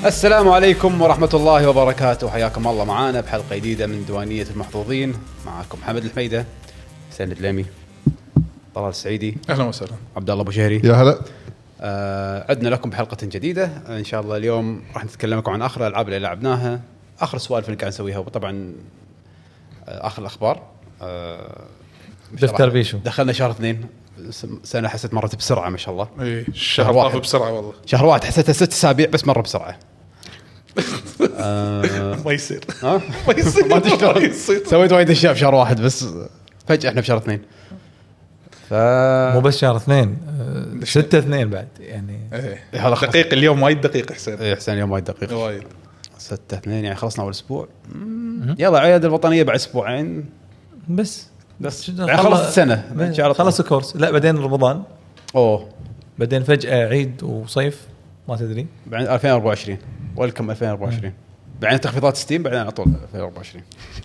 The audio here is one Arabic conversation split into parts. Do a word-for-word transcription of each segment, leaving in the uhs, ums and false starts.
السلام عليكم ورحمة الله وبركاته، حياكم الله معانا بحلقة جديدة من دوانية المحظوظين. معكم محمد الحميدة، حسين الدليمي، طلال السعيدي، أهلا وسهلا، عبد الله أبو شهري. يا هلا. آه عدنا لكم بحلقة جديدة إن شاء الله. اليوم راح نتكلم لكم عن آخر الألعاب اللي لعبناها، آخر السوالف اللي قاعد نسويها، وطبعا آه آخر الأخبار. آه دفتر بيشو دخلنا شهر اثنين، سنة حسيت مرت بسرعة ما شاء الله. إيه شهر واحد بسرعة والله. شهر واحد حسيتها ست أسابيع بس مرة بسرعة. آه ما يصير ها ما يصير ما تشتغل. سويت وايد اشياء في شهر واحد بس فجأة احنا في شهر اثنين. ف مو بس شهر اثنين، ستة اثنين بعد يعني. إيه دقيق اليوم، وايد دقيق حسين. ايه حسين اليوم وايد دقيق وايد. ستة اثنين يعني خلصنا اول اسبوع. يلا عياد الوطنية بعد اسبوعين بس بس يعني خلص السنة، خلص الكورس. لا بعدين رمضان، اوه بعدين فجأة عيد وصيف ما تدري. بعدين ألفين وأربعة وعشرين ويلكم ألفين وأربعة وعشرين، بعدين تخفيضات ستيم، بعدين على طول ألفين وأربعة وعشرين.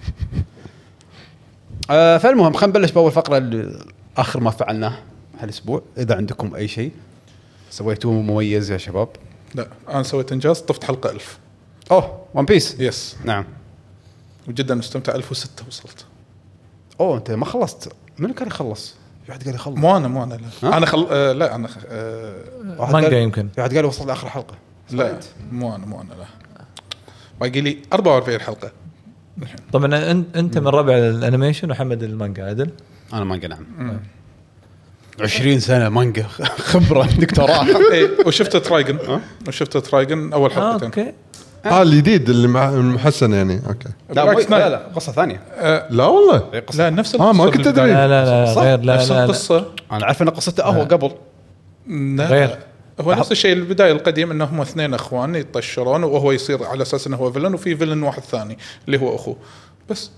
آه فالمهم خلينا نبلش باول فقره اللي اخر ما فعلناه هالاسبوع. اذا عندكم اي شيء سويتوه مميز يا شباب. لا انا سويت انجاز، طفت حلقه ألف. اوه ون بيس. يس نعم، وجدا مستمتع. ألف وستة وصلت. اوه انت ما خلصت؟ من كان يخلص؟ في واحد قال يخلص. مو انا مو انا لا انا خل... آه لا انا آه... مانجا يمكن. في واحد قال وصل لاخر حلقه. لا مو انا مو انا لا باقي لي أربعة وأربعين حلقه. طبعا انت من ربع الانيميشن وحمد المانجا. عدل انا مانجا. نعم مم. عشرين سنة مانجا خبرة دكتوراه. إيه وشفت ترايجن وشفت ترايجن أول حلقتين. اوكي اه الجديد اللي مع المحسن يعني. اوكي لا لا لا قصة ثانية. أه لا والله لا نفس القصة. اه ما كنت ادري. لا لا لا غير. لا نفس لا القصة. انا عارف ان قصته اهو قبل. لا غير. هو نفس الشيء البداية القديم، انهم اثنين اخوان يطشرون وهو يصير على اساس انه هو فيلن، وفي فيلن واحد ثاني اللي هو اخوه بس.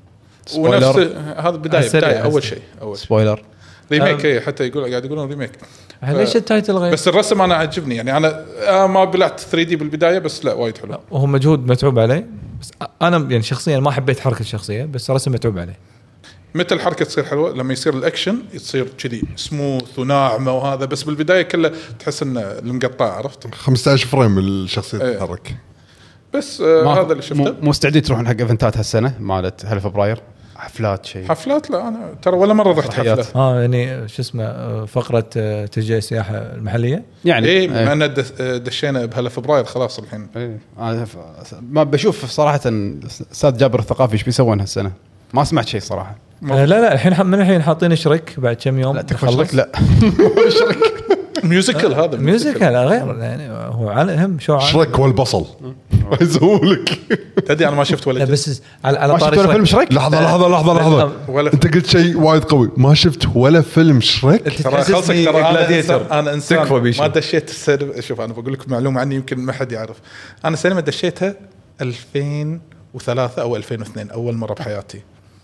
ونفس هذا بداية بداية اول شيء اول سبويلر ريميك. أم ريميك يقول قاعد يقولون ريميك. ليش التايتل غير؟ بس الرسم انا عجبني يعني. انا آه ما بلعت ثري دي بالبداية بس لا وايد حلو. وهو مجهود متعوب عليه. بس انا يعني شخصيا ما حبيت حركة الشخصية، بس رسم متعوب عليه. متى الحركة تصير حلوة؟ لما يصير الأكشن يصير كذي سموث وناعمة وهذا، بس بالبداية كله تحس إنه المقطع. عرفت خمسة عشر فريم الشخصية ايه. تتحرك بس آه هذا اللي شفته. مستعدين تروحون حق ايفنتات هالسنة مالت هل فبراير؟ حفلات شيء حفلات؟ لا أنا ترى ولا مرة رحت حفلة. اه يعني شو اسمه فقرة تشجيع السياحة المحلية يعني. إيه ما أنا دشينا بهلا فبراير خلاص الحين. إيه. ما بشوف صراحة أستاذ جابر الثقافي إيش بيسوون هالسنة، ما سمعت شيء صراحة. لا لا الحين من الحين حاطين شريك بعد كم يوم. لا تكفى شريك. لا شريك ميوزيكال. هذا ميوزيكال غير يعني. هو على هم شو شريك والبصل ما يسوولك. تدري أنا ما شفت ولا بس على على طاري فيلم شريك. لحظة لحظة لحظة لحظة ولا انت قلت شيء وايد قوي. ما شفت ولا فيلم شريك؟ ترى خلصك. ترى أنا إنسان, أنا إنسان ما دشيت السينما. شوف أنا بقول لك معلومة عني يمكن ما حد يعرف. أنا سينما دشيتها ألفين وثلاثة أو ألفين واثنين أول مرة بحياتي.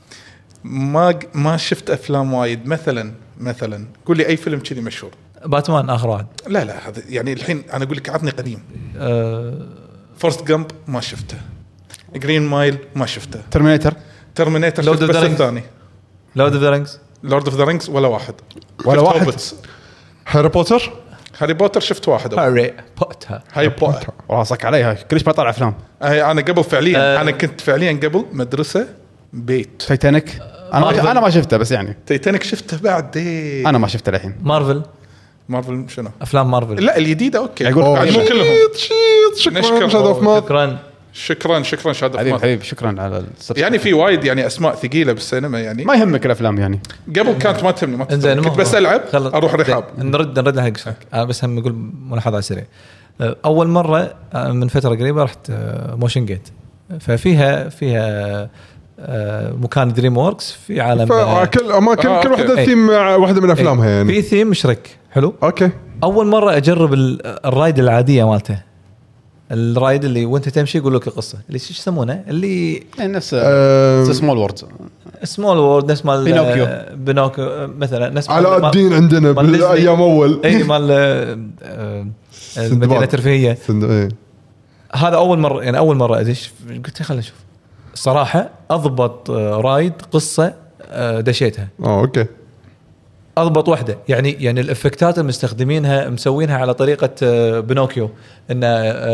ما ما شفت أفلام وايد. مثلا مثلا قول لي أي فيلم كذي مشهور. باتمان آخر واحد. لا لا هذا يعني الحين أنا أقول لك عطني قديم. أه فورست جامب ما شفته. جرين مايل ما شفته. ترمينيتر. ترمينيتر شفت بس الثاني. لورد اوف ذا رينجز. لورد اوف ذا رينجز ولا واحد ولا واحد. هاري بوتر. هاري بوتر شفت واحد. هاري بوتر. هاري بوتر راسك عليها كلش بطلع افلام. انا قبل فعليا أه انا كنت فعليا قبل مدرسه بيت. تايتانيك انا ما انا ما شفته بس يعني. تايتانيك شفته بعدين. انا ما شفته الحين. مارفل. مارفل شنو؟ افلام مارفل. لا الجديده اوكي. يقول مو كلهم. شكرا شكرا شكرا شكرا شهاده حبيبي حبيبي شكرا على يعني في وايد يعني اسماء ثقيله بالسينما يعني. ما يهمك الافلام يعني. قبل كانت ما تهمني ما تهمني. كنت بس العب اروح رحاب. نرد نرد حق سؤالك. انا بس هم اقول ملاحظه سريعه. اول مره من فتره قريبه رحت موشن جيت، ففيها فيها مكان دريم ووركس في عالم كل اماكن آه كل واحده ثيم واحده من افلامها يعني. في ثيم مشرك حلو. اوكي اول مره اجرب الرايد العاديه مالته. الرايد اللي وانت تمشي يقول لك القصه اللي ايش يسمونه اللي يعني نفس أه سمول وورد. سمول وورد نفس مال بينوكيو. بينوكيو مثلا نفس على الدين عندنا بالايام اول. اي مال المدينه الترفيهيه. هذا اول مره يعني اول مره ادش قلت خلينا نشوف. الصراحه اضبط رايد قصه دشيتها. اه اوكي. اضبط واحده يعني يعني الافكتات المستخدمينها مسوينها على طريقه بنوكيو ان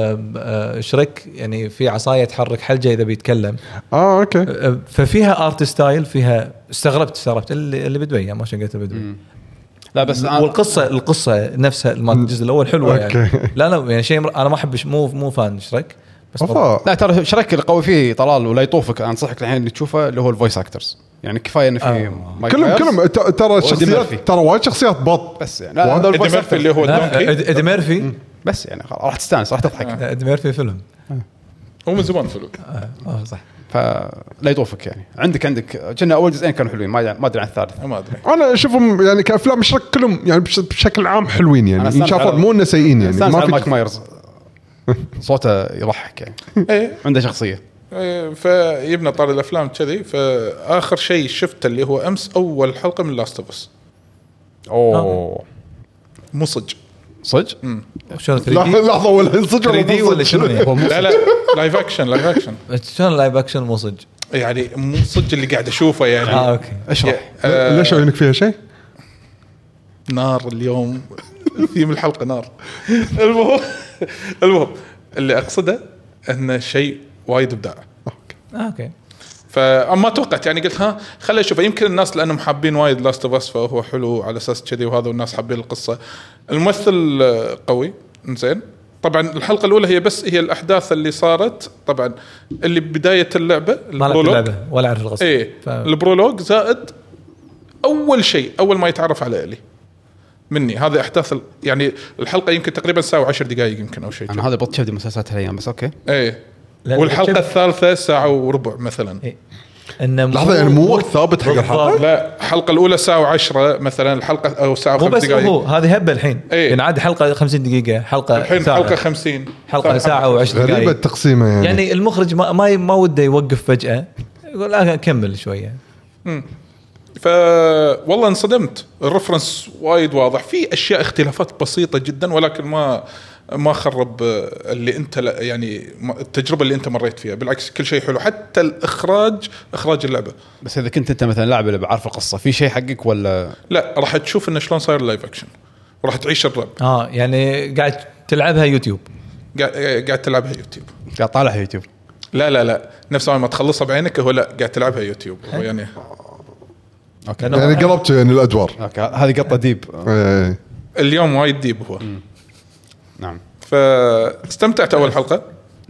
شريك يعني في عصايه تحرك حلجه اذا بيتكلم اه اوكي ففيها ارت ستايل فيها استغربت استغربت اللي اللي بدبي ما شقيت بدبي لا بس والقصه القصه نفسها الجزء الاول حلوه يعني لا لا يعني شيء انا ما احب مو مو فان شريك بس لا ترى شريك القوي فيه طلال ولا يطوفك انصحك الحين اللي تشوفه اللي هو الفويس اكترز يعني كفايه ان في آه. كلهم كلهم ترى شخصيات ترى وايد شخصيات بط بس يعني لا هذا الفويس اكتر اللي هو دونكي ادي ميرفي بس يعني راح تستانس راح تضحك ادي ميرفي فيلم هو من زمان فيلم اه صح فلا يطوفك يعني عندك عندك كنا اول جزئين كانوا حلوين ما ما ادري عن الثالث ما ادري انا اشوفهم يعني كافلام شرك كلهم يعني بشكل عام حلوين يعني ينشافون مو انه سيئين يعني ما في مايك مايرز صوته يضحك يعني ايه عنده شخصيه ايه فيبنى طار الافلام كذي. فاخر شيء شفته اللي هو امس اول حلقه من لاست اوف اس. اوه مو صج صج شلون ثري دي لحظه ولا صج ثري دي ولا شنو يعني؟ لا لا لايف اكشن لايف اكشن شلون لايف اكشن مو صج يعني مو صج اللي قاعد اشوفه يعني اه اوكي اشرح آه ليش عينك فيها شيء نار اليوم في من الحلقه نار. المهم المهم اللي اقصده انه شيء وايد ابداع. اوكي فما توقعت يعني قلت ها خلي اشوفه يمكن الناس لانهم حابين وايد لاست اوف اس فهو حلو على اساس كذي وهذا والناس حابين القصه. الممثل قوي زين. طبعا الحلقه الاولى هي بس هي الاحداث اللي صارت طبعا اللي بدايه اللعبه البرولوج ولا اعرف القصه ايه ف... البرولوج زائد اول شيء اول ما يتعرف على إلي مني هذا احداث ال... يعني الحلقه يمكن تقريبا ساعه وعشر دقائق يمكن او شيء. انا هذا بط شفت مسلسلات هالايام بس اوكي ايه والحلقه الثالثه ساعه وربع مثلا. إيه. إنه لحظه يعني مو وقت ثابت حق الحلقه. لا الحلقه الاولى ساعه وعشرة مثلا الحلقه او ساعه وخمس دقائق مو بس هو هذه هبه الحين ايه. يعني عادي حلقه خمسين دقيقه حلقه الحين ساعة. حلقه خمسين حلقه ساعه وعشر دقائق غريبه التقسيمه يعني. يعني المخرج ما ما, ما وده يوقف فجاه يقول لا كمل شويه. امم ف والله انصدمت. الرفرنس وايد واضح في اشياء اختلافات بسيطه جدا ولكن ما ما خرب اللي انت يعني التجربه اللي انت مريت فيها. بالعكس كل شيء حلو حتى الاخراج اخراج اللعبه. بس اذا كنت انت مثلا لاعب اللي بعرف القصه في شيء حقك ولا لا راح تشوف انه شلون صاير اللايف اكشن وراح تعيش الرعب. اه يعني قاعد تلعبها يوتيوب قاعد قاعد تلعبها يوتيوب قاعد طالعها يوتيوب. لا لا لا نفس ما تخلصها بعينك هو لا قاعد تلعبها يوتيوب هو يعني اوكي يعني قلبت يعني الادوار. اوكي هذه قطه ديب ايه. اليوم وايد ديب هو. م. نعم فاستمتعت اول حلقه.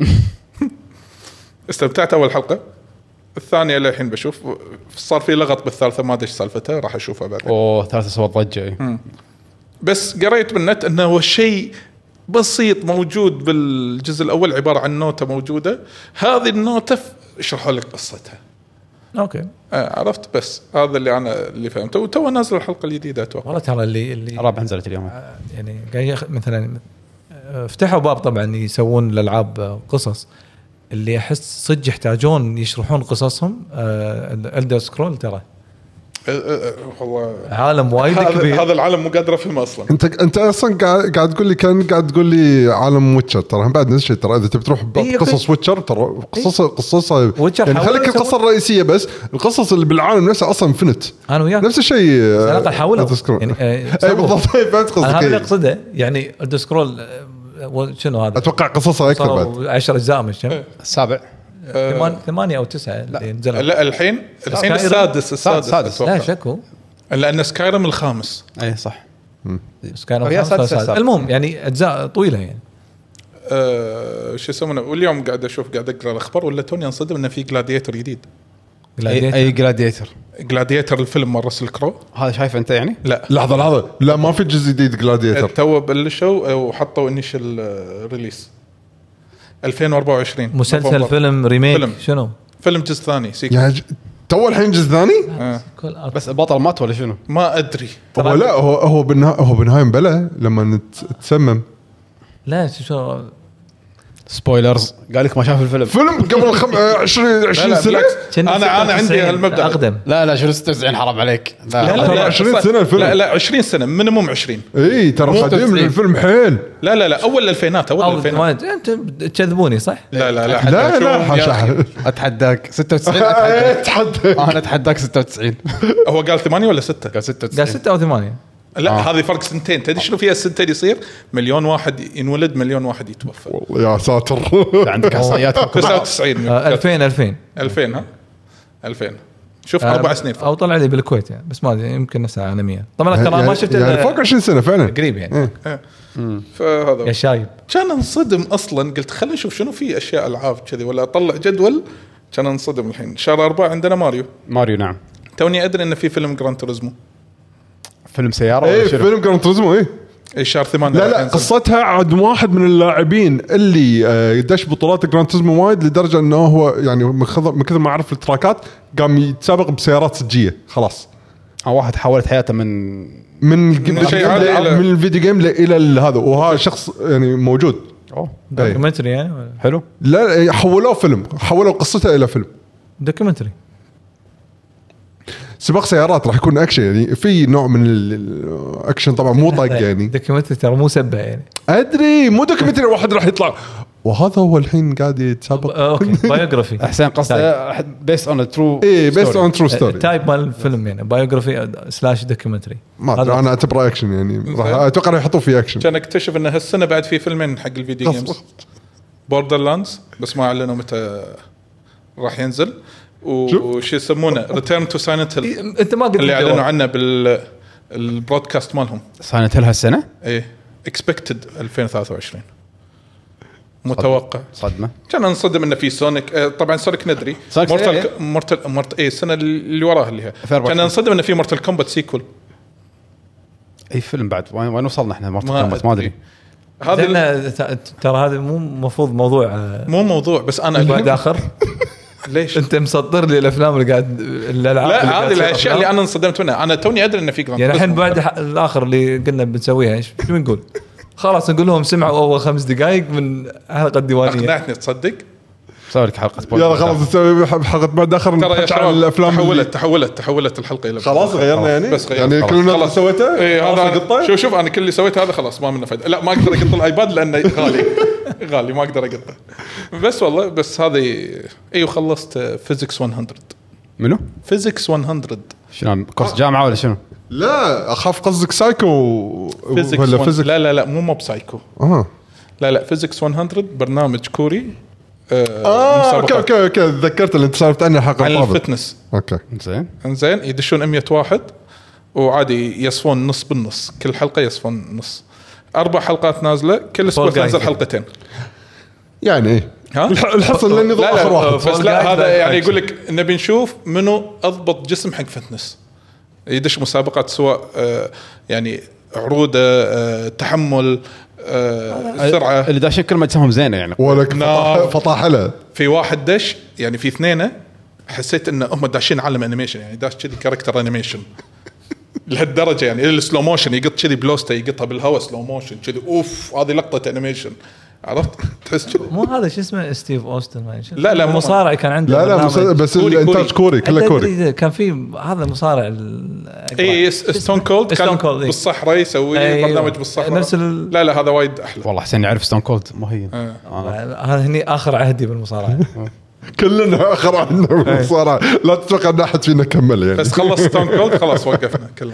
استمتعت اول حلقه. الثانيه للحين بشوف صار في لغط بالثالثه ما ادري ايش سالفتها راح اشوفها بعدين. اوه ثالثه سوت ضجه. بس قريت بالنت انه هو شيء بسيط موجود بالجزء الاول عباره عن نوته موجوده هذه النوته اشرحوا لك قصتها. اوكي آه عرفت بس هذا اللي انا اللي فهمته وتو نازل الحلقه الجديده اتوقع. والله ترى اللي اللي رابع نزلت اليوم يعني قاعد مثلا فتحوا باب طبعا يسوون الالعاب قصص اللي احس صدق يحتاجون يشرحون قصصهم. الدر سكرول ترى والله عالم وايد كبير. هذا العالم مو قادر افهمه اصلا. انت انت اصلا قاعد قاعد تقول لي كان قاعد تقول لي عالم ويتشر ترى بعد نفس الشيء ترى اذا تبي تروح قصص ويتشر ترى قصص قصصها يعني خليك القصه الرئيسيه بس القصص اللي بالعالم نفسه اصلا فنت انا وياك نفس الشيء. انا حاولوا يعني اي بالضبط فهمت قصدك. هذا اللي اقصده يعني الدر سكرول شنو هذا اتوقع قصصها اكثر بعد عشر اجزاء مش كم السابع ثمانية أو تسعة اللي نزلوا. لا الحين الحين السادس السادس, السادس. لا شكو لأن سكايرم الخامس. أي صح. سكايرم الخامس. المهم يعني أجزاء طويلة يعني. أه شو يسمونه واليوم قاعد أشوف قاعد أقرأ الأخبار ولا توني أنصدم إنه في جلاديتر جديد. أي, أي جلاديتر. جلاديتر الفيلم مر راسل كرو. هذا شايف أنت يعني؟ لا لحظة لحظة لا ما في جزء جديد جلاديتر. تو بلشوا وحطوا إنيشل ريليس. ألفين وأربعة وعشرين مسلسل فيلم ريميك فيلم. شنو فيلم جزء ثاني يعني ج... تو الحين جزء ثاني آه. بس البطل مات ولا شنو ما ادري هو لا هو هو بالنهايه هو بالنهايه بلا لما نتسمم لا شو سبويلرز قال لك ما شاف الفيلم فيلم قبل خم... عشرين عشرين سنه. انا انا عندي هالمبدا اقدم. لا لا شنو ستة وتسعين حرام عليك. لا لا, لا عشرين سنه الفيلم. لا لا عشرين سنه مينيموم عشرين. اي ترى قديم الفيلم حيل. لا لا لا اول الألفينات اول الألفينات. انت تكذبوني صح؟ لا لا لا لا لا حاشا اتحداك ستة وتسعين. اتحداك انا اتحداك ستة وتسعين. هو قال ثمانية ولا ستة؟ قال ستة وتسعين. قال ستة او ثمانية. لا آه. هذه فرق سنتين. تدري شنو فيها السنتين يصير مليون واحد ينولد مليون واحد يتوفى. والله يا ساتر. عندك احصائيات تسعة وتسعين ألفين ألفين ألفين ها ألفين شوف آه أربع سنين او طلع لي بالكويت يعني بس ما ادري يمكن نفسها عالميا طبعا ترى يعني ما شفت يعني فوق عشرين سنه فعلا قريب يعني اه. فهذا يا شايب كان انصدم اصلا قلت خلينا نشوف شنو في اشياء العاب كذي ولا اطلع جدول كان انصدم. الحين شهر أربعة عندنا ماريو ماريو نعم توني ادري ان في فيلم جران توريزمو فيلم سياره ايه فيلم جران توريزمو ايه اي شهر ثمانية. لا لا قصتها عاد واحد من اللاعبين اللي دش بطولات جران توريزمو وايد لدرجه انه هو يعني من كثر ما عرف التراكات قام يتسابق بسيارات صجيه خلاص. اه واحد حولت حياته من من من من الفيديو جيم الى هذا وهذا شخص يعني موجود. اوه دوكيومنتري يعني حلو. لا حولوه فيلم حولوا قصته الى فيلم دوكيومنتري سباق سيارات راح يكون اكشن يعني في نوع من الاكشن طبعا مو طق يعني دوكيومنتري ترى مو سبه يعني ادري مو دوكيومنتري واحد راح يطلع وهذا هو الحين قاعد يتسابق. اوكي بايوغرافي احسن قصه بيست اون ترو ايه بيست اون ترو ستوري تايب مال الفيلم يعني بايوغرافي سلاش دوكيومنتري ما ادري انا اعتبره اكشن يعني راح اتوقع راح يحطوا فيه اكشن. كان اكتشف ان هالسنه بعد في فيلمين حق الفيديو جيمز بوردر لاندز بس ما اعلنوا متى راح ينزل وش يسمونه ريتيرن تو سايلنت هيل انت ما قلت اللي اعلنوا عنه بال البرودكاست مالهم سايلنت هيل هالسنه ايه اكسبكتد ألفين وثلاثة وعشرين متوقع. صدمه كان انصدم انه في سونيك آه طبعا سونيك ندري مورتال مورتال مورت ايه السنه اللي وراها اللي هي كان انصدم انه في مورتال كومبات سيكول. اي فيلم بعد وين وصلنا احنا مورتال كومبات ما ادري هذا ترى هذا مو مفروض موضوع مو موضوع بس انا بعد اخر ليش انت مسطر لي الافلام اللي قاعد الالعاب لا هذه الاشياء اللي انا انصدمت منها. انا توني ادري انه في جراند يعني الحين بعد الاخر اللي قلنا بنسويها ايش شو بنقول خلاص نقول لهم سمعوا اول خمس دقائق من حلقه الديوانيه اقنعتني تصدق سوي لك حلقه يلا خلاص نسوي حلقه بعد اخر نحكي عن الافلام تحولت تحولت تحولت الحلقه الى خلاص غيرنا يعني بس يعني كلنا خلاص سويته ايه هذا شوف شوف انا كل اللي سويته هذا خلاص ما منه فائده. لا ما اقدر اقط الايباد لانه غالي غالي ما اقدر اقطه بس والله بس هذه ايوه خلصت فيزيكس مية. منو فيزيكس مية شنو كورس جامعه ولا شنو؟ لا اخاف قصدك سايكو ولا فيزيكس لا لا لا مو مو بسايكو اها لا لا فيزيكس مية برنامج كوري اه اوكي اوكي اوكي تذكرت اللي انت سالفت عنه الحلقه عن الفتنس. اوكي زين زين يدشون مية واحد وعادي يصفون نص بالنص كل حلقه يصفون نص. اربع حلقات نازله كل اسبوع تنزل حلقتين يعني ايه الحصل لاني ضل اخر واحد بس لا هذا يعني يقول لك نبي نشوف منو اضبط جسم حق فتنس. يدش مسابقات سواء يعني عروض تحمل السرعه اللي داشين كل ما تسمهم زينه يعني ولك فطاحله. في واحد دش يعني في اثنين حسيت ان هم داشين عالم انيميشن يعني داش كذي كاركتر انيميشن لهالدرجه يعني السلو موشن يقط كذي بلوسته يقطها بالهواء سلو موشن كذي اوف هذه لقطه انيميشن عرفت تحس كذي. مو هذا شو اسمه ستيف اوستن ما لا لا مصارع كان عنده لا لا بس الانتاج كوري كله كوري كان في هذا مصارع اي ستون كولد كان بالصحراء يسوي برنامج بالصحراء نفس ال... لا لا هذا وايد احلى والله حسين يعرف ستون كولد ما هي هذا هني اخر عهدي بالمصارعه كلنا اخر عهدنا بالمصارعه لا تتوقع ان احد فينا كمل يعني بس خلص ستون كولد خلاص وقفنا كلنا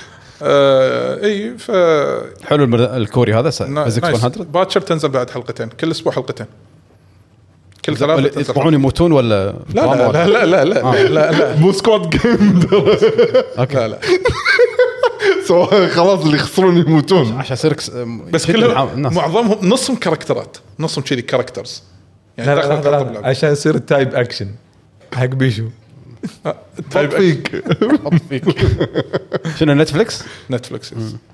آه اي ف حلو الكوري هذا فيزيكس مية باكر تنزل بعد حلقتين كل اسبوع حلقتين كل ثلاثة يطلعون يموتون ولا لا لا لا لا لا لا, آه. لا, لا. مو سكواد جيم اوكي لا لا سواء خلاص اللي يخسرون يموتون عشان سيرك بس كلهم معظمهم نصهم كاركترات نصهم كذي كاركترز يعني لا لا لا لا عشان يصير تايب اكشن حق بيشو تايب فيك فيك شنو نتفليكس نتفليكس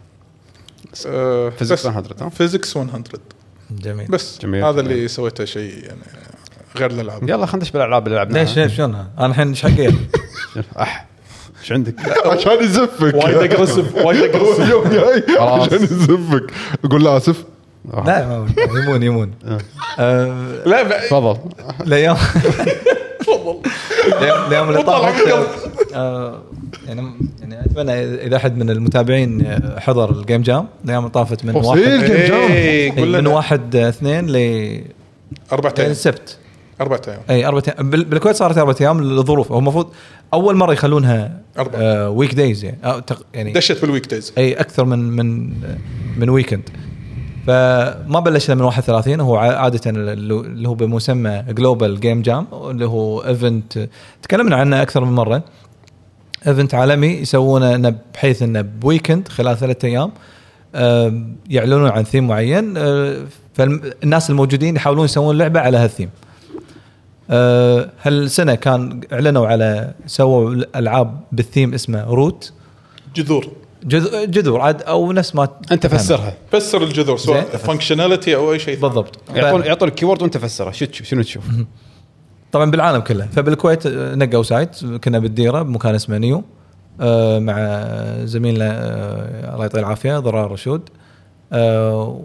فيزيكس مية فيزيكس مية جميل بس جميل. هذا اللي سويته شيء يعني غير الالعاب. يلا خلينا ندش بالالعاب اللي لعبناها. ليش ليش شلون انا الحين ايش حقي اح ايش عندك عشان يزفك وايد اجريسيف وايد اجريسيف يوم جاي عشان يزفك اقول له اسف لا يمون يمون أه لا تفضل الايام تفضل الايام اللي طافت أه يعني يعني اتمنى اذا احد من المتابعين حضر الجيم جام الايام اللي طافت من واحد ايه من واحد اثنين ل اربع ايام السبت اربع ايام اي اربع ايام بالكويت صارت اربع ايام للظروف هو المفروض اول مره يخلونها آه ويك دايز يعني آه يعني دشت بالويك دايز اي اكثر من من من ويكند فما بلشنا من واحد وثلاثين هو عاده اللي هو بمسمى جلوبال جيم جام اللي هو ايفنت تكلمنا عنه اكثر من مره ايفنت عالمي يسوونه بحيث انه بويكند خلال ثلاثة ايام آه يعلنون عن ثيم معين آه فالناس الموجودين يحاولون يسوون لعبه على هالثيم أه هالسنة كان اعلنوا على سووا الألعاب بالثيم اسمه روت جذور جذور عاد أو نفس ما أنت فسرها فسر الجذور سواء فانكشناليتي أو أي شيء بالضبط يعطون ف... يعطون الكيورد وأنت فسرها شو شنو تشوف طبعا بالعالم كله فبالكويت نقوا سايت كنا بالديرة بمكان اسمه نيو أه مع زميلنا أه الله يعطيه العافية ضرار رشود أه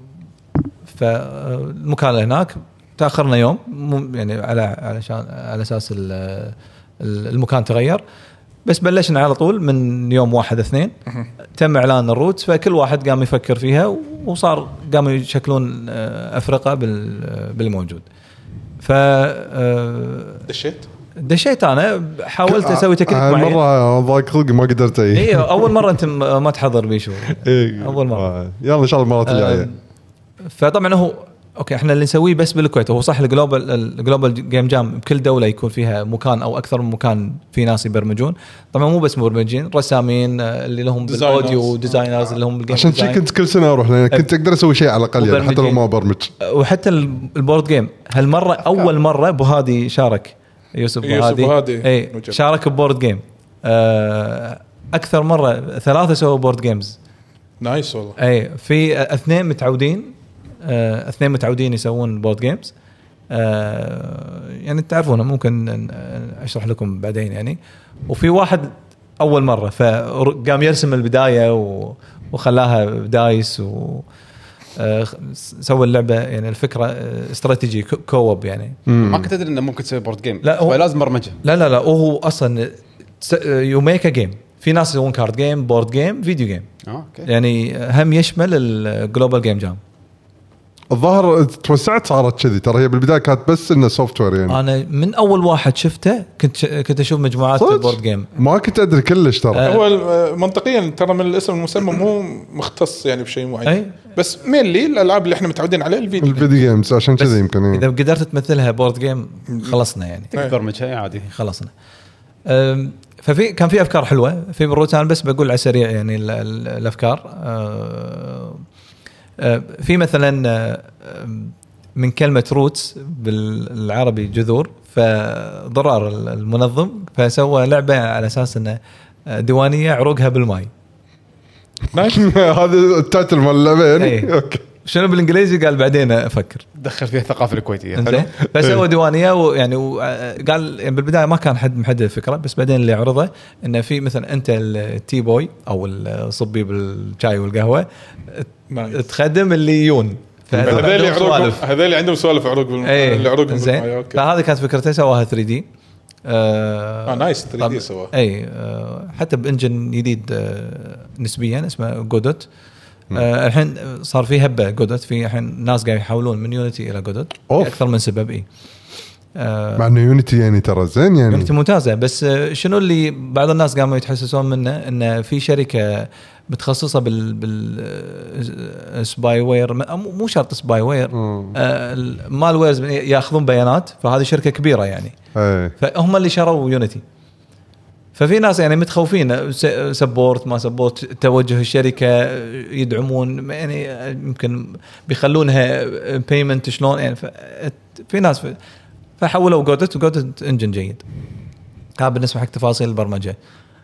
فالمكان هناك تأخرنا يوم يعني على علشان على أساس المكان تغير بس بلشنا على طول من يوم واحد اثنين تم إعلان الروت فكل واحد قام يفكر فيها وصار قاموا يشكلون أفرقة بالموجود ف دشيت دشيت أنا حاولت أسوي تكنيك معين مرة ضاق خلقي ما قدرت أي إيه أول مرة أنت ما تحضر بيشو إيه أول مرة يلا إن شاء الله المرات الجاية فطبعا هو اوكي احنا اللي نسويه بس بالكويت هو صح الجلوبال الجلوبال جيم جام بكل دوله يكون فيها مكان او اكثر من مكان في ناس يبرمجون طبعا مو بس مبرمجين رسامين اللي لهم بالاوديو ديزاينرز اللي هم بالجيم عشان شي كنت كل سنه اروح لان كنت اقدر اسوي شيء على الاقل يعني حتى لو ما برمج وحتى البورد جيم هالمره اول مره بهادي شارك يوسف بهادي اي شارك ببورد جيم اكثر مره ثلاثه سووا بورد جيمز نايس والله اي في اثنين متعودين آه، اثنين متعودين يسوون بورد جيمز آه، يعني تعرفونه ممكن اشرح لكم بعدين يعني وفي واحد اول مره فقام يرسم البدايه وخلاها دايس و سوى اللعبه يعني الفكره استراتيجي كوب يعني ما كنت ادري انه ممكن تسوي بورد جيم لا هو لازم برمجه لا لا لا هو اصلا يو ميك ا جيم في ناس يسوون كارد جيم بورد جيم فيديو جيم اوكي يعني هم يشمل الجلوبال جيم جام الظاهر توسعت صارت كذي ترى هي بالبدايه كانت بس انه سوفت وير يعني انا من اول واحد شفته كنت كنت اشوف مجموعات بورد جيم ما كنت ادري كلش ترى أه هو منطقيا ترى من الاسم المسمى مو مختص يعني بشيء معين أي. بس مينلي الالعاب اللي احنا متعودين عليها الفيديو الفيديو جيمز عشان كذا يمكن اذا قدرت تمثلها بورد جيم خلصنا يعني تقدر برمجها عادي خلصنا ففي كان في افكار حلوه في بالروتان بس بقول على سريع يعني الافكار في مثلا من كلمة روتس بالعربي جذور فضرار المنظم فسوى لعبة على أساس أنه ديوانية عروقها بالماء هذا التايتل مال اللعبة أوكي شنو بالإنجليزي قال بعدين أفكر دخل فيها الثقافة الكويتية فسوى ديوانية ويعني وقال يعني بالبداية ما كان حد محدد الفكرة بس بعدين اللي عرضه إنه في مثلا أنت التي بوي أو الصبي بالشاي والقهوة تخدم اللي يون هذول عروق هذول عندهم سوالف عروق بالعروق بالماء فهذه كانت فكرتها سواها ثري دي اه, آه نايس ثري دي سواها اي آه حتى بانجن جديد آه نسبيا اسمه جودوت آه الحين صار في هبه جودوت في الحين ناس قاعد يحولون من يونيتي الى جودوت اكثر من سبب اي آه مع انه يونيتي يعني ترى زين يعني يونيتي ممتازه بس شنو اللي بعض الناس قاموا يتحسسون منه ان في شركه متخصصه بال بال سباي وير مو شرط سباي وير المال ويرز ياخذون بيانات فهذه شركه كبيره يعني أي. فهم اللي شروا يونيتي ففي ناس يعني متخوفين سبورت ما سبورت توجه الشركه يدعمون يعني يمكن بيخلونها بيمنت شلون يعني في ناس فحولوا جودت وجودت انجن جيد هذا بالنسبه حق تفاصيل البرمجه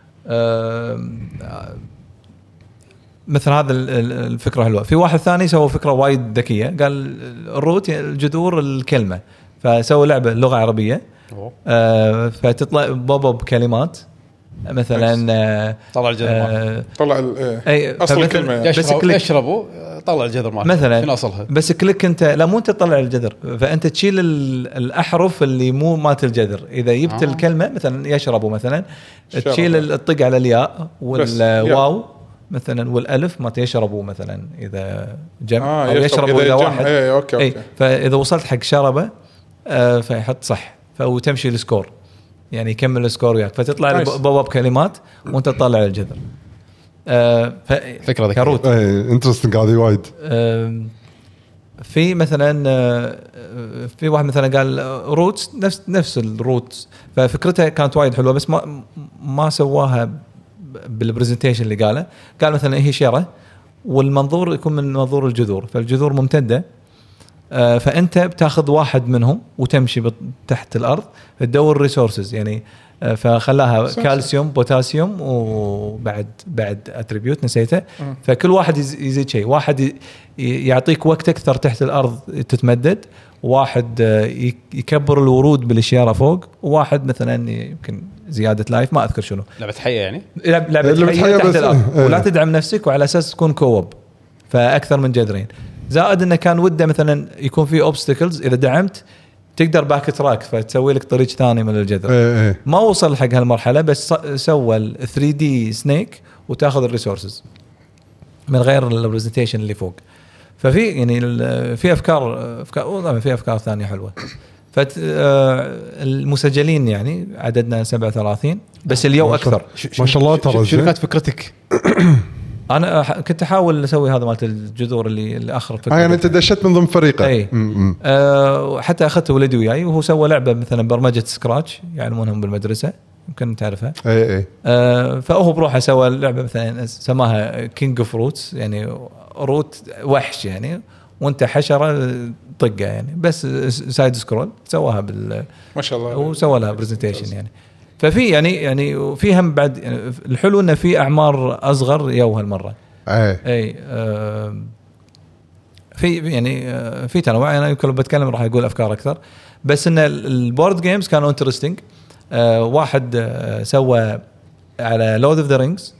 مثل هذا الفكره حلوه في واحد ثاني سوى فكره وايد ذكيه قال الروت الجذور الكلمه فسووا لعبه لغه عربيه آه فتطلع بوب اب كلمات مثلا طلع الجذر آه طلع اي اصل الكلمه يشرب يشربوا طلع الجذر مالته مثلا شنو اصلها بس كليك انت لا مو انت تطلع الجذر فانت تشيل الاحرف اللي مو مات الجذر اذا جبت آه. الكلمه مثلا يشربوا مثلا شرب. تشيل الطق على الياء والواو مثلا والالف ما يشربوا مثلا اذا جمع آه او يشربوا اذا واحد اي اوكي اوكي اي فاذا وصلت حق شربه آه فيحط صح فوتمشي السكور يعني يكمل السكور وياك فتطلع بواب كلمات وانت تطلع الجذر. آه فكره ذكيه كروت اي انترستنج هذه وايد. آه في مثلا آه في واحد مثلا قال روتس نفس نفس الروتس ففكرتها كانت وايد حلوه بس ما ما سواها بالبرزنتيشن اللي قاله. قال مثلا هي شيره والمنظور يكون من منظور الجذور فالجذور ممتده آه فانت بتاخذ واحد منهم وتمشي تحت الارض تدور ريسورسز يعني آه فخلاها كالسيوم بوتاسيوم وبعد بعد اتريبيوت نسيته م. فكل واحد يزيد شيء واحد يعطيك وقت اكثر تحت الارض تتمدد واحد آه يكبر الورود بالشياره فوق وواحد مثلا يمكن زياده لايف ما اذكر شنو لعبه حيه يعني لعبه حيه تحت الارض ولا تدعم نفسك وعلى اساس تكون كوب فاكثر من جذرين زائد انه كان وده مثلا يكون في اوبستكلز اذا دعمت تقدر باك تراك فتسوي لك طريق ثاني من الجذر. ايه ايه. ما وصل حق هالمرحله بس سوى ال ثري دي سنيك وتاخذ الريسورسز من غير البرزنتيشن اللي فوق. ففي يعني في افكار افكار في افكار ثانيه حلوه. فالمسجلين يعني عددنا سبعة وثلاثين بس اليوم اكثر ما شاء الله. ترى شو كانت فكرتك؟ انا كنت احاول اسوي هذا مالت الجذور اللي اللي اخر فكره. يعني انت دشيت من ضمن فريقه. اي أه حتى اخذت ولدي وياي وهو سوى لعبه مثلا برمجه سكراتش يعلمونهم بالمدرسه يمكن تعرفها. اي اي أه فهو بروحه سوى لعبه مثلا سماها كينج اوف روتس يعني روت وحش يعني وانت حشره طقه يعني بس سايد سكرول سواها بال ما شاء الله وسوى لها برزنتيشن يعني. ففي يعني يعني في هم بعد يعني الحلو انه في اعمار اصغر يو هالمره. اي اي آه في يعني آه في تنوع. انا يمكن بتكلم راح اقول افكار اكثر بس ان البورد جيمز كانوا انترستينج. آه واحد آه سوى على لورد اوف ذا رينجز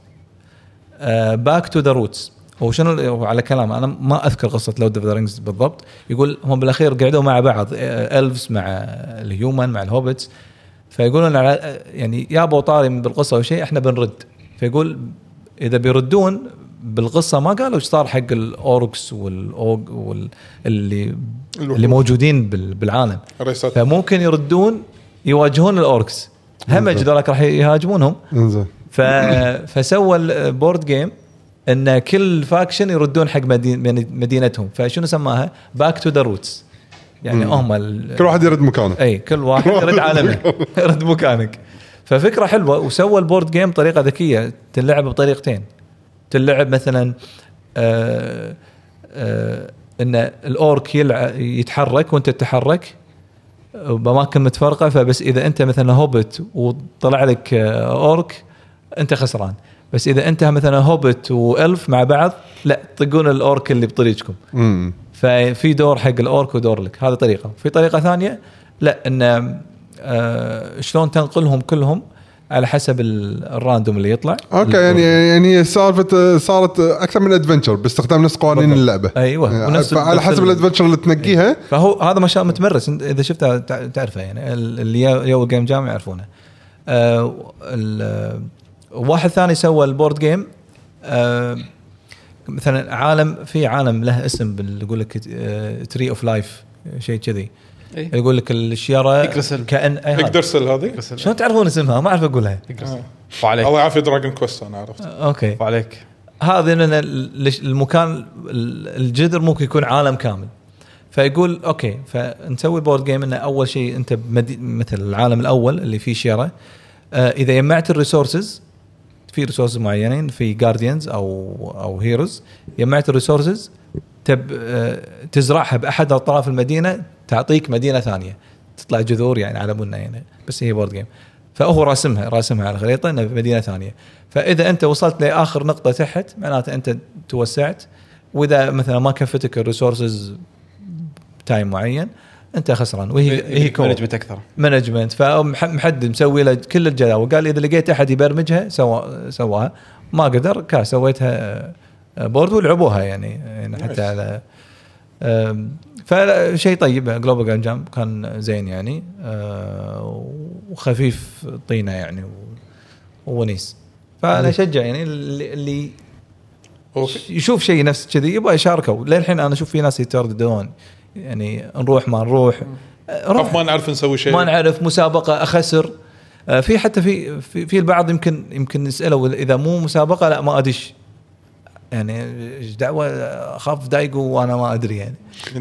باك تو ذا روتس. هو شنو على كلام انا ما اذكر قصه لورد اوف ذا رينجز بالضبط. يقول هم بالاخير قعدوا مع بعض الفز مع الهيومن مع الهوبتس فيقولون على يعني يابوا طاري بالقصه او شيء احنا بنرد. فيقول اذا بيردون بالقصه ما قالوا ايش صار حق الاوركس والاوغ واللي اللي موجودين بالعالم فممكن يردون يواجهون الاوركس همج ذولك راح يهاجمونهم. ف فسوى البورد جيم ان كل فاكشن يردون حق مدينتهم. فشنو سماها باك تو ذا روتس يعني هم كل واحد يرد مكانه. اي كل واحد يرد عالمه يرد مكانك. ففكره حلوه وسوى البورد جيم طريقه ذكيه تلعب بطريقتين. تلعب مثلا آآ آآ ان الاورك يتحرك وانت تتحرك باماكن متفرقه فبس اذا انت مثلا هوبت وطلع لك اورك انت خسران. بس اذا انت مثلا هوبت والف مع بعض لا تطقون الاورك اللي بطريقكم. امم ففي دور حق الاورك ودور لك. هذه طريقه. في طريقه ثانيه لا ان آه شلون تنقلهم كلهم على حسب الراندوم اللي يطلع. اوكي يعني يعني صارت صارت اكثر من ادفنتشر باستخدام نفس قوانين اللعبه. ايوه يعني على حسب الادفنتشر اللي تنقيها. فهو هذا ما شاء متمرس اذا شفتها تعرفه يعني اللي يو جيم جام يعرفونه. آه واحد ثاني سوى البورد جيم آه مثلا عالم في عالم له اسم يقول لك تري اوف لايف شيء كذي. إيه؟ يقول لك الشياره كأن يقدرسل هذه شلون تعرفون اسمها ما اعرف اقولها. وعليك الله يعافي دراجون كويست انا عرفت. اوكي وعليك هذا ان المكان الجذر ممكن يكون عالم كامل. فيقول اوكي فنسوي بورد جيم انه اول شيء انت مثل العالم الاول اللي فيه شيره آه اذا جمعت الريسورسز في ريسورسز معينين في جارديانز او او هيروز جمعت الريسورسز تب آه تزرعها باحد اطراف المدينه تعطيك مدينه ثانيه تطلع جذور يعني على بنا يعني بس هي بورد جيم. فهو راسمها راسمها على الخريطه انه في مدينه ثانيه. فاذا انت وصلت لاخر نقطه تحت معناته انت توسعت. واذا مثلا ما كفتك الريسورسز تايم معين انت خسران. وهي هي مانجمنت اكثر مانجمنت، فمحدد مسوي له كل الجداول، قال اذا لقيت احد يبرمجها سوا سواها، ما قدر كا سويتها بورد ولعبوها يعني, يعني حتى على فشيء طيب. جلوبال جيم جام كان زين يعني وخفيف طينه يعني وونيس. فانا اشجع يعني اللي يشوف شيء نفس كذي يبغى يشاركوا. للحين انا اشوف في ناس يترددون يعني نروح ما نروح ما نعرف نسوي شيء، ما نعرف مسابقه اخسر. في حتى في في, في البعض يمكن يمكن نساله اذا مو مسابقه لا ما ادش يعني ايش دعوه اخاف دايقوا وانا ما ادري يعني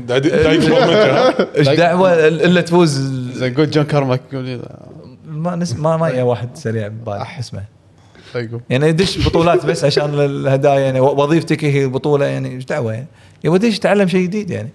ايش دعوه الا تفوز زي نقول جون كارماك ما نس ما ما يا واحد سريع ببالي اسمه يعني يدش بطولات بس عشان الهدايا يعني وظيفتك هي بطوله يعني ايش دعوه يعني يوديش يتعلم شيء جديد يعني.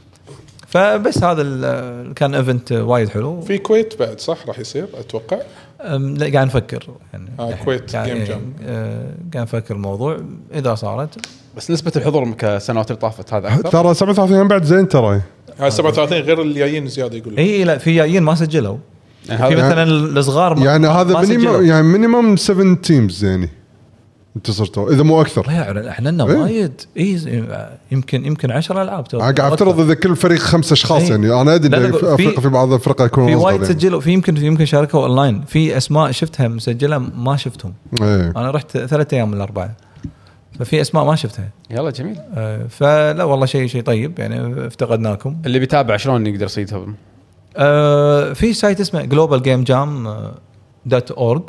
فبس هذا كان ايفنت وايد حلو. في كويت بعد صح راح يصير اتوقع؟ لا قاعد نفكر يعني آه كويت جيم جام قاعد نفكر الموضوع اذا صارت. بس نسبه الحضور كسنوات اللي طافت هذا اكثر ترى سبعة وثلاثين بعد زين ترى هاي سبعة وثلاثين غير اللي جايين زياده يقول اي لا في جايين ما سجلوا يعني في مثلا الصغار يعني هذا مينيمم يعني مينيمم سبعة تيمز يعني انت صرتوا اذا مو اكثر. لا احنا لنا وايد اي يمكن يمكن عشرة العاب تو قاعد افترض اذا كل فريق خمسة اشخاص ايه. يعني انا ادري في افريقيا في بعض الفرق يكونوا في وايد يعني. سجلوا في يمكن يمكن شاركوا اونلاين في اسماء شفتها مسجله ما شفتهم ايه. انا رحت ثلاثة ايام من الاربعه ففي اسماء ما شفتها. يلا جميل. اه فلا والله شيء شيء طيب يعني افتقدناكم. اللي بيتابع شلون يقدر يصيدهم؟ اه في سايت اسمه جلوبال جيم جام دوت اورج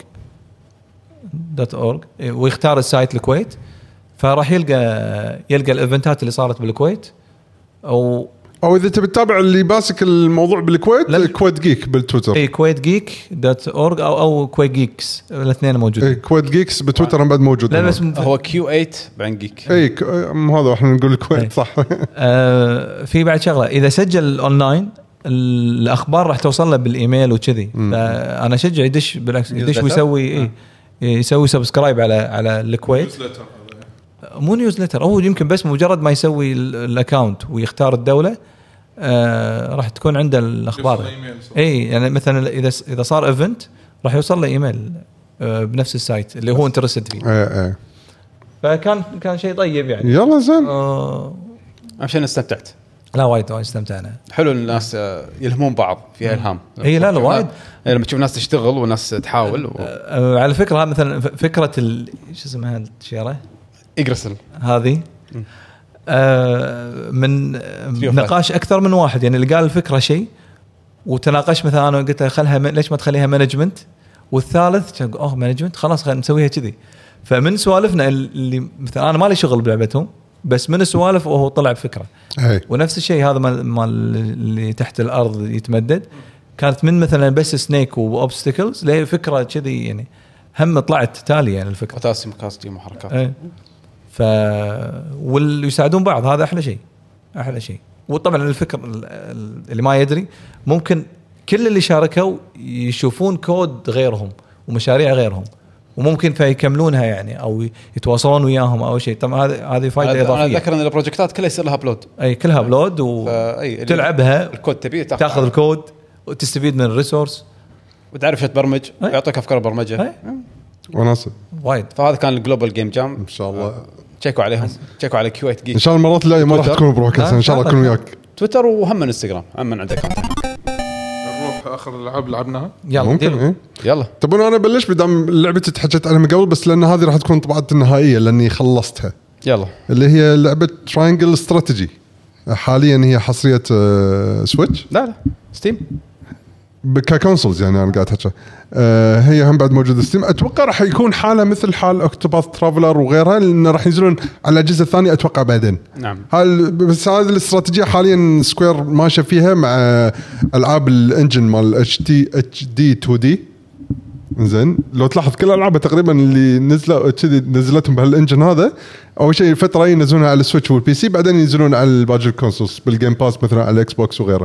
دوت اورج ويختار السايت الكويت فراح يلقى يلقى الايفنتات اللي صارت بالكويت او او اذا تبي تتابع اللي ماسك الموضوع بالكويت كويت جيك بالتويتر اي كويت جيك دوت اورج او او كويت جيكس الاثنين موجودين. اي كويت جيكس بتويتر بعد موجود. لا بس هو كيو ثمانية بعد جيك. اي هذا احنا نقول الكويت صح. آه في بعد شغله اذا سجل اونلاين الاخبار راح توصل له بالايميل وكذي. فانا اشجع يدش بالعكس يدش ويسوي ايه يسوي سبسكرايب على على الكويت مو نيوزلتر او يمكن بس مجرد ما يسوي الاكاونت ويختار الدوله آه راح تكون عنده الاخبار. اي يعني مثلا اذا اذا صار ايفنت راح يوصل له ايميل آه بنفس السايت اللي هو انترستد فيه. اي اي فكان كان شيء طيب يعني. يلا زين آه عشان استمتعت. لا وايد وايد استمتعنا. حلو الناس يلهمون بعض فيها الهام. اي لا لا وايد لما تشوف ناس تشتغل وناس تحاول و... أه على فكره مثلا فكره ال... شو اسمها الشيره اجرسل هذه أه من نقاش اكثر من واحد يعني اللي قال الفكره شيء وتناقش مثلا انا قلت خلها ليش ما تخليها مانجمنت والثالث اوه مانجمنت خلاص خلينا نسويها كذي. فمن سوالفنا اللي مثلا انا ما لي شغل بلعبتهم بس من السوالف وهو طلع بفكره هي. ونفس الشيء هذا مال اللي تحت الارض يتمدد كانت من مثلا بس سنيك واوبستكلز ليه فكره كذي يعني هم طلعت تالي يعني الفكره بوتاسيوم كاستيوم وحركات ايه. ف واللي يساعدون بعض هذا احلى شيء احلى شيء. وطبعا الفكر اللي ما يدري ممكن كل اللي شاركوا يشوفون كود غيرهم ومشاريع غيرهم وممكن فيكملونها يعني او يتواصلون وياهم او شيء. طبعا هذه هذه فائده اضافيه. انا ذكر ان البروجكتات كلها يصير لها ابلود. اي كلها ابلود وتلعبها الكود تبيه تاخذ, تاخذ الكود وتستفيد من الريسورس وتعرف شو تبرمج ويعطيك افكار برمجه وناسب وايد. فهذا كان الجلوبال جيم جام ان شاء الله. تشيكوا عليهم تشيكوا على كويت جيك ان شاء الله المرات الجايه ما راح تكونوا بروكاست ان شاء الله اكون وياك تويتر وهم انستغرام عمن عندك. نروح اخر الالعاب لعبناها يلا ممكن إيه؟ يلا تبون انا ابلش بدام لعبتي تحكيت عنها من قبل بس لان هذه راح تكون طبعتها النهائيه لاني خلصتها. يلا اللي هي لعبه تراينجل استراتيجي حاليا هي حصريه سويتش. لا لا ستيم ككونسولز يعني انا قاعد احكي أه هي هم بعد موجوده ستيم. اتوقع راح يكون حاله مثل حال اوكتوباث ترافلر وغيرها لان راح ينزلون على الجزء الثاني اتوقع بعدين. نعم هل بس هذه الاستراتيجيه حاليا سكوير ماشيه فيها مع العاب الانجن مال اتش تي اتش دي تو دي. زين لو تلاحظ كل الالعاب تقريبا اللي نزلوا كذي نزلتهم بهالانجن هذا اول شيء فتره ينزلونها على السويتش والبي سي بعدين ينزلون على الباقي الكونسولز بالجيم باس مثلا على الاكس بوكس وغيره.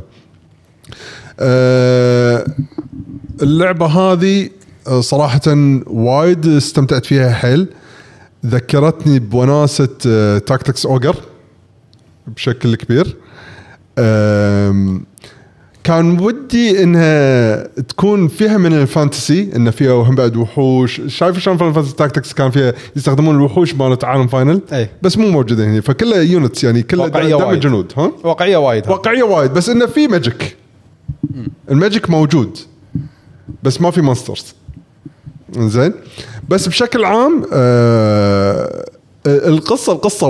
أه اللعبة هذه صراحة وايد استمتعت فيها حيل. ذكرتني بوناسة تاكتكس أوغر بشكل كبير. كان ودي انها تكون فيها من الفانتسي، انه فيها وهم بعد وحوش. شايف شلون فاينل فانتسي تاكتكس كان فيها يستخدمون الوحوش مالت عالم فاينل أي. بس مو موجوده هنا، فكلها يونتس يعني كلها دم جنود. ها واقعيه وايد واقعيه وايد بس انه في ماجيك. الماجيك موجود بس ما في مونسترز. زين بس بشكل عام آه القصه القصه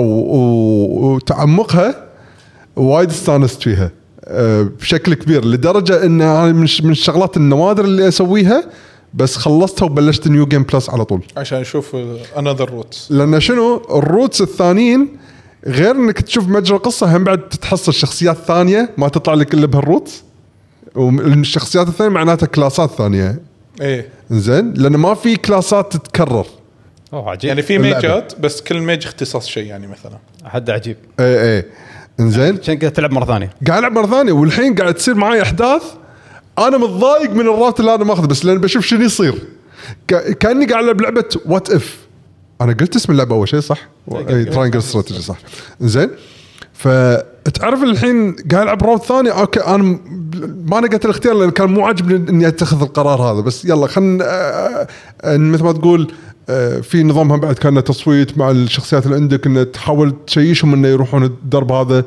وتعمقها وايد استانست فيها بشكل كبير، لدرجه ان انا من الشغلات النوادر اللي اسويها بس خلصتها وبلشت نيو جيم بلس على طول عشان اشوف انذر روتس. لان شنو الروتس الثانيين غير انك تشوف مجرى القصه، هم بعد تتحصل شخصيات ثانيه ما تطلع لك الا بهالروتس، والشخصيات الثانيه معناتها كلاسات ثانيه. ايه زين لان ما في كلاسات تتكرر. اوه عجيب. يعني في ميجات بس كل ميج اختصاص شيء يعني مثلا حد عجيب. ايه ايه انزين عشان كذا تلعب مره ثانيه. قاعد العب مره ثانيه والحين قاعد تصير معي احداث انا متضايق من الرابط اللي انا ماخذه، بس لان بشوف شنو يصير كاني قاعد العب لعبه وات اف. انا قلت اسم اللعبه اول شيء صح؟ اي تراينجل استراتيجي صح. زين فتعرف الحين قاعد العب رابط ثاني. اوكي انا ما نقيت الاختيار لان كان مو عاجبني اني اتخذ القرار هذا، بس يلا خلنا مثل ما تقول في نظامها بعد كان تصويت مع الشخصيات اللي عندك انه تحاول تشيشهم انه يروحون الدرب هذا.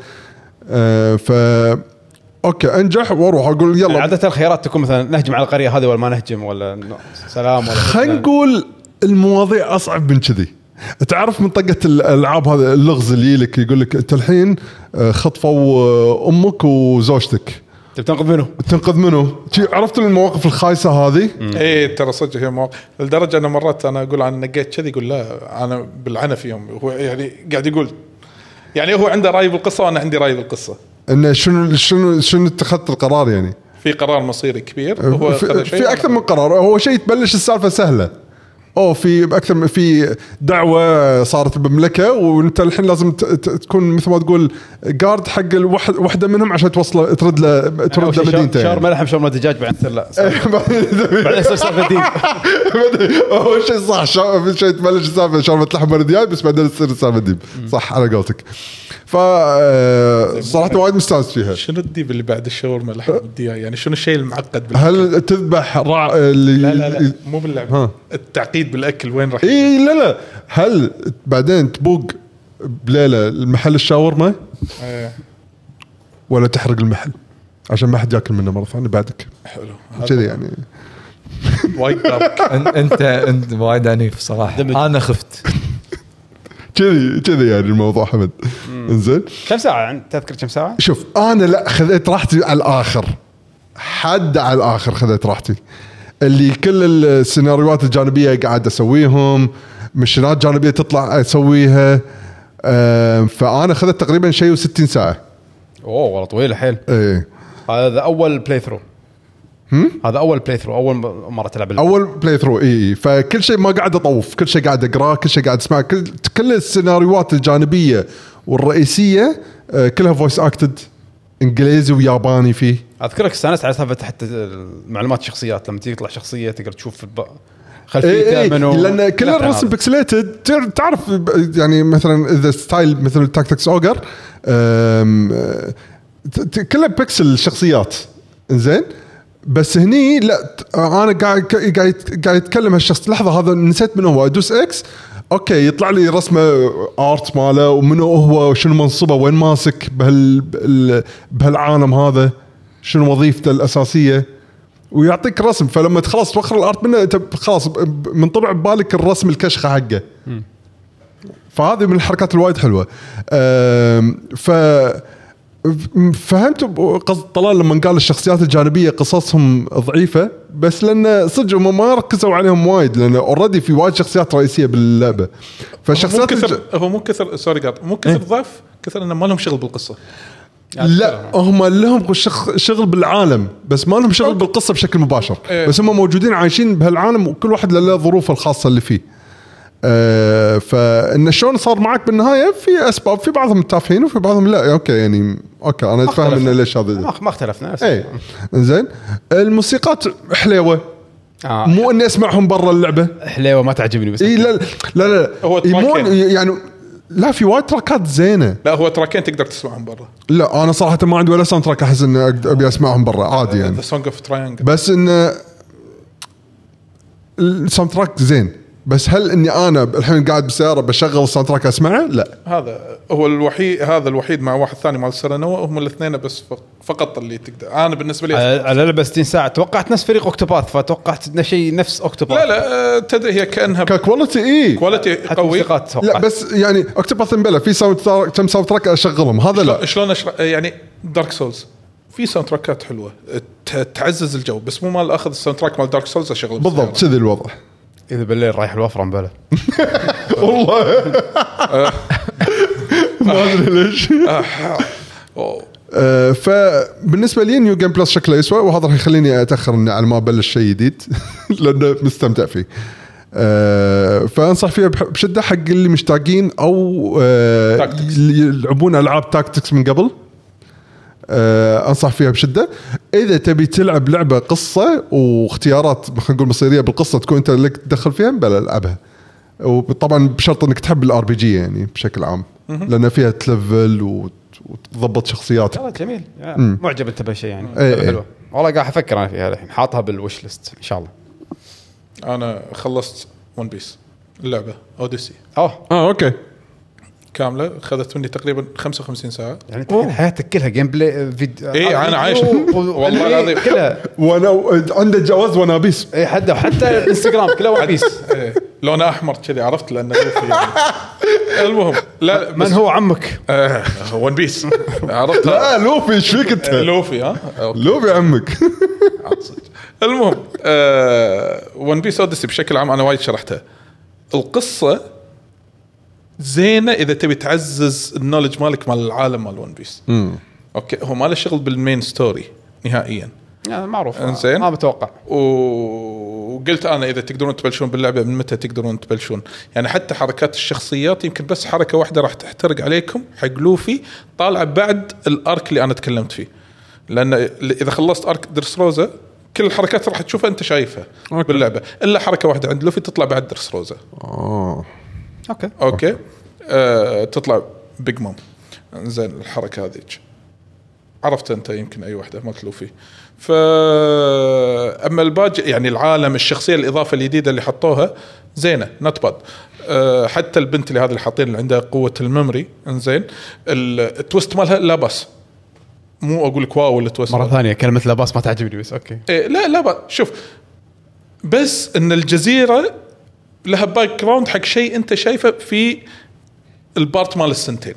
ف اوكي انجح واروح اقول يلا. عاده الخيارات تكون مثلا نهجم على القريه هذه ولا ما نهجم ولا سلام ولا خلينا نقول المواضيع اصعب من كذي. تعرف منطقه الالعاب هذا اللغز اللي لك يقول لك انت الحين خطفوا امك وزوجتك تنقذ منه تنقذ منه عرفت المواقف الخايسه هذه. ايه ترى صدق هي مواقف لدرجه انا مرات انا اقول انا نقيت كذي يقول لا انا بالعنى فيهم. هو يعني قاعد يقول يعني هو عنده راي بالقصه وانا عندي راي بالقصه انه شنو شنو شنو اتخذت القرار. يعني في قرار مصيري كبير هو في, في اكثر من قرار. هو شيء تبلش السالفه سهله او في اكثر في دعوه صارت بالمملكه وانت الحين لازم تكون مثل ما تقول جارد حق الواحد واحده منهم عشان توصل ترد له ترد لمدينته. شهر ملح شهر دجاج بعد لا بعدين يصير سالفه جديد. هو شيء صح شيء تبلش السالفه شهر لحم دجاج بس بعدين تصير السالفه دي صح على قولتك. ف صراحه وايد مستانس فيها. شنو الديب اللي بعد الشاورما لحم الدجاج يعني شنو الشيء المعقد بالأكل؟ هل تذبح راع اللي لا لا لا مو باللعبه التعقيد بالاكل وين راح اي لا لا هل بعدين تبوق بليله المحل الشاورما ايه ولا تحرق المحل عشان ما حد ياكل منه مره ثانيه بعدك. حلو كذي يعني وايد انت انت وايد عنيف صراحه. انا خفت كذي كذي يعني الموضوع حمد. انزين كم ساعه تذكر كم ساعه؟ شوف انا لا خذيت راحتي على الاخر حد على الاخر خذيت راحتي اللي كل السيناريوهات الجانبيه قاعد اسويهم مشينات جانبيه تطلع اسويها. فانا خذت تقريبا شيء وستين ساعه. اوه والله طويله حيل. ايه هذا اول بلاي ثرو. هذا اول بلاي ثرو اول مره تلعب اللعبة. اول بلاي ثرو اي فكل شيء ما قاعد اطوف كل شيء قاعد اقراه كل شيء قاعد اسمع كل كل السيناريوهات الجانبيه والرئيسيه كلها فويس اكتد انجليزي وياباني فيه. اذكرك استانست على سالفه حتى معلومات الشخصيات لما تيجي تطلع شخصيه تقدر تشوف خلفيته إيه إيه منو لان كل الرسم بيكسليتد تعرف يعني مثلا اذا ستايل مثل تاكتكس اوجر كله بيكسل الشخصيات انزين بس هني لا انا قاعد قاعد قاعد يتكلم هالشخص لحظه هذا نسيت منه هو ادوس اكس اوكي يطلع لي رسمه ارت ماله ومنو هو وشنو منصبه وين ماسك بهال بهالعالم هذا شنو وظيفته الاساسيه ويعطيك رسم. فلما تخلص توخر الارت منه انت خلاص من طبع ببالك الرسم الكشخه حقه. فهذه من الحركات الوايد حلوه. ف فهمت قصد طلال لما قال الشخصيات الجانبيه قصصهم ضعيفه بس لان صدق هم ما ركزوا عليهم وايد لان اوريدي في وايد شخصيات رئيسيه باللعبه. فالشخصيات هو مو كثر الج... هو مو كثر سوري قاط مو كثر ضعف كثر انه ما لهم شغل بالقصه. يعني لا هم لهم شغل بالعالم بس ما لهم شغل أوكي. بالقصه بشكل مباشر إيه. بس هم موجودين عايشين بهالعالم وكل واحد له ظروفه الخاصه اللي فيه. آه فإن شلون صار معك بالنهاية في أسباب في بعضهم تافهين وفي بعضهم لا أوكي يعني أوكي أنا أتفهم إنه ليش هذا ما اختلفنا. إيه إنزين الموسيقات حلوة آه. مو إني أسمعهم برا اللعبة حلوة ما تعجبني بس إيه لا لا لا, لا. هو مو يعني لا في وايد تراكات زينه. لا هو تراكين تقدر تسمعهم برا. لا انا صراحه ما عندي ولا ساوند تراك احس ان ابي اسمعهم برا عادي يعني. ذا سونج اوف تراينجل. بس ان الساوند تراك زين، بس هل اني انا الحين قاعد بالسياره بشغل الساوند تراك اسمعه؟ لا هذا هو الوحيد، هذا الوحيد مع واحد ثاني مال سيرانوا، هم الاثنين بس فقط اللي تقدر. انا بالنسبه لي على لعبه ستين ساعه توقعت نفس فريق اوكتوباث، فتوقعت انه شيء نفس اوكتوباث. لا لا تدري هي كانها ككواليتي اي كواليتي قوي. لا بس يعني اوكتوباث مبلا في ساوند تراك، كم ساوند تراك اشغلهم هذا. لا شلون أشر... يعني دارك سولز في ساوند تراكات حلوه تعزز الجو، بس مو مال اخذ الساوند تراك مال دارك سولز اشغله بالضبط كذي الوضع. اذا بالليل رايح الوفره مبلا والله ما ادري ليش. فبالنسبه لي نيو جيم بلس شكله يسوى، وهذا راح يخليني اتاخر على ما ابلش شيء جديد لانه مستمتع فيه. فانصح فيها بشده حق اللي مشتاقين او يلعبون العاب تاكتكس من قبل. انصح فيها بشده. اذا تبي تلعب لعبه قصه واختيارات خلينا نقول مصيريه بالقصه تكون انت لك تدخل فيها، بلا العبها، وطبعا بشرط انك تحب الار بي جي يعني بشكل عام، لان فيها تلفل وتضبط شخصياتك. جميل يعني معجب انت بهالشيء يعني. ايه حلوه والله. قاعد افكر انا فيها الحين، حاطها بالوش ليست ان شاء الله. انا خلصت ون بيس اللعبه اوديسي. اه اه اوكي كامله، اخذت مني تقريبا خمسة وخمسين ساعه. يعني انت حياتك كلها جيم بلاي فيديو. اي انا عايش والله العظيم كلها. وانا عنده جواز ونابيس. اي حتى حتى الانستغرام كله ونابيس. إيه. لونه احمر كذي عرفت لانه يعني. المهم لا من هو عمك؟ آه ون بيس عرفت. لا لوفي ايش فيك انت؟ لوفي ها لوفي عمك. المهم آه ون بيس اوديسي بشكل عام انا وايد شرحتها. القصه زينه اذا تبي تعزز النولج مالك مال العالم مال ون بيس. امم اوكي هو ما له شغل بالمين ستوري نهائيا يعني معروف. انزين ما بتوقع. وقلت انا اذا تقدرون تبلشون باللعبه من متى تقدرون تبلشون، يعني حتى حركات الشخصيات يمكن بس حركه واحده راح تحترق عليكم حق لوفي طالع بعد الارك اللي انا تكلمت فيه، لان اذا خلصت ارك درس روزا كل الحركات راح تشوفها انت شايفها أوكي. باللعبه الا حركه واحده عند لوفي تطلع بعد درس روزا. اه اوكي اوكي آه، تطلع بيج مام. زين الحركه هذيك عرفت انت يمكن اي واحده ما تلوفي. ف اما الباقي يعني العالم الشخصيه الاضافه الجديده اللي حطوها زينه نوت باد. أه حتى البنت اللي هذه اللي حاطين اللي عندها قوه الميموري انزين التويست مالها لا بس مو اقول لك واو التويست مره ثانيه كلمه لا باس ما تعجبني بس اوكي إيه لا لا بس شوف بس ان الجزيره لها باك جراوند حق شيء انت شايفه في البارت مال السنتين.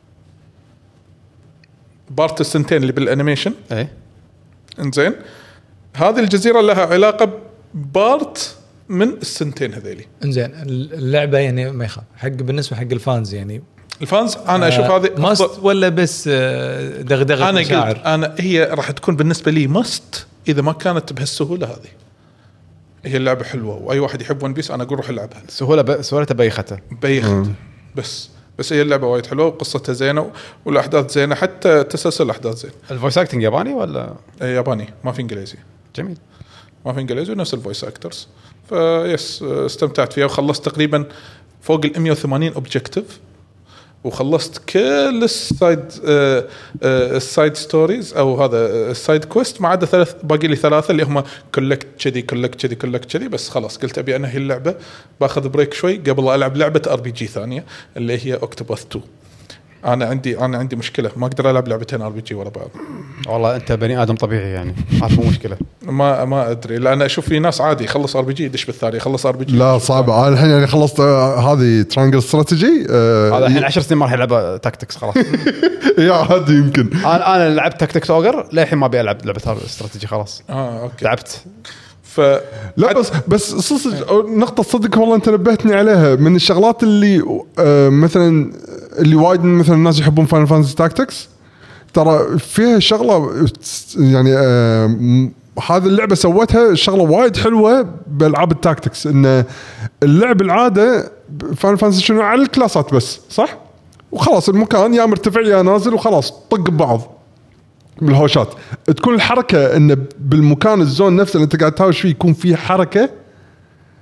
بارت السنتين اللي بالانيميشن ايه انزين هذه الجزيره لها علاقه بارت من السنتين هذيلي. انزين اللعبه يعني ما يخاف حق بالنسبه حق الفانز يعني الفانز انا اشوف آه هذه ماست ولا بس دغدغه انا مشاعر. قلت انا هي راح تكون بالنسبه لي ماست اذا ما كانت بهالسهوله هذه. هي اللعبه حلوه واي واحد يحب ون بيس انا اقول روح العبها. سهوله ب... سهولتها بيخته بيخته بس بس هي اللعبه وايد حلوه وقصتها زينه والاحداث زينه حتى تسلسل الاحداث زين. الفويس اكتنج ياباني ولا ياباني ما في انجليزي؟ جميل ما في انجليزي ونفس الفويس اكترز. فيس استمتعت فيها وخلصت تقريبا فوق ال مية وثمانين اوبجكتيف وخلصت كل السايد آه آه السايد ستوريز او هذا السايد كويست ما عدا ثلاث باقي لي ثلاثه اللي هم كلك كذي كلك كذي كلك كذي بس خلاص قلت ابي انهي اللعبه باخذ بريك شوي قبل العب لعبه ار بي جي ثانيه اللي هي اوكتوباث تو. انا عندي انا عندي مشكله ما اقدر العب لعبتين ار بي جي ورا بعض. والله انت بني ادم طبيعي يعني ما مو مشكله. ما ما ادري لان اشوف في ناس عادي يخلص ار بي جي يدش بالثاني يخلص ار بي جي. لا صعب انا الحين يعني خلصت هذه ترانجل استراتيجي هذا الحين عشر سنين ما راح العب تاكتكس خلاص. يا عادي يمكن انا انا لعبت تاكتكس اوغر للحين ما ابي العب لعبه استراتيجي خلاص. اه اوكي تعبت. ف لا بس بس صدق نقطه صدق والله انت نبهتني عليها من الشغلات اللي آه مثلا اللي وايد مثلا الناس يحبون فاينل فانتسي تاكتكس ترى فيها شغله يعني آه هذه اللعبه سوتها شغله وايد حلوه بالعاب التاكتكس ان اللعب العاده فاينل فانتسي شنو على الكلاسات بس صح وخلاص المكان يا مرتفع يا نازل وخلاص طق ببعض بالهوشات تكون الحركه ان بالمكان الزون نفسه اللي انت قاعد تهاوش فيه يكون فيه حركه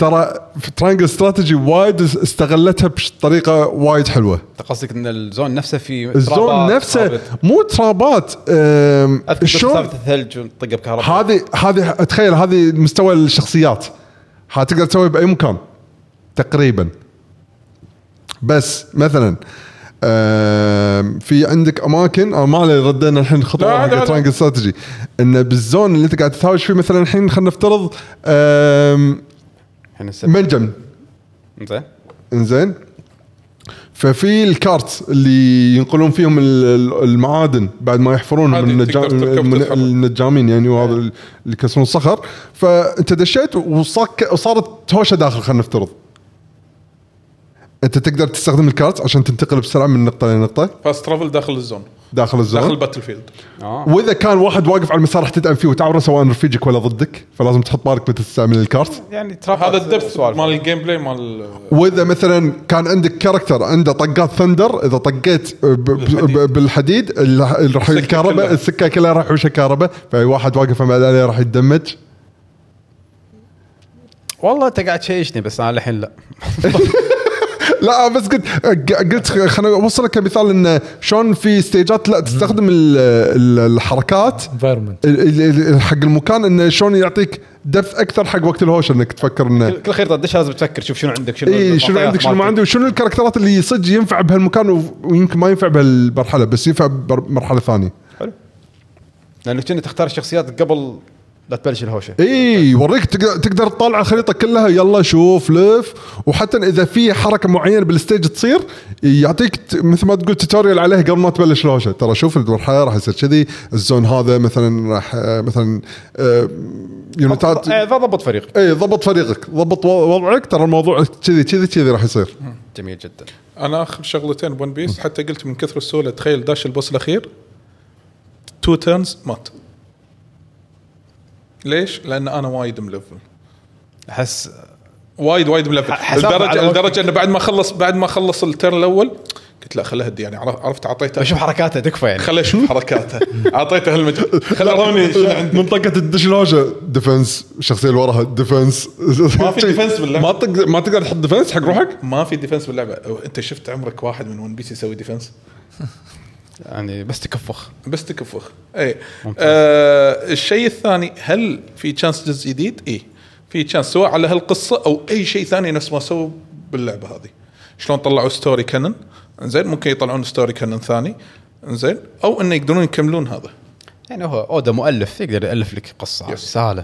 ترى في ترانجل استراتيجي وايد استغلتها بطريقه وايد حلوه. قصدك ان الزون نفسه في الزون نفسه مو ترابات شلون الثلج وطقه بكهرباء. هذه هذه اتخيل هذه مستوى الشخصيات هتقدر تسوي باي مكان تقريبا. بس مثلا في عندك اماكن او ما علي ردينا الحين خطوه حق ترانجل استراتيجي ان بالزون اللي انت قاعد تتهاوش فيه مثلا الحين خلينا نفترض منجم انزين انزين ففي الكارت اللي ينقلون فيهم المعادن بعد ما يحفرون من النجامين يعني وهذا اللي يكسرون الصخر. فانت دشيت وصارت هوشه داخل خلينا نفترض انت تقدر تستخدم الكارت عشان تنتقل بسرعه من نقطه لنقطه فاست ترافل داخل الزون داخل الزون داخل الباتل فيلد. آه. واذا كان واحد واقف على المسار راح تدعم فيه وتعبره سواء رفيجك ولا ضدك فلازم تحط بالك متى تستعمل الكارت يعني هذا الدبث مال الجيم بلاي مال. واذا مثلا كان عندك كاركتر عنده طقات ثندر اذا طقيت بالحديد اللي راح الكهرباء السكه كلها راح وش كهرباء فاي واحد واقف بعد عليه راح يتدمج. والله انت قاعد تشيشني بس انا الحين لا لا بس قلت قلت خليني اوصلك كمثال ان شلون في ستيجات لا تستخدم الحركات حق المكان انه شلون يعطيك دف اكثر حق وقت الهوش انك تفكر انه كل خير تدش لازم تفكر شوف شنو عندك شنو اي شنو عندك شنو ما عندي وشنو الكاركترات اللي صدق ينفع بهالمكان ويمكن ما ينفع بهالمرحله بس ينفع بمرحله ثانيه. حلو لانك كنت تختار الشخصيات قبل لا تبلش الهوشه. اي يوريك تقدر تقدر تطالع الخريطه كلها يلا شوف لف وحتى اذا في حركه معينه بالستيج تصير يعطيك مثل ما تقول توتوريال عليه قبل ما تبلش الهوشه. ترى شوف المرحله راح يصير كذي الزون هذا مثلا راح مثلا يونتات اي ضبط فريق اي ضبط فريقك ضبط وضعك. ترى الموضوع كذي كذي كذي راح يصير. جميل جدا. انا اخر شغلتين بون بيس حتى قلت من كثر السهوله تخيل داش البوس الاخير تو تيرنز مات. ليش؟ لأن أنا وايد ملفل أحس وايد وايد ملفل لدرجة لدرجة إنه بعد ما خلص بعد ما خلص الترن الأول قلت لا خله هدي يعني عرفت عطيته أشوف حركاته تكفى يعني خله أشوف حركاته عطيته هالمجال خله روني منطقة الدشلوجة ديفنس الشخصية اللي وراها ديفنس ما في ديفنس باللعبة ما تقدر ما تقدر تحط ديفنس حق روحك ما في ديفنس باللعبة. أنت شفت عمرك واحد من ون بيس يسوي ديفنس يعني بس تكفخ بس تكفخ اي آه الشيء الثاني هل في تشانس جزء جديد؟ اي في تشانس سواء على هالقصه او اي شيء ثاني نفس ما سووا باللعبه هذه. شلون طلعوا ستوري كانن زين ممكن يطلعون ستوري كانن ثاني زين او انه يقدرون يكملون هذا يعني هو اودا مؤلف يقدر يالف لك قصه سهله.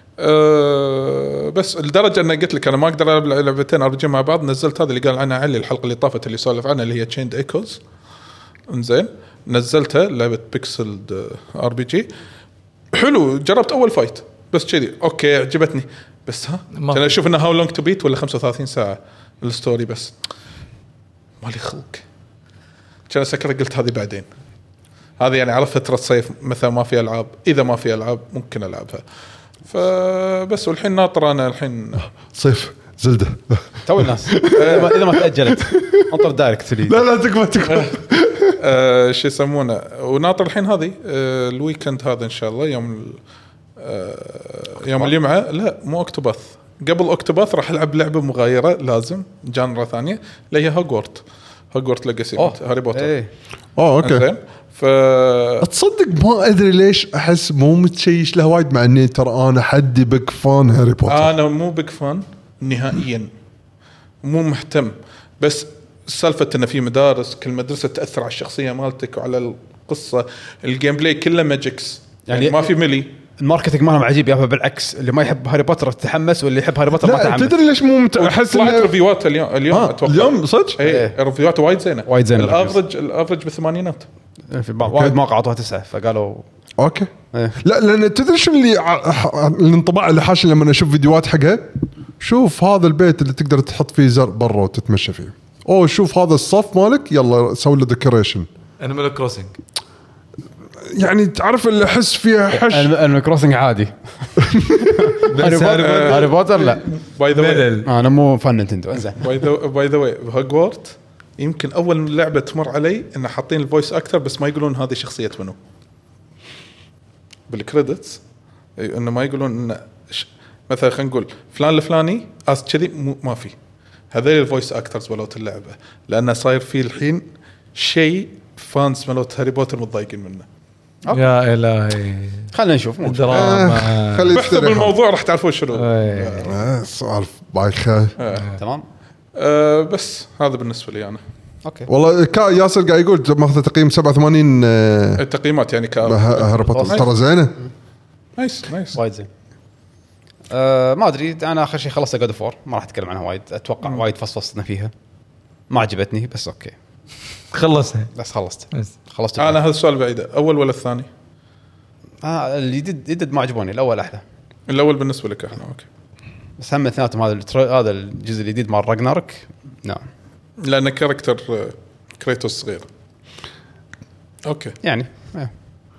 أه بس لدرجه ان قلت لك انا ما اقدر العب لعبتين ار بي جي مع بعض. نزلت هذا اللي قال عنها علي الحلقه اللي طافت اللي سولف عنها اللي هي تشيند ايكوز انزين نزلتها لعبه بيكسل ار بي جي حلو. جربت اول فايت بس كذي اوكي عجبتني بس ها انا اشوف انها هاو لونج تو بيت ولا خمسة وثلاثين ساعه الستوري بس مالي خلق كان سكر. قلت هذه بعدين هذه يعني عرفت فتره صيف مثلا ما في العاب اذا ما في العاب ممكن العبها فبس. والحين ناطر انا الحين صيف زلدة تو الناس اذا ما تاجلت انطر دايركت لي لا لا تكفى تكفى آه شو يسمونه وناطر الحين هذه آه الويكند هذا ان شاء الله يوم آه يوم الجمعه لا مو اكتوباث قبل اكتوباث راح العب لعبه مغايره لازم جانرا ثانيه اللي هي هوغورت هوغورت ليجاسي هاري بوتر. ايه. اه اوكي زين ف تصدق ما ادري ليش احس مو متشيش له وايد مع اني ترى انا حدي بيج فان هاري بوتر. انا مو بيج فان نهائيا مو مهتم بس سالفه ان في مدارس كل مدرسه تاثر على الشخصيه مالتك وعلى القصه الجيم بلاي كله ماجيكس يعني, يعني ما في ملي الماركتينج مالهم عجيب يابا بالعكس اللي ما يحب هاري بوتر تحمس واللي يحب هاري بوتر ما تحمس. تدري ليش مو مت... احس ان ريفيوات اليوم اليوم آه اتوقع اليوم صدق اي ريفيوات وايد زينه وايد زينه الافرج الافرج بالثمانينات في وايد مواقع عطوها تسعة فقالوا اوكي إيه. لا لان تدري شو اللي الانطباع اللي حاشني لما اشوف فيديوهات حقها شوف هذا البيت اللي تقدر تحط فيه زر برا وتتمشى فيه اوه شوف هذا الصف مالك يلا سوي له ديكوريشن انيمال كروسنج يعني تعرف اللي احس فيها حش انيمال كروسنج عادي هاري بوتر لا باي ذا واي انا مو فان نينتندو انزين باي ذا باي ذا واي هوغورت يمكن اول لعبه تمر علي ان حاطين الفويس اكتر بس ما يقولون هذه شخصيه منو بالكريدتس انه ما يقولون ان مثلا خلينا نقول فلان الفلاني اس كذي ما في هذول الفويس اكترز مالت اللعبه لانه صاير في الحين شيء فانس مالت هاري بوتر متضايقين منه. يا الهي خلينا نشوف الدراما خلي بحثوا بالموضوع راح تعرفون شنو آه، سؤال بايخه. تمام. أه بس هذا بالنسبه لي انا. اوكي والله كا ياسر قاعد يقول ماخذ تقييم سبعة وثمانين آه، التقييمات يعني ك هاري بوتر ترى زينه. نايس نايس وايد زين. أه ما ادري انا اخر شيء خلصت جود فور ما راح اتكلم عنها وايد اتوقع وايد فصفصنا فيها ما عجبتني بس اوكي خلصها بس خلصت بس. خلصت انا هذا السؤال بعيده اول ولا الثاني؟ آه الجديد جديد ما عجبوني الاول احلى الاول بالنسبه لك احنا اوكي بس هم اثنيناتهم هذا التر... هذا الجزء الجديد مال راجنارك نعم لان كاركتر كريتوس صغير اوكي يعني إيه.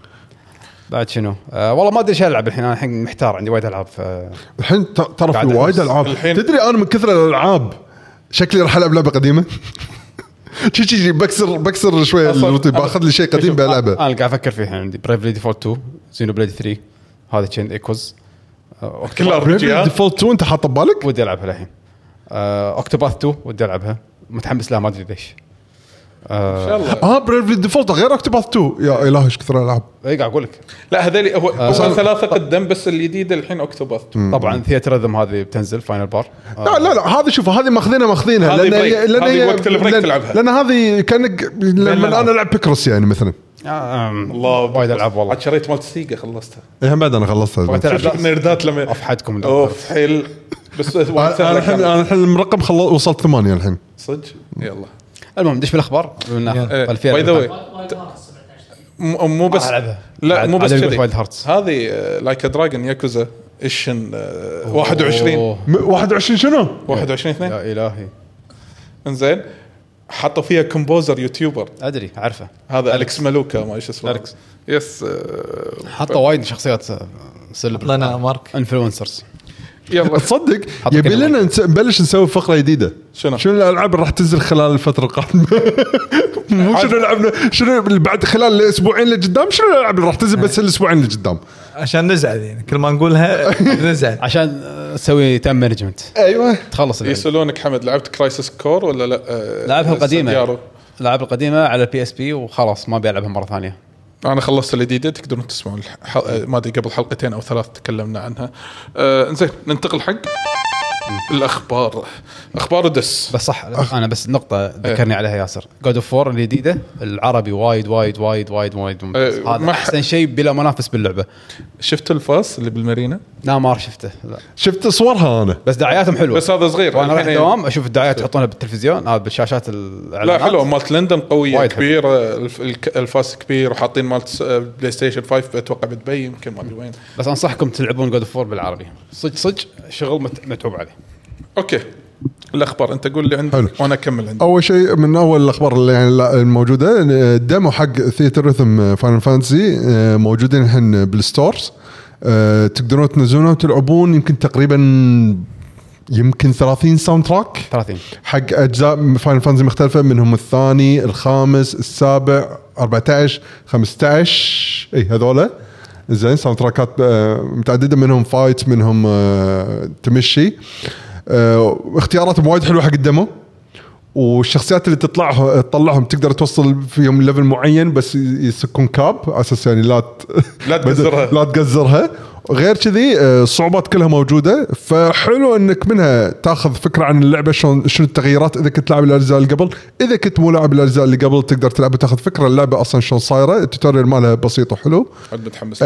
بعد شنو آه والله ما ادري ايش العب الحين انا الحين محتار عندي وايد العاب ف... الحين ت- ترى في قاعد وايد أحس العاب الحين- تدري انا من كثر الالعاب شكلي راح العب لعبه قديمه. شي شي شي بكسر بكسر شويه أصلاً الروتين باخذ لي شيء قديم بلعبه. انا قاعد افكر فيه عندي بريفلي ديفولت تو زينو بليد ثري هذا تشين ايكوز كل اربجيات ديفولت تو انت حاطه ببالك؟ ودي العبها الحين اوكتوباث تو ودي العبها متحمس لها ما ادري ليش ان شاء الله. اه بريفلي ديفولت غير اكتوباث تو يا اله ايش كثر العاب. اي قاعد اقول لك لا هذول هو آه ثلاثه قدم بس الجديد الحين اوكتوباث. طبعا ثياتر ريذم هذه بتنزل فاينل بار لا لا لا هذه شوف هذه ماخذينها ماخذينها هذه لان بريك. هي لان هذه هي وقت البريك لأن, تلعبها. لان هذه كانك لما انا العب بيكروس يعني مثلا الله وايد العاب والله عاد شريت مالت سيجا خلصتها. ايه بعد انا خلصتها. شوف نيردات لما افحدكم اوف حيل بس انا الحين انا الحين مرقم خلص وصلت ثمانية الحين صدق يلا المهم دش بالاخبار باي ذا واي مو بس لا مو بس كذي هذه لايك دراجون ياكوزا ايشن واحد وعشرين واحد وعشرين شنو واحد وعشرين اثنين يا الهي انزين حطوا فيها كومبوزر يوتيوبر ادري عارفه هذا اليكس مالوكا ما ايش اسمه أليكس. يس حطوا وايد شخصيات سيلبر لنا مارك انفلونسرز يلا تصدق يبي لنا نبلش نسوي فقره جديده. شنو شنو الالعاب اللي راح تنزل خلال الفتره القادمه؟ مو شنو لعبنا شنو بعد خلال الاسبوعين اللي قدام شنو الالعاب اللي راح تنزل بس الاسبوعين اللي قدام عشان نزعل يعني كل ما نقولها نزعل عشان تسوي تايم مانجمنت ايوه تخلص يسالونك حمد لعبت كرايسس كور ولا لا؟ لعبها القديمه الالعاب القديمه على البي اس بي وخلاص ما بيلعبها مره ثانيه. انا خلصت الجديده تقدرون تسمعون الح... ما ادري قبل حلقتين او ثلاث تكلمنا عنها. آه انزين ننتقل حق الاخبار اخبار دس بس صح انا بس نقطه ذكرني عليها ياسر جود اوف فور الجديده العربي وايد وايد وايد وايد وايد ممتاز. أه هذا احسن شيء بلا منافس باللعبه. شفت الفاس اللي بالمارينا؟ لا ما شفته لا. شفت صورها انا بس دعاياتهم حلوه بس هذا صغير وانا رايح الدوام اشوف الدعايات يحطونها بالتلفزيون هذا بالشاشات لا حلو مالت لندن قويه كبيره الفاس كبير وحاطين مالت بلاي ستيشن خمسة اتوقع بدبي يمكن ما ادري وين. بس انصحكم تلعبون جود اوف فور بالعربي صدق صدق شغل متعوب عليه. اوكي الاخبار انت قول لي عندي وانا اكمل عندي. اول شيء من اول الاخبار اللي يعني الموجوده الديمو حق ثياتر ريثم فاينل فانتسي موجودين الحين بالستورز تقدرون تنزلونه وتلعبون يمكن تقريبا يمكن ثلاثين ساوند تراك ثلاثين حق اجزاء فاينل فانتسي مختلفه منهم الثاني الخامس السابع أربعة عشر خمسة عشر اي هذولا زين ساوند تراكات متعدده منهم فايت منهم تمشي اختياراتهم وايد حلوه حق الدمو والشخصيات اللي تطلعها تطلعهم تقدر توصل فيهم ليفل معين بس يسكون كاب اساس يعني لا لا تقزرها لا تقزرها غير كذي الصعوبات كلها موجوده فحلو انك منها تاخذ فكره عن اللعبه شلون شنو التغييرات اذا كنت لاعب الاجزاء اللي قبل اذا كنت مو لاعب الاجزاء اللي قبل تقدر تلعب تاخذ فكره اللعبه اصلا شلون صايره التوتوريال مالها بسيط وحلو متحمس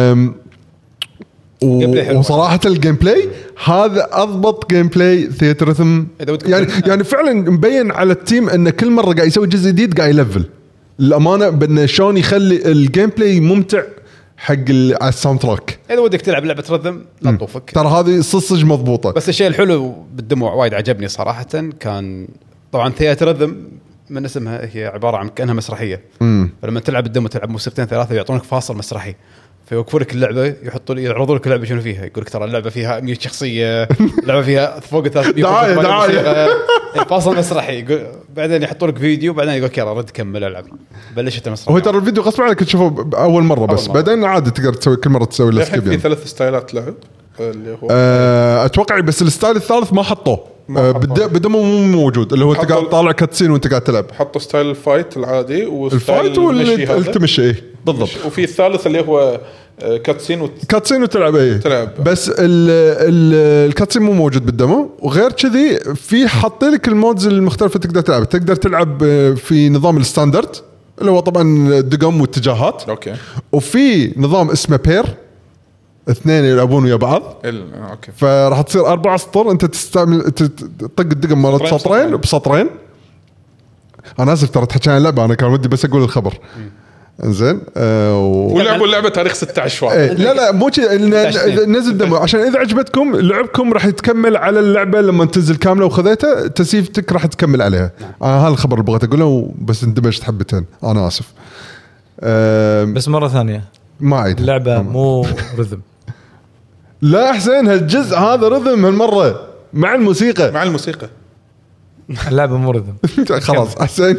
و... وصراحه الجيم بلاي هذا اضبط جيم بلاي ثياتر ريثم يعني يعني فعلا مبين على التيم ان كل مره قاعد يسوي جزء جديد قاعد يلفل الامانه بان شلون يخلي الجيم بلاي ممتع حق على الساوند تراك. اذا ودك تلعب لعبه رذم لا تطوفك ترى هذه صصج مضبوطه. بس الشيء الحلو بالدموع وايد عجبني صراحه كان طبعا ثياتر رذم من اسمها هي عباره عن كانها مسرحيه فلما تلعب الدمو تلعب موسيقتين ثلاثه يعطونك فاصل مسرحي فيوقفوا لك اللعبه يحطوا لي يعرضوا لك اللعبه شنو فيها يقول لك ترى اللعبه فيها مية شخصيه اللعبه فيها فوق ثلاثمية دعايه دعايه فاصل مسرحي يقول بعدين يحطوا لك فيديو بعدين يقول لك يلا رد كمل العب بلشت المسرح. هو ترى الفيديو غصب عنك تشوفه اول مره بس بعدين عادي تقدر تسوي كل مره تسوي له سكيب في ثلاث ستايلات لعب اللي هو أه اتوقع بس الستايل الثالث ما حطوه أه بدمه مو موجود اللي هو انت قاعد طالع كاتسين وانت قاعد تلعب. حطوا ستايل الفايت العادي والفايت والتمشي ايه بالضبط. وفي الثالث اللي هو كاتسين وت... كاتسين وتلعب ايه تلعب. بس الكاتسين مو موجود بالدمو. وغير كذي في حاطين لك المودز المختلفه تقدر تلعب. تقدر تلعب في نظام الستاندرد اللي هو طبعا دقم واتجاهات. اوكي. وفي نظام اسمه بير اثنين يلعبون ويا بعض. ال... اوكي. فراح تصير اربع سطور انت تستعمل تطق الدقم مالت سطرين بسطرين. انا اسف ترى تحكي عن اللعبه انا كان ودي بس اقول الخبر. انزين أه و... ولعبوا اللعبه تاريخ ستة عشر واحد. ايه لا لا مو شيء نزل دمو عشان اذا عجبتكم لعبكم راح يتكمل على اللعبه لما تنزل كامله وخذيتها تسيفتك راح تكمل عليها. انا آه هذا الخبر اللي بغيت اقوله بس اندمجت حبتين انا اسف. أه بس مره ثانيه ما عيد اللعبه مو رذم. لا حسين هالجزء هذا رذم هالمره مع الموسيقى مع الموسيقى اللعبه مو رذم. خلاص حسين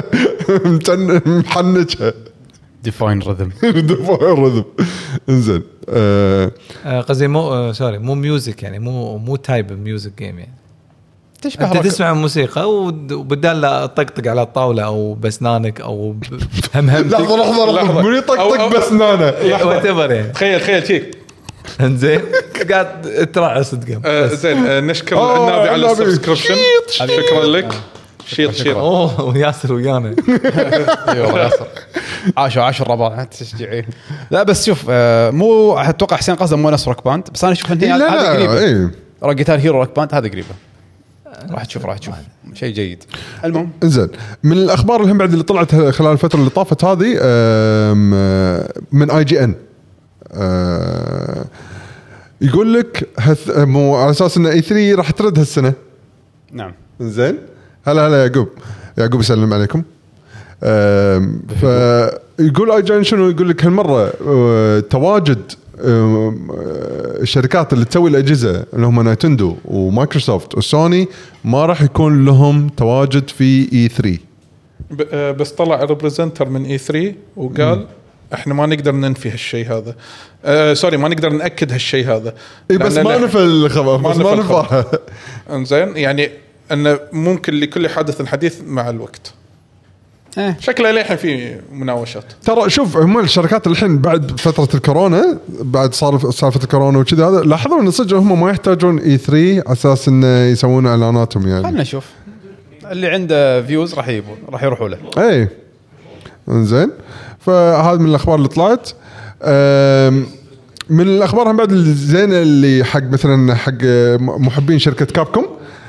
محنجها ديفاين رذم. ديفاين رذم. انزين آه قصدي مو آه سوري مو ميوزك يعني مو مو تايب ميوزك جيم يعني تشبه انت تسمع الموسيقى وبدال لا طقطق على الطاوله او بسنانك او همهم. لحظه لحظه لحظه من يطقطق بسنانه واتيفر يعني. تخيل تخيل شيء انزين قاعد ترعس تقم. آه زين آه نشكر النابي على السبسكريبشن. شكرا لك. شيط شيط اوه وياسر ويانا. اي والله ياسر عاشوا عاشوا الرباع تشجيعي. لا بس شوف آه مو اتوقع حسين قصده مو نفس روك باند بس انا اشوف ان هذه قريبه. ايه جيتار هيرو روك باند هذه قريبه راح تشوف راح تشوف شيء جيد. المهم انزين من الاخبار اللي هم بعد اللي طلعت خلال الفتره اللي طافت هذه من اي جي ان يقول لك مو على اساس ان اي ثلاثة راح ترد هالسنه. نعم انزين هلا هلا يعقوب يعقوب يسلم عليكم. فيقول اي جي ان شنو يقول لك هالمره تواجد الشركات اللي تسوي الأجهزة اللي هم نايتندو ومايكروسوفت وسوني ما راح يكون لهم تواجد في إي ثري. بس طلع ريبريزنتر من إي ثري وقال م. احنا ما نقدر ننفي هالشيء هذا. آه سوري ما نقدر نأكد هالشيء هذا. إيه بس ما نفى الخبر بس ما نفاه. انزين يعني انه ممكن لكل حادث حديث مع الوقت. إيه. شكله للحين في مناوشات. ترى شوف هم الشركات الحين بعد فترة الكورونا بعد صار سالفة الكورونا وكذا هذا لاحظوا إن صدق هم ما يحتاجون إي ثري أساس إن يسوون إعلاناتهم يعني. خلنا نشوف اللي عنده فيوز راح يبون راح يروحوا له. إيه إنزين فهذا من الأخبار اللي طلعت. من الأخبار هم بعد الزينة اللي حق مثلا حق محبين شركة كابكوم.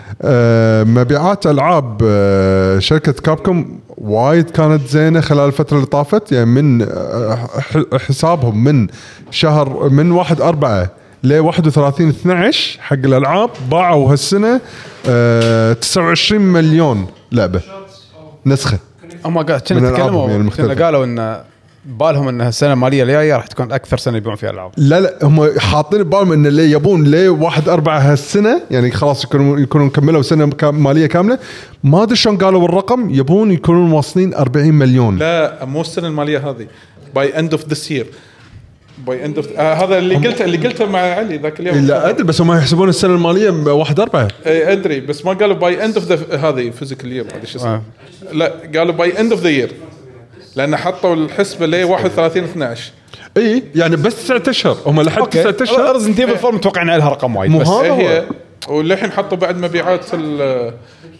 مبيعات ألعاب شركة كابكوم وايد كانت زينة خلال الفترة اللي طافت يعني من حسابهم من شهر من واحد أربعة ل واحد وثلاثين اثناعش حق الألعاب باعوا هالسنة تسعة وعشرين مليون لعبة نسخة. هم قاعد تكلموا يعني قالوا إن بالهم ان السنه الماليه الجايه راح تكون اكثر سنه يبيعون فيها العاب. لا لا هم حاطين بالهم ان اللي يبون ليه واحد أربعة هالسنه يعني خلاص يكونوا يكونوا كملوا سنه ماليه كامله. ما ادري شلون قالوا الرقم يبون يكونون واصلين أربعين مليون. لا مو السنه الماليه هذه باي اند اوف ذس يير باي اند اوف هذا اللي قلته اللي قلته مع علي ذاك اليوم. لا ادري بس هم يحسبون السنه الماليه واحد أربعة. اي ادري بس ما قالوا باي اند اوف هذه فيزيكال يير هذا شو اسمه. لا قالوا باي اند اوف ذا يير لأن حطوا الحسبة ليه واحد وثلاثين اثناعش. إيه يعني بس تسعة أشهر هم لحد تسعة أشهر. ريزنت ايفل فور متوقعين عليها رقم وايد بس هي ولحين حطوا بعد مبيعات ال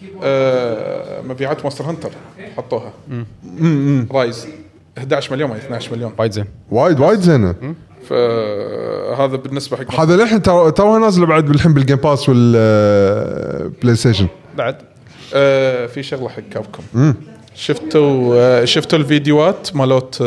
مبيعات مونستر هانتر حطوها رايز إحدى عشر مليون ما اثناشر مليون وايد زين وايد وايد زينة. فهذا بالنسبة حق هذا لحين توها نازل بعد بالحين بالجيم باس والبلاي ستيشن بعد. آه في شغلة حق كابكم شفتوا شفتوا الفيديوهات مالوت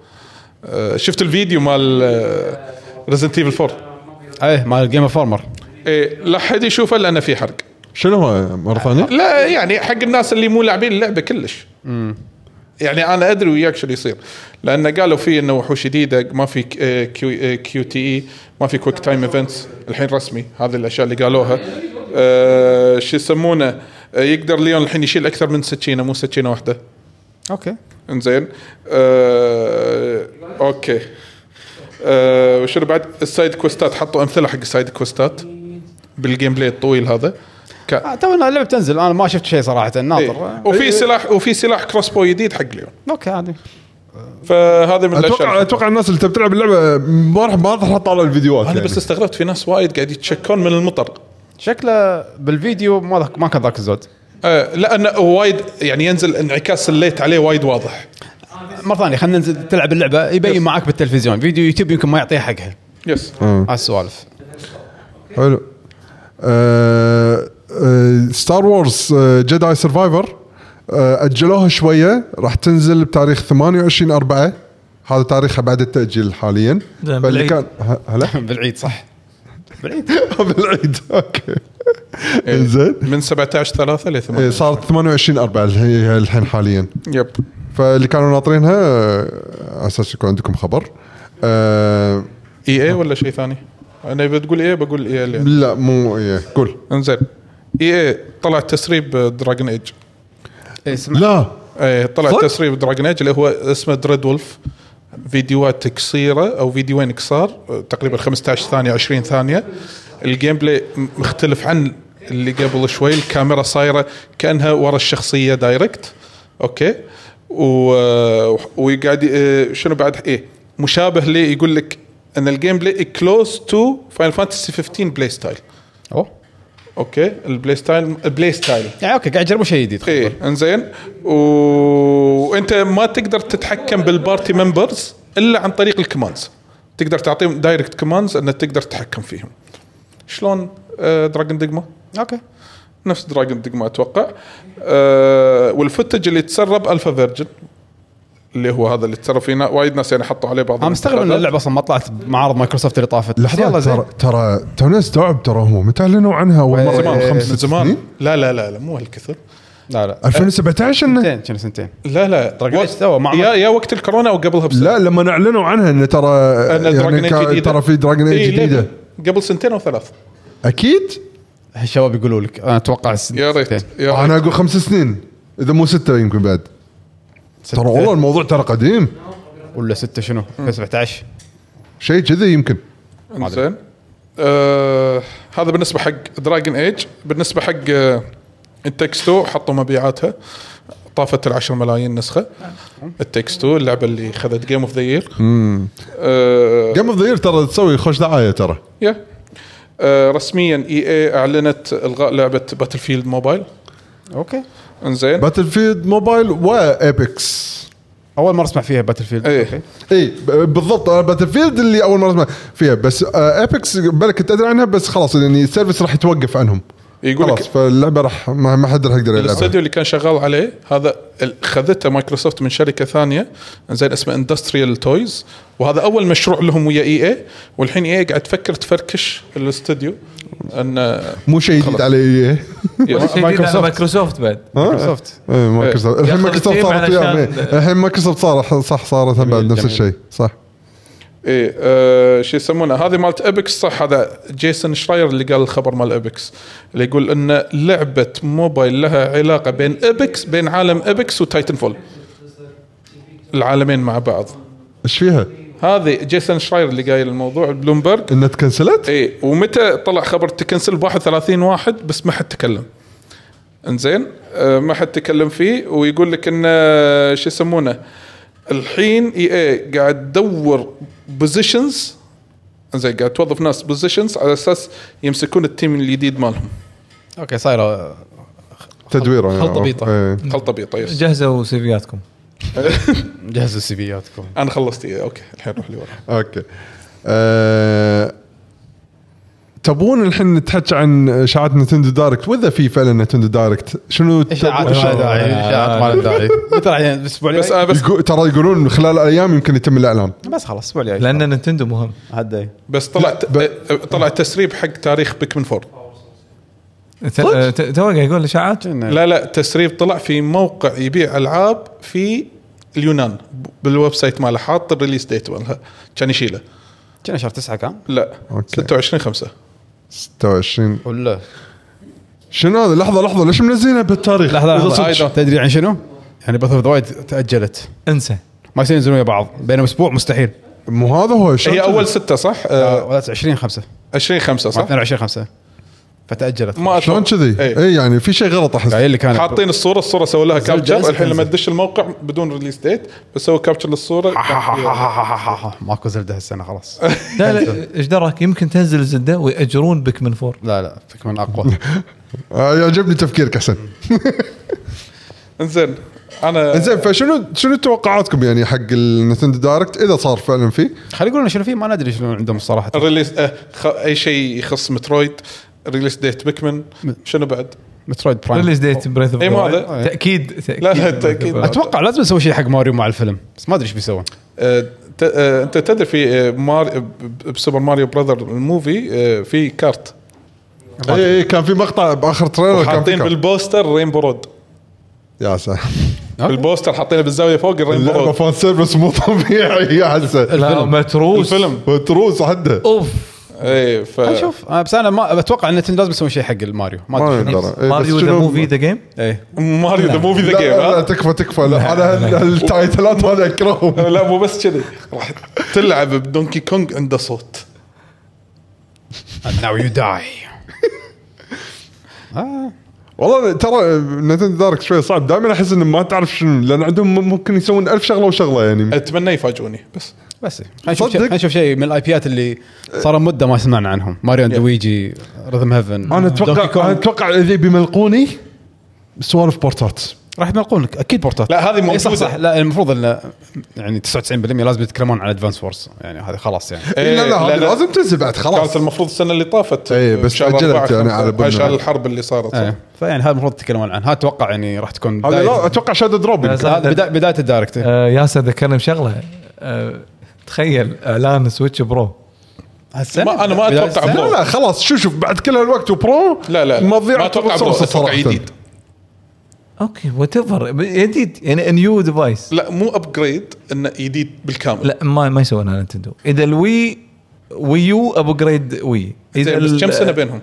شفتوا الفيديو مال ريزنت ايفل فور ايه مال جيم اوف فورمر. ايه لا حد يشوفه لأنه في حرق. شنو هو مرة ثانية؟ لا يعني حق الناس اللي مو لاعبين اللعبة كلش. مم. يعني انا ادري وياك شو اللي يصير لان قالوا فيه انه وحوش جديده ما في كيو, كيو تي اي ما في كويك تايم ايفنتس الحين رسمي. هذه الاشياء اللي قالوها. أه شو يسمونه يقدر ليون الحين يشيل اكثر من سكينه مو سكينه واحده. اوكي انزين. أه اوكي أه وشنو بعد السايد كوستات حطوا امثله حق السايد كوستات بالجيم بلاي الطويل هذا ك... آه تونا اللعبه تنزل انا ما شفت شيء صراحه ناطر إيه. وفي إيه. سلاح وفي سلاح كروس بو جديد حق اليوم اوكي عادي فهذا من اتوقع اتوقع الناس اللي تبي تلعب اللعبه ما راح ما راح تطلع الفيديوهات انا يعني. بس استغربت في ناس وايد قاعد يتشكون من المطر شكله بالفيديو ما ذاك ما كان ذاك الزود أه لا انه وايد يعني ينزل انعكاس الليت عليه وايد واضح مرة ثانية خلينا ننزل تلعب اللعبة يبين يس. معك بالتلفزيون فيديو يوتيوب يمكن ما يعطيه حقها يس على السوالف حلو ستار وورز جيداي سرفايفر أجلوها شوية راح تنزل بتاريخ ثمانية وعشرين أربعة هذا تاريخها بعد التأجيل حاليا بالعيد كان هلا بالعيد صح بالعيد بالعيد اوكي انزين من سبعة عشر ثلاثة ل ثمانية صارت ثمانية وعشرين أربعة هي الحين حاليا يب فاللي كانوا ناطرينها على اساس يكون عندكم خبر اي اي ولا شيء ثاني انا بتقول ايه بقول ايه لا مو ايه قول انزين اي اي طلع تسريب دراجون ايج اسمع لا ايه طلع صد؟ تسريب دراجون ايج اللي هو اسمه دريد وولف فيديوهات قصيره او فيديوين قصار تقريبا خمسة عشر ثانيه عشرين ثانيه الجيم بلاي مختلف عن اللي قبل شوي الكاميرا صايره كانها ورا الشخصيه دايركت اوكي وقاعد شنو بعد ايه مشابه ليه يقول لك ان الجيم بلاي كلوز تو فاينل فانتسي خمسة عشر بلاي ستايل اوه اوكي البلاي ستايل البلاي ستايل يعني اوكي قاعد يجربوا شيء جديد ايه انزين وانت ما تقدر تتحكم بالبارتي ممبرز الا عن طريق الكوماندز تقدر تعطيهم دايركت كوماندز ان تقدر تتحكم فيهم شلون آه دراجون ديجما اوكي نفس دراجون ديجما اتوقع آه والفوتج اللي تسرب الفا فيرجن اللي هو هذا اللي ترى فينا وايد ناس يعني حطوا عليه بعض انا مستغرب ان اللعبه اصلا ما طلعت معارض مايكروسوفت اللي طافت يلا ترى ترى تونا استوعب ترى هم متى اعلنوا عنها اول مره زمان خمس زمان لا لا لا لا مو هالكثر لا لا ألفين وسبعة عشر سنتين كنا سنتين لا لا و... يا يا وقت الكورونا او قبلها بسنة لا لما اعلنوا عنها ان ترى يعني كا... ترى في دراجون ايج جديده قبل سنتين او ثلاث اكيد الشباب يقولوا لك انا اتوقع يا ريت انا اقول خمس سنين اذا مو ستة يمكن بعد ترى والله الموضوع ترى قديم ولا ستة شنو في سبعة عشر شيء كذي يمكن زين آه هذا بالنسبه حق دراجون ايج بالنسبه حق آه التكستو حطوا مبيعاتها طافت العشر ملايين نسخه التكستو اللعبه اللي خذت جيم اوف ذا يير جيم اوف ذا يير ترى تسوي خوش دعايه ترى يا آه رسميا اي اي اعلنت الغاء لعبه باتل فيلد موبايل اوكي انزين باتل فيلد موبايل وابيكس اول مره اسمع فيها باتل فيلد اي اي بالضبط باتل فيلد اللي اول مره اسمع فيها بس ابيكس بالك تدري عنها بس خلاص يعني السيرفيس راح يتوقف عنهم يقول لك فاللعبه راح ما حد راح يقدر يلعبها الاستوديو اللي كان شغال عليه هذا خذته مايكروسوفت من شركه ثانيه زين اسمه اندستريال تويز وهذا اول مشروع لهم ويا اي اي والحين اي اي قاعد تفكر تفركش الاستوديو ان مو شيء جديد على اي اي مايكروسوفت بعد مايكروسوفت مايكروسوفت الحين مايكروسوفت صارت الحين مايكروسوفت صار صح صارت بعد نفس الشيء صح ايه آه شو يسمونه هذه مالت ابيكس صح هذا جيسون شراير اللي قال الخبر مال ابيكس اللي يقول ان لعبه موبايل لها علاقه بين ابيكس بين عالم ابيكس وتايتن فول العالمين مع بعض ايش فيها هذه جيسون شراير اللي قايل الموضوع بلومبرج انها تكنسلت ايه ومتى طلع خبر تكنسل ب واحد وثلاثين واحد بس ما حد تكلم انزين آه ما حد تكلم فيه ويقول لك ان آه شو يسمونه الحين اي اي قاعد تدور بوزيشنز زي قاعد توظف ناس بوزيشنز على اساس يمسكون التيم الجديد مالهم اوكي صايره تدويره خلطه بيضه خلطه بيضه جهزوا سيفياتكم جهزوا سيفياتكم انا خلصت إيه. اوكي الحين روح لي ورا اوكي أه... تبون الحين نتحكي عن اشاعات نينتندو دايركت واذا في فعلا نينتندو دايركت شنو اشاعات ما داعي اشاعات ما داعي ترى الاسبوع بس, بس يقول ترى يقولون خلال الايام يمكن يتم الاعلان بس خلاص الاسبوع الجاي لان نينتندو مهم هداي بس طلع ب... طلع تسريب حق تاريخ بيكمن فور تو قاعد يقول اشاعات لا لا تسريب طلع في موقع يبيع العاب في اليونان بالويب سايت ماله حاط الريليس ديت مالها كان يشيله كان شهر تسعة كان لا ستة وعشرين خمسة ستة وعشرين ولا شنو هذا لحظه لحظه ليش منزلينها بالتاريخ لحظه لحظه تدري عن شنو يعني بث وايد تاجلت انسى ما يصير ينزلون يا بعض بينهم اسبوع مستحيل مو هذا هو هي اول ستة صح آه عشرين خمسة عشرين خمسة صح اثنين وعشرين خمسة فتأجلت ما شلون كذي اي إيه يعني في شيء غلط احس اللي كان حاطين الصوره الصوره سووا لها كابتشر الحين لما تدش الموقع بدون ريليس ديت بس سووا كابتشر للصوره ماكو زلده هالسنه خلاص لا لا ايش دراك يمكن تنزل زلده ويأجرون بيكمن فور لا لا بيكمن اقوى يعجبني تفكيرك حسن انزين انا انزين فشنو شنو توقعاتكم يعني حق النينتندو دايركت اذا صار فعلا فيه خلي يقولون شنو فيه ما ندري شنو عندهم الصراحه الريليس أه خ... اي شيء يخص مترويد ريليس ديت بيكمن شنو بعد مترويد برايم ريليس ديت بريث اوف ذا تاكيد تاكيد لا لا تاكيد اتوقع لازم يسوي شيء حق ماريو مع الفيلم بس ما ادري ايش بيسوون أه ت... أه انت تدري في مار... بسوبر ماريو براذر الموفي أه في كارت اي كان في مقطع باخر تريلر كان حاطين بالبوستر رينبو رود يا سلام بالبوستر حاطينه بالزاويه فوق الرينبو رود فان سيرفيس مو طبيعي يا حسن الفيلم متروس الفيلم متروس حده اوف اي ف شوف بس انا ما بتوقع ان نتندو لازم يسوي شيء حق الماريو ما ادري ماريو ذا موفي ذا جيم ايه ماريو ذا موفي ذا لا, جيم لا تكفى تكفى لا انا التايتلات ما اذكرهم لا مو بس كذي راح تلعب بدونكي كونغ عنده صوت now you die آه. والله ترى نتندو دايركت شوي صعب دائما احس انه ما تعرف شنو لان عندهم ممكن يسوون ألف شغله وشغله يعني اتمنى يفاجئوني بس بس خلينا نشوف شيء نشوف شيء من الاي بيات اللي صار مده ما سمعنا عنهم ماريو اند لويجي ريذم هيفن انا اتوقع انا اتوقع اذا بيملقوني سوالف بورتات راح يملقونك اكيد بورتات لا هذه موجوده صح صح لا المفروض ان يعني تسعة وتسعين بالمية لازم يتكلمون عن ادفانس فورس يعني هذه خلاص يعني إيه لا لا, لا, لا لازم تنزل بعد خلاص كانت المفروض السنه اللي طافت ايه بس اجلت يعني على عشان الحرب اللي صارت ايه فيعني هذا المفروض يتكلمون عنها اتوقع يعني راح تكون هذا لا اتوقع شادو دروب هذا بدايه بدايه الدايركت آه ياسر ذكرني بشغله آه تخيل اعلان سويتش برو ما انا ما اتوقع برو لا خلاص شوف شوف بعد كل هالوقت وبرو لا لا ما اتوقع برو اتوقع جديد اوكي وات ايفر جديد يعني نيو ديفايس لا مو ابجريد انه جديد بالكامل لا ما ما يسوونها نينتندو اذا الوي ويو ابجريد وي اذا بس كم سنه بينهم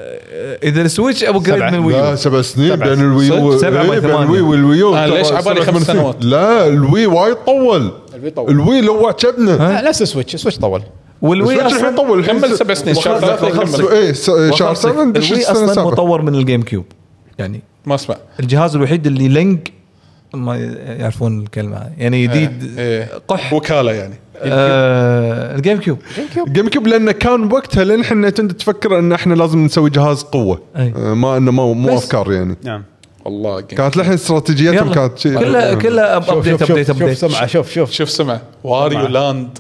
اذا السويتش ابجريد من الويو لا سبع سنين بين الويو سبعة بين الوي والويو آه ليش عبالي خمس سنوات لا الوي وايد طول الوي لو عجبنا نفس السويتش السويتش طول والوي اصلا طول كمل سبع سنين شهر ثلاثة يكمل ايه شهر سبعة الوي اصلا مطور من الجيم كيوب يعني ما اسمع الجهاز الوحيد اللي لينك ما يعرفون الكلمه يعني جديد إيه. قح وكاله يعني آه الجيم كيوب الجيم كيوب لانه كان وقتها لان احنا كنت تفكر ان احنا لازم نسوي جهاز قوه آه ما انه مو مو افكار يعني نعم والله كانت لحين استراتيجيتهم كانت شيء كلها كلها ابديت ابديت ابديت شوف سمعه شوف شوف شوف سمعه واريو لاند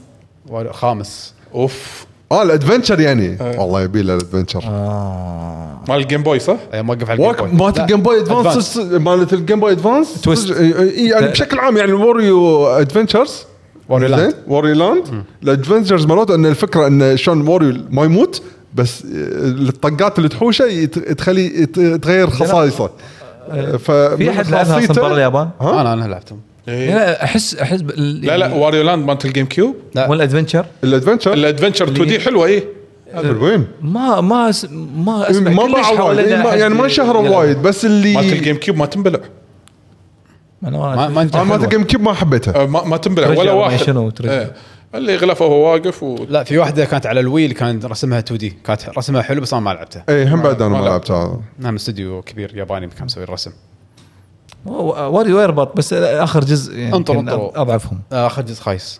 خامس اوف اه الادفنتشر يعني أه. والله يبي له الادفنتشر اه مال الجيم بوي صح؟ اي موقف على الجيم بوي مالت الجيم بوي ادفانس مالت الجيم بوي ادفانس يعني بشكل عام يعني الوريو ادفنتشرز واريو لاند واريو لاند الادفنتشرز مالته ان الفكره ان شلون واريو ما يموت بس الطقات اللي تحوشه تخلي تغير خصائصه في احد لعبها اصلا برا اليابان انا انا لعبتهم لا احس احس لا لا واريو لاند مالت الجيم كيوب ولا ادفنتشر الادفنتشر الادفنتشر تو دي حلوه ايه وين ما ما ما اسمع ما حوالي يعني ما شهر وايد بس اللي مالت الجيم كيوب ما تنبلع ما ما ما الجيم كيوب ما حبيتها ما ما تنبلع ولا واحد ايه. اللي غلفه وهو واقف و... لا في واحده كانت على الوي اللي كانت رسمها تو دي كانت رسمها حلو بس انا ما لعبتها اي هم بعد انا ما لعبتها نعم استوديو كبير ياباني كان مسوي الرسم واريو يربط بس اخر جزء يعني انطر انطر اضعفهم اخر جزء خايس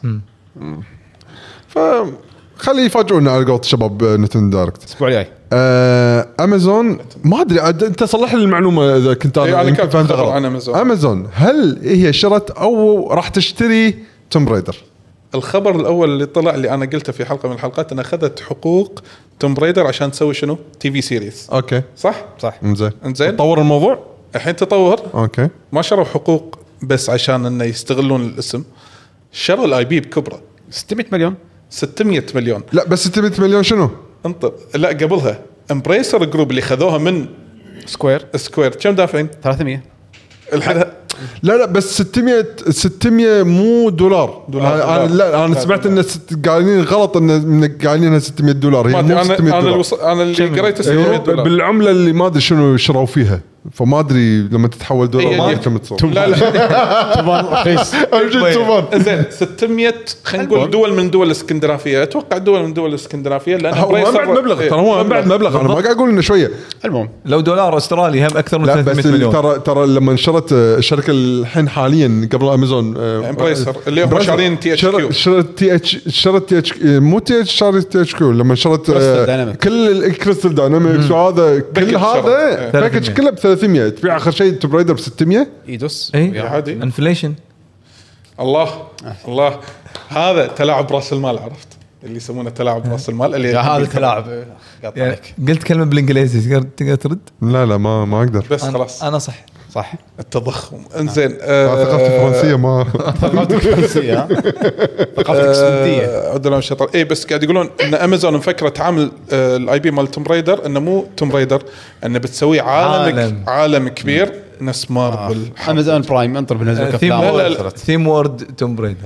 ف خلي يفاجئونا على قولة شباب نتندو دايركت الاسبوع الجاي آه امازون ما ادري انت صلح لي المعلومه اذا كنت انا يعني كنت فهمت غلط عن امازون امازون هل هي شرت او راح تشتري توم رايدر؟ الخبر الاول اللي طلع اللي انا قلته في حلقه من الحلقات انها اخذت حقوق توم رايدر عشان تسوي شنو تي في سيريز اوكي صح صح انزين انزين تطور الموضوع الحين تطور اوكي ما شروا حقوق بس عشان انه يستغلون الاسم شروا الاي بي بكبره ستمية مليون ستمية مليون لا بس ستمية مليون شنو انطر لا قبلها امبريسر جروب اللي خذوها من سكوير سكوير كم دافعين ثلاثمية الحين لا لا بس ستمية ستمية مو دولار, دولار, دولار. أنا لا انا سمعت ان قايلين غلط ان قايلينها ستمية دولار هي مو أنا ستمية أنا دولار الوص... انا اللي قريته ستمية دولار بالعمله اللي ما ادري شنو شروا فيها فما ادري لما تتحول دولار ما كم تصير. لا لا تومان رخيص امجد تومان زين ستمية خلينا نقول دول من دول الاسكندنافيه اتوقع دول من دول الاسكندنافيه لان هو بعد مبلغ ترى هو بعد مبلغ انا ما قاعد اقول انه شويه. المهم لو دولار استرالي هم اكثر من ثلاثمية مليون. ترى ترى لما انشرت الشركه الحين حاليا قبل امازون امبريسر اللي هم شارين تي اتش كيو شرت تي اتش شرت تي اتش مو تي اتش شرت تي اتش كيو لما شرت كل الكريستال داينامكس وهذا كل هذا باكج كله ب ثلاثمية تبيع اخر شيء توم رايدر ب ستمية يدوس اي عادي انفليشن. الله الله هذا تلاعب راس المال عرفت اللي يسمونه تلاعب راس المال اللي هذا تلاعب عليك. قلت كلمه بالانجليزي تقدر ترد؟ لا لا ما ما اقدر بس خلاص انا صح صح التضخم انزين ثقافتي الفرنسيه ما ثقافتي الفرنسيه ثقافتي السعوديه عدنا شطر اي بس قاعد يقولون ان امازون مفكره تعامل الاي بي مال توم رايدر انه مو توم رايدر انه بتسوي عالم عالم, عالم كبير نفس مارفل امازون برايم انطر بنزل افلام ثيم وورد توم رايدر.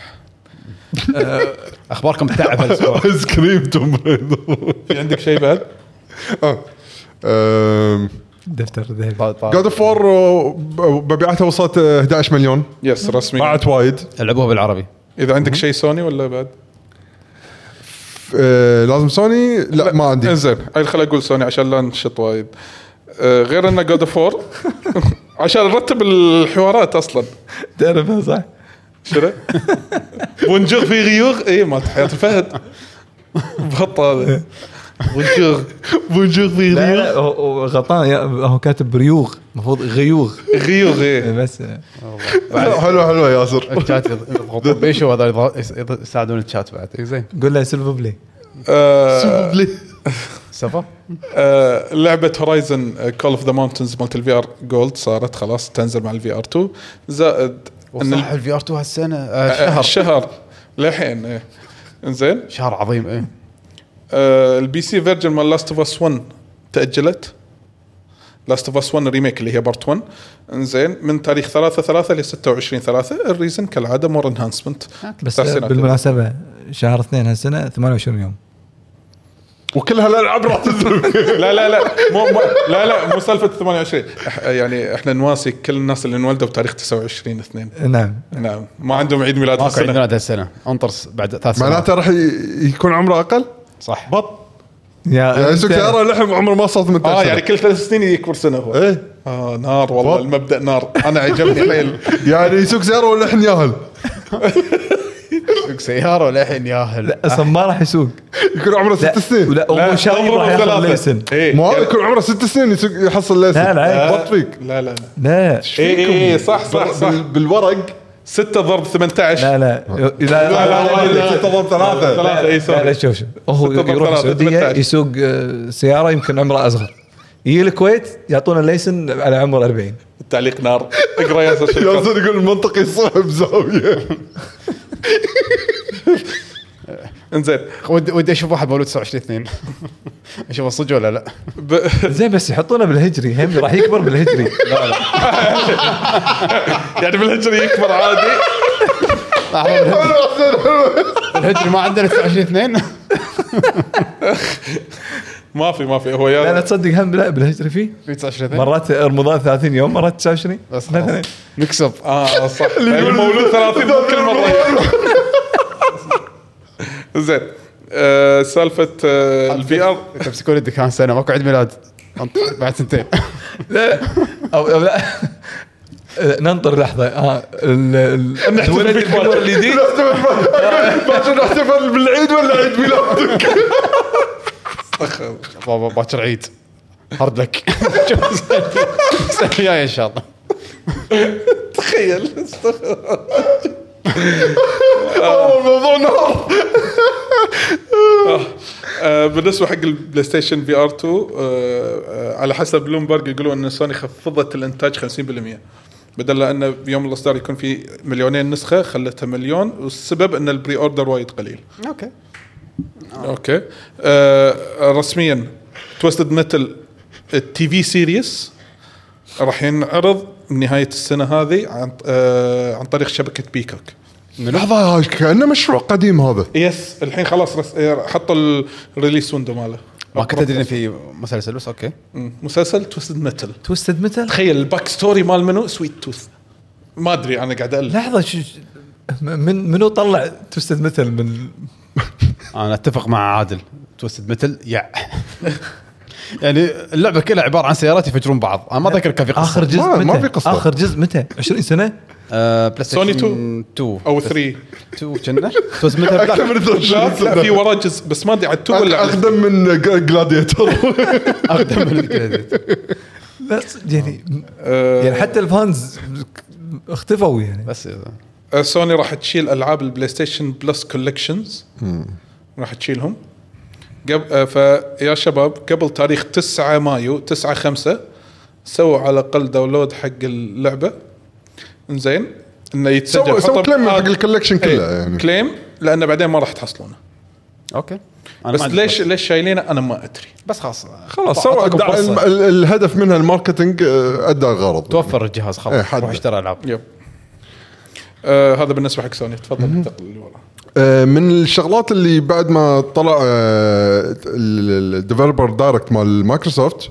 اخباركم تعب الاسبوع ايس كريم توم رايدر. في عندك شيء بعد؟ اه دفتر ذهبي جود اوف وور مبيعاتها وصلت احد عشر مليون يس رسمي بعد وايد لعبوها بالعربي. اذا عندك شيء سوني ولا بعد آه لازم سوني لا, لا ما عندي انزين هاي خليني اقول سوني عشان لا نشط وايد آه غير انه جود اوف وور عشان نرتب الحوارات اصلا تعرفها صح شنو بونجور في غيوغ اي ما حياة الفهد بحط هذا بونجور بونجور في غيوغ غلطان هو كاتب بريوغ المفروض غيوغ غيوغ ايه بس حلو حلو يا ياسر الشات يضغطون بيشو هذا يساعدون الشات بعد زين قول له سيلفر بلاي سيلفر بلاي سفا لعبة هورايزن كول اوف ذا ماونتنز مالت الفي ار جولد صارت خلاص تنزل مع الفي ار تو زائد ان الفي ار تو هالسنه شهر شهر للحين ايه انزين شهر عظيم ايه آه البي سي فيرجن مال لاست اوف اس واحد تاجلت لاست اوف اس واحد ريميك اللي هي بارت واحد انزين من تاريخ ثلاثة ثلاثة ل ستة وعشرين ثلاثة الريزن كالعاده مور انهانسمنت بس بالمناسبه شهر اثنين هالسنه ثمانية وعشرين يوم وكل هالالعاب راح تنزل. لا لا لا مو لا لا مو سالفه ثمانية وعشرين يعني احنا نواسي كل الناس اللي انولدوا بتاريخ تسعة وعشرين اثنين. نعم نعم ما عندهم عيد ميلاد هالسنه عيد ميلاد هالسنه انطر بعد ثلاث سنوات معناته راح يكون عمره اقل صح بط يا يعني سوق سياره لحم عمره ما صار ثمانية عشر اه يعني كل ثلاث سنين يكبر سنه هو ايه اه نار والله بط. المبدا نار انا عجبني حيل يعني يسوق سياره ولا الحين ياهل يسوق سياره ولا الحين ياهل لا اصلا ما راح يسوق يكون عمره ست سنين لا مو شايب راح ياخذ ليسن ما يكون عمره ست سنين يسوق يحصل ليسن لا لا بط فيك لا لا لا اي اي صح صح صح بالورق ستة ضرب ثمانية عشر لا لا لا لا ستة ضرب ثلاثة ثلاثة اي لا لا شوف هو يروح السعودية يسوق سيارة يمكن عمره أصغر يجي الكويت يعطونا ليسن على عمر أربعين. التعليق نار اقرا يا ياسر ياسر يقول المنطقي صعب زاوية انزين ودي ودي اشوف واحد مولود تسعة وعشرين اثنين اشوف الصج ولا لا ب... زين بس يحطونه بالهجري هم راح يكبر بالهجري لا لا يعني بالهجري يكبر عادي الهجري ما عندنا تسعة وعشرين اثنين ما في ما في هو يا لا لا تصدق هم لا بالهجري فيه في تسعة وعشرين مرات رمضان ثلاثين يوم مرات تسعة وعشرين بس مثلا نكسب اه صح المولود ثلاثين كل مره زين آه سالفه آه الفي ار تمسكون الدكان سنه ماكو عيد ميلاد بعد سنتين لا او لا ننطر لحظه اه نحتفل بالفطور الجديد باكر نحتفل بالعيد ولا عيد ميلادك بابا باكر عيد هارد لك السنه الجايه ان شاء الله تخيل الموضوع نار. بالنسبه حق البلاي ستيشن في ار اثنين على حسب بلومبرج يقولون ان سوني خفضت الانتاج خمسين بالمئة بدل لأن بيوم الإصدار يكون في مليونين نسخة خلتها مليون والسبب أن البري أوردر وايد قليل. أوكي. أوكي. آه رسميا توستد ميتل التي في سيريس راح ينعرض نهاية السنة هذه عن آه عن طريق شبكة بيكوك. لحظة كأنه مشروع قديم هذا. يس الحين خلاص رس... حطوا الريليس ويندو ماله. ما كنت ادري في مسلسل بس اوكي. مسلسل تويستد ميتل. تويستد ميتل تخيل الباك ستوري مال منو سويت توث. ما ادري انا قاعد ألف. لحظه شو من منو طلع تويستد ميتل من انا اتفق مع عادل تويستد ميتل يا يعني اللعبه كلها عباره عن سيارات يفجرون بعض. انا ما ذكر كان في قصه. اخر جزء ما, متى؟ ما في قصه. اخر جزء متى؟ عشرين سنه. آه بلاي سوني ستيشن تو او ثري تو كنا تويستد ميتل اكثر من اثناشر لا في ورا جزء بس ما ادري على تو ولا اقدم من جلاديتور. اقدم من الكريدت. بس يعني يعني حتى الفانز اختفوا يعني. بس سوني راح تشيل العاب البلاي ستيشن بلس كولكشنز راح تشيلهم قبل. فيا شباب قبل تاريخ تسعة مايو تسعة خمسة سووا على الأقل داونلود حق اللعبة. إنزين إنه يتسجل سووا كليم حق الكولكشن كله يعني كليم لأنه بعدين ما راح تحصلونه. اوكي بس ليش ليش شايلينه أنا ما أدري. بس خلاص خلاص سووا الهدف منها الماركتينج أدى الغرض. توفر الجهاز خلاص روح اشتري ألعاب. يب آه هذا بالنسبة حق سوني. تفضل انتقل اللي ورا. من الشغلات اللي بعد ما طلع الديفلوبر دايركت مال مايكروسوفت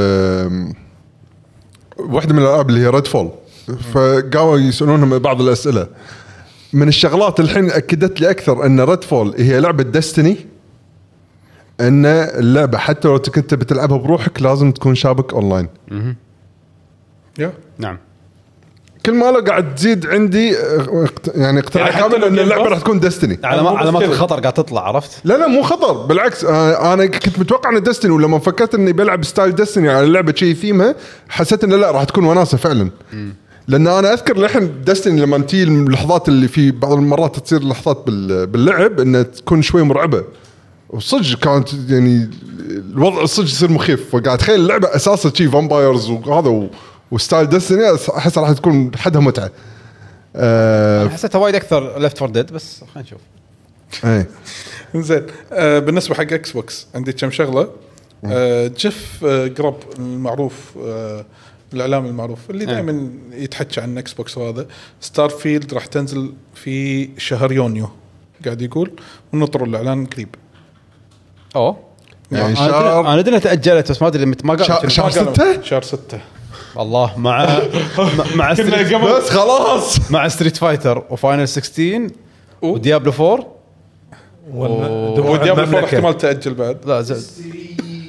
واحدة من الألعاب اللي هي ريد فول فقاوا يسألونهم بعض الأسئلة. من الشغلات الحين أكدت لي أكثر أن ريد فول هي لعبة ديستني. أن اللعبة حتى لو كنت بتلعبها بروحك لازم تكون شابك أونلاين. يا نعم كل ما لا قاعد تزيد عندي يعني اقتناع يعني كامل ان اللعبه راح تكون ديستني. على علامات الخطر قاعد تطلع عرفت. لا لا مو خطر بالعكس. انا كنت متوقع ان ديستني ولما فكرت اني بلعب ستايل ديستني على اللعبه شيء ثيمها حسيت ان لا راح تكون وناسه فعلا. م. لان انا اذكر لحن ديستني لما تجي اللحظات اللي في بعض المرات تصير لحظات باللعب انها تكون شوي مرعبه وصدق كانت يعني الوضع الصدق يصير مخيف. فقاعد تخيل اللعبه اساسا شيء فامبايرز وهذا و وستايل ديستني احس راح تكون حدها متعه. أه حسيتها وايد اكثر ليفت فور ديد بس خلينا نشوف. اي زين أه بالنسبه حق اكس بوكس عندي كم شغله. أه جيف أه جروب المعروف أه الاعلام المعروف اللي دائما يتحكى عن اكس بوكس وهذا ستار فيلد راح تنزل في شهر يونيو قاعد يقول ونطروا الاعلان قريب. اوه يعني انا شهر... انا ادري تاجلت بس ما ادري متى ما قال شهر ستة شهر ستة الله مع مع بس خلاص مع ستريت فايتر وفاينل ستة عشر وديابلو فور وديابلو فور احتمال تاجل بعد. لا زين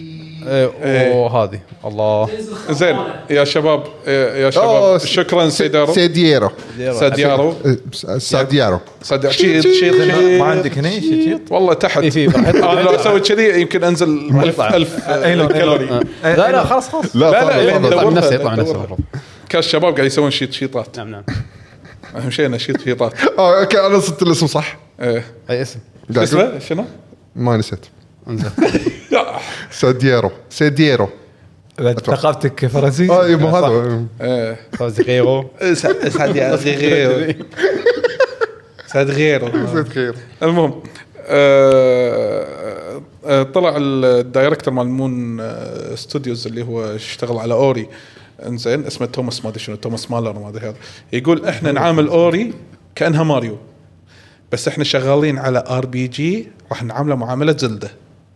وهذه الله زين يا شباب يا شباب شكرا سيدارو سيديرو سيديارو سيديارو شيء شيء ما عندك هنا شيء والله تحت. انا لو اسوي كذي يمكن انزل ألف كالوري. لا لا خلاص خلاص لا لا يطلع من نفسه يطلع من نفسه. كاش شباب قاعد يسوون شيت شيطات. نعم نعم اهم شيء انه شيت شيطات. اه اوكي انا صدت الاسم صح. ايه اي اسم اسمه شنو ما نسيت. انزين ساديرو ساديرو ثقافتك فرنسي. اه يبغى هذا ايه ساديرو ساديرو ساديرو ساديرو. المهم طلع الدايركتور مال مون ستوديوز اللي هو اشتغل على اوري انزين اسمه توماس ما ادري شنو توماس مالر ما ادري هذا يقول احنا نعامل اوري كانها ماريو بس احنا شغالين على ار بي جي راح نعامله معامله زلدة.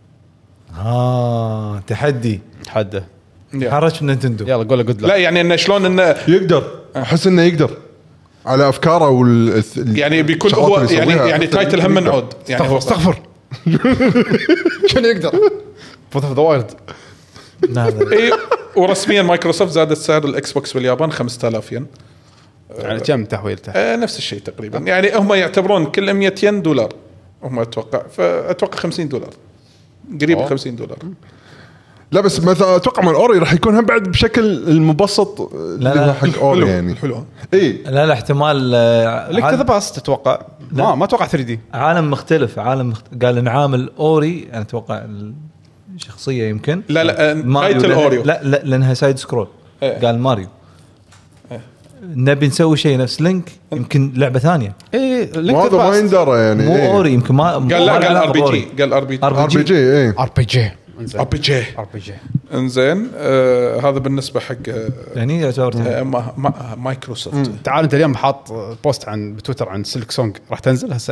اه تحدي تحدى حرج نينتندو. يلا قول له جود لا يعني انه شلون انه يقدر احس انه يقدر على افكاره وال يعني بيكون هو يعني يعني تايتل هم نعود يعني استغفر شنو يقدر فوت ذا وايلد. اي ورسميا مايكروسوفت زادت سعر الاكس بوكس باليابان خمسة آلاف ين يعني كم تحويلته؟ آه نفس الشيء تقريبا يعني هم يعتبرون كل مية ين دولار هم اتوقع فاتوقع خمسين دولار قريب خمسين دولار. لا بس مثلا اتوقع من اوري راح يكون هم بعد بشكل المبسط لا حق اوري يعني حلو. اي لا لا احتمال لك ذا باست تتوقع ما ما اتوقع ثري دي عالم مختلف عالم مخت... قال نعامل اوري انا اتوقع الشخصيه يمكن لا لا تايتل اوريو لا لا لانها سايد سكرول. ايه. قال ماريو ايه. نبي نسوي شيء نفس لينك يمكن لعبه ثانيه. اي هذا ما يندرى يعني مو ايه. اوري يمكن ما قال لا قال ار بي جي قال ار بي جي ار بي جي اي ار بي جي ار بي جي ار بي جي انزين آه هذا بالنسبه حق يعني يعتبر آه ما ما مايكروسوفت. تعال انت اليوم حاط بوست عن بتويتر عن سلك سونج راح تنزل هالسنه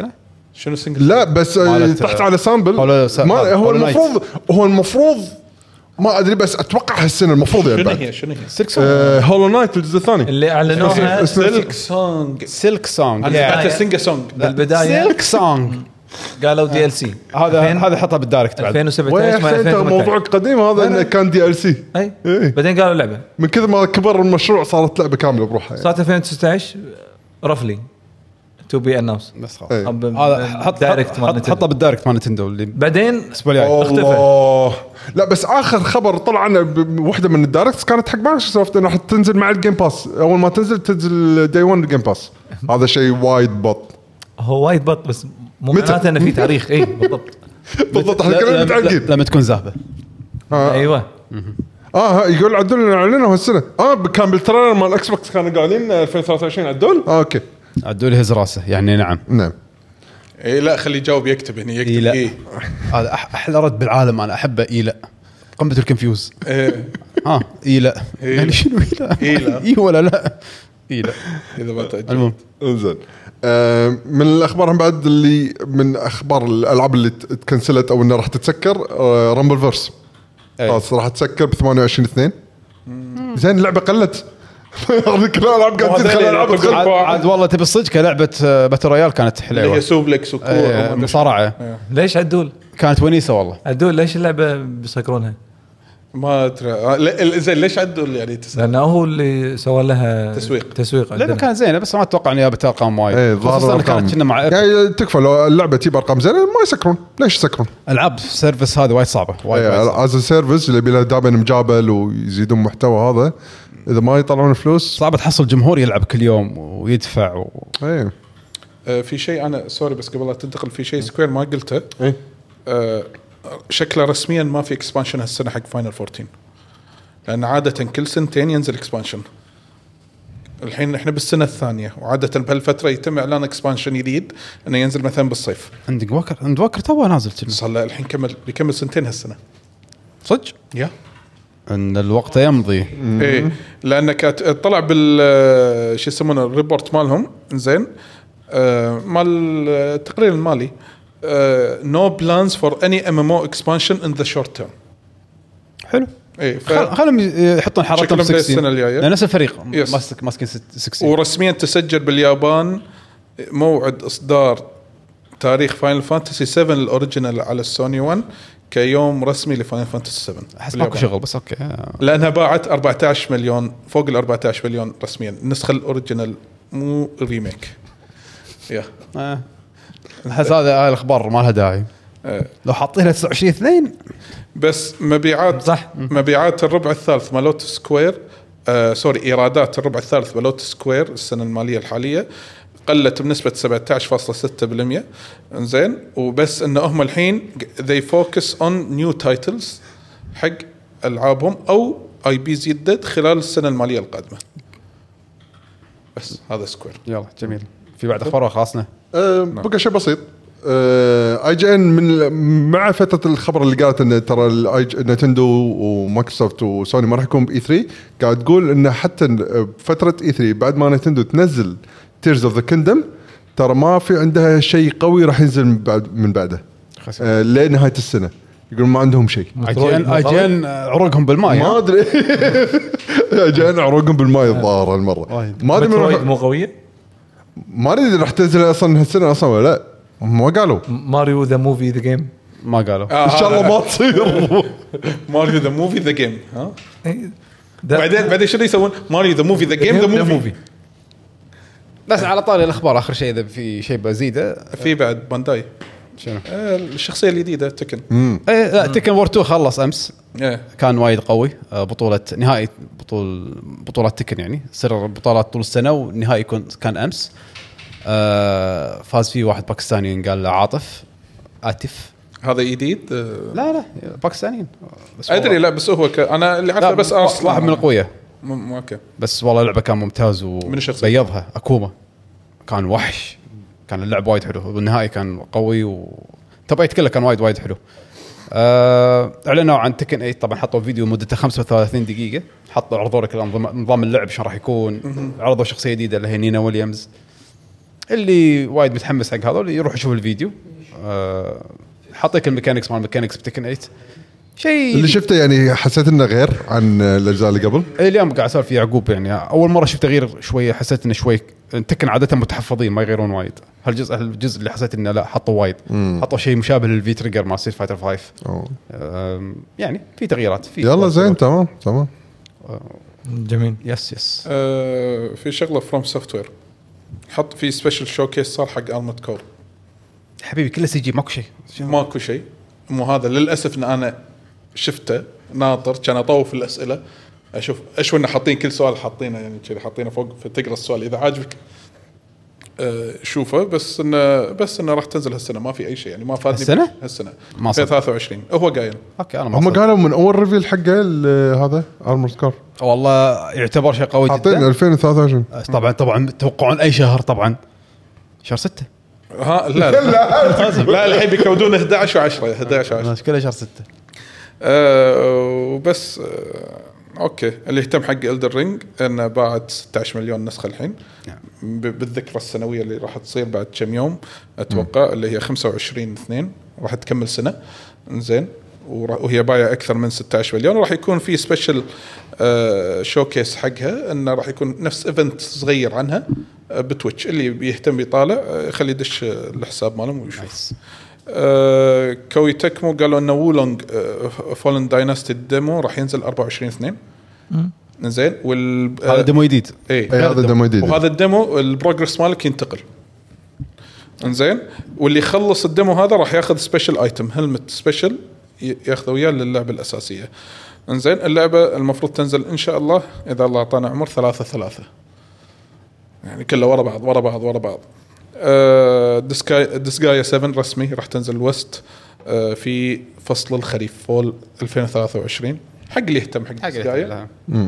شنو سنجل؟ لا بس تحت على سامبل. ما هو المفروض هو المفروض ما ادري بس اتوقع هالسنه المفروض يعني. شنو هي شنو هي سلك سونج هولو نايت الجزء الثاني اللي اعلنوها سلك سونج سلك سونج هذا سينج سونج بالبدايه سلك سونج قالوا دي ال سي هذا هذا حطها بالدايركت بعد ألفين وسبعطعش مع انت موضوعك قديم هذا انه كان دي ال سي اي بعدين قالوا لعبه من كذا ما كبر المشروع صارت لعبه كامله بروحها يعني. صارت ألفين وتسعطعش رفلي تو بي اناوس بس خلاص هذا حط دايركت حطها بالدايركت مال نينتندو اللي بعدين الاسبوع الجاي اختفى. لا بس اخر خبر طلع عنه واحده من الدايركتس كانت حق مايكروسوفت انه راح تنزل مع الجيم باس اول ما تنزل تنزل داي واحد الجيم باس. هذا شيء وايد بط هو وايد بط بس مو معناته انه في تاريخ اي بالضبط بالضبط احنا كنا متعقدين لما تكون زاهبه. آه. ايوه اه يقول عدول اعلنوا هالسنه اه كان بالتريلر مال الاكس بوكس كانوا قاعدين ألفين وثلاثة وعشرين عدول آه اوكي عدول هز راسه يعني نعم نعم اي لا خليه يجاوب يكتب هنا يكتب إيه اي هذا احلى رد بالعالم انا احبه اي لا قمه الكونفيوز ايه ها اي لا يعني شنو اي لا اي لا اي ولا لا اي لا اذا ما تاجل المهم انزين آه من الاخبار هم بعد اللي من اخبار الالعاب اللي تكنسلت او انها راح تتسكر آه رامبل فيرس خلاص راح تسكر ب ثمانية وعشرين اثنين زين اللعبه قلت هذه كلها العاب قاعد تدخل العاب عاد والله تبي الصدق كلعبه باتل رويال كانت حلوه اللي هي سوبلكس وكور مصارعه ليش عدول كانت ونيسه والله عدول ليش اللعبه بيسكرونها ما ادري زين ليش عدول يعني تسأل لانه هو اللي سوى لها تسويق تسويق اللعبه كانت زينه بس ما اتوقع انها بترقم وايد خصوصا كانت كنا مع يعني تكفى لو اللعبه تجيب ارقام زينه ما يسكرون ليش يسكرون العاب سيرفيس هذه وايد صعبه وايد از سيرفيس اللي بيلها دائما مجابل ويزيدون محتوى هذا اذا ما يطلعون فلوس صعب تحصل جمهور يلعب كل يوم ويدفع و... ايه آه في شيء انا سوري بس قبل لا تنتقل في شيء سكوير ما قلته ايه آه شكله رسميا ما في اكسبانشن هالسنه حق فاينل فورتين لان عاده كل سنتين ينزل اكسبانشن. الحين احنا بالسنه الثانيه وعاده بهالفتره يتم اعلان اكسبانشن جديد انه ينزل مثلا بالصيف. عندك وكر عند وكر تو نازل صار له الحين كمل بيكمل سنتين هالسنه صدق يا ان الوقت يمضي ايه لانك طلع بال شو يسمونه الريبورت مالهم زين آه مال التقرير المالي آه no plans for any إم إم أو expansion in the short term. حلو ايه ف... خلهم يحطون حارتهم في السنه الجايه نفس الفريق ماسك ماسكين ستين ورسميا تسجل باليابان موعد اصدار تاريخ فاينل فانتسي سبعة الاوريجينال على السوني واحد كيوم رسمي لفاينل فانتسي سبعة. احس ماكو شغل بس اوكي لانها باعت أربعة عشر مليون فوق ال أربعة عشر مليون رسميا النسخه الاوريجينال مو ريميك يا اه احس هذا هاي الاخبار ما لها داعي آه. لو حاطينها تسعة وعشرين اثنين بس مبيعات صح مبيعات الربع الثالث مالوت سكوير آه سوري ايرادات الربع الثالث مالوت سكوير السنه الماليه الحاليه قلت بنسبه سبعة عشر فاصلة ستة بالمئة انزين وبس ان هم الحين they focus on new titles حق العابهم او اي بيز يدد خلال السنه الماليه القادمه. بس هذا سكوير. يلا جميل. في بعد اخبار خاصنا أه بقى شيء بسيط اي جي ان من مع فتره الخبر اللي قالت ان ترى نينتندو ومايكروسوفت وسوني ما راح يكون باي ثري قاعد تقول ان حتى فتره اي ثري بعد ما نينتندو تنزل تيرز اوف ذا كيندم ترى ما في عندها شيء قوي راح ينزل من بعد من بعده آه لنهايه السنه. يقولون ما عندهم شيء. اي جي ان عروقهم بالماء ما ادري اي جي ان عروقهم بالماء الظاهر المره ما ادري مو قويه ما ادري راح تنزل اصلا هالسنه اصلا ولا لا ما قالوا. ماريو ذا موفي ذا جيم ما قالوا آه ان شاء الله ما تصير ماريو ذا موفي ذا جيم ها بعدين بعدين شنو يسوون ماريو ذا موفي ذا جيم ذا موفي. بس على طاري الاخبار اخر شيء اذا في شيء بزيده في بعد بانداي شنو آه الشخصيه الجديده تكن ايه لا تكن وور تو خلص امس yeah. كان وايد قوي بطوله نهائي بطول بطولات تكن يعني سر بطولات طول السنه والنهائي يكون كان امس آه فاز فيه واحد باكستاني قال له عاطف عاطف هذا جديد آه لا لا باكستانيين ادري لا بس هو ك... انا اللي عارفه بس ارسل واحد من القويه م... اوكي بس والله اللعبه كان ممتاز وبيضها اكوما كان وحش كان اللعب وايد حلو والنهائي كان قوي وتبعت كله كان وايد وايد حلو. آه اعلنوا عن تكن ثمانية طبعا حطوا فيديو مدته خمسة وثلاثين دقيقه حطوا عرضوا لك نظام اللعب شلون راح يكون عرضوا شخصيه جديده اللي هي نينا ويليامز اللي وايد متحمس حق هذا يروح يشوف الفيديو. أه حاطيك الميكانكس مال الميكانكس بتكن ثمانية شيء اللي شفته يعني حسيت انه غير عن الاجزاء اللي قبل. اليوم قاعد اسولف في يعقوب يعني اول مره شفت تغيير شويه حسيت انه شوي تكن عاده متحفظين ما يغيرون وايد. هالجزء الجزء اللي حسيت انه لا حطوا وايد مم. حطوا شيء مشابه للفي تريجر مع ستريت فايتر خمسة. يعني في تغييرات في يلا زين تمام تمام جميل. يس يس أه في شغله فروم سوفت وير حط في سبيشل شوكيس صار حق ارمد كور حبيبي كله سي جي ماكو شيء ماكو شيء مو هذا للاسف ان انا شفته ناطر كان اطوف الاسئله اشوف ايش وين حاطين كل سؤال حاطينه يعني كذا حاطينه فوق فتقرا السؤال اذا عاجبك أه شوفه بس انه بس انه راح تنزل هالسنه ما في اي شيء يعني ما فاتني هالسنه هالسنه ثلاثة وعشرين هو قايل اوكي انا هم قالوا من اول ريفيل حقه هذا ارمورد كور والله يعتبر شيء قوي جدا حاطين ألفين وثلاثة وعشرين طبعا طبعا توقعون اي شهر طبعا شهر ستة ها لا لا لا الحين بيكودون أحد عشر وعشرة أحد عشر وعشرة كله شهر ستة أه وبس أه اوكي اللي يهتم حق إلدر رينج انه باعت ستة عشر مليون نسخه الحين نعم. بالذكرى السنويه اللي راح تصير بعد كم يوم اتوقع م. اللي هي خمسة وعشرين اثنين راح تكمل سنه زين وهي بايعه اكثر من ستة عشر مليون وراح يكون في سبيشل آه شوكيس حقها انه راح يكون نفس ايفنت صغير عنها آه بتويتش اللي بيهتم يطالع آه خلي يدش الحساب مالهم ويشوف. آه كوي تكمو قالوا انه وولونج آه فولن دايناستي الديمو راح ينزل أربعة وعشرين اثنين زين وال آه هذا ديمو جديد اي هذا ديمو جديد وهذا الديمو البروجرس مالك ينتقل انزين واللي يخلص الديمو هذا راح ياخذ سبيشل ايتم هلمت سبيشل ياخذه وياه للعبه الاساسيه. انزين اللعبه المفروض تنزل ان شاء الله اذا الله اعطانا عمر ثلاثة ثلاثة يعني كله ورا بعض ورا بعض ورا بعض. أه ديسكاي ديسكايا سبعة رسمي راح تنزل الوست أه في فصل الخريف فول ألفين وثلاثة وعشرين حق اللي يهتم حق ديسكايا.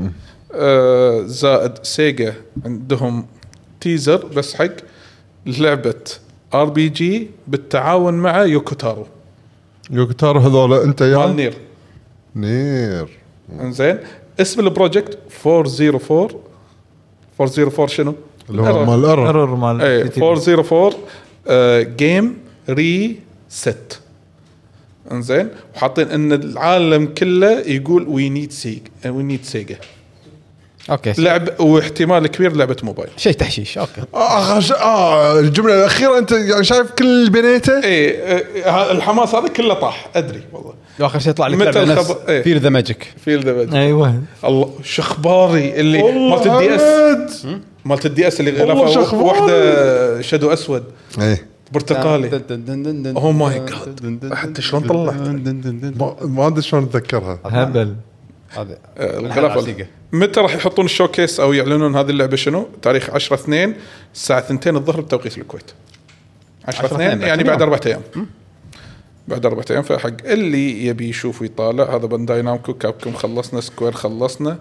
أه زائد سيجا عندهم تيزر بس حق لعبه ار بي جي بالتعاون مع يوكوتارو. يوكوتارو هذول انت يا مال نير نير انزين اسم البروجكت أربعمية وأربعة أربعمية وأربعة شنو اللي هو مال ايرور مال أربعمية وأربعة جيم ري ست انزين وحاطين ان العالم كله يقول وي نيد سيج وي نيد سيجا اوكي لعب واحتمال كبير لعبه موبايل شيء تحشيش اوكي اه اه الجمله الاخيره انت يعني شايف كل بنيته ايه الحماس هذا كله طاح ادري والله واخر شيء يطلع لك لعبه نفس فيل ذا ماجيك فيل ذا ماجيك ايوه الله شخباري اللي مالت الدي اس مالت الدي اس اللي غلفها واحده شادو اسود ايه برتقالي اوه ماي جاد حتى شلون طلعت ما ادري شلون اتذكرها هبل هذا الغلافه. متى راح يحطون الشوكيس او يعلنون هذه اللعبه شنو تاريخ عشرة اثنين الساعه اثنتين الظهر بتوقيت الكويت عشرة اثنين يعني بعد أربعة ايام بعد أربعة ايام فحق اللي يبي يشوف ويطالع هذا بانداي نامكو كابكم خلصنا سكوير خلصنا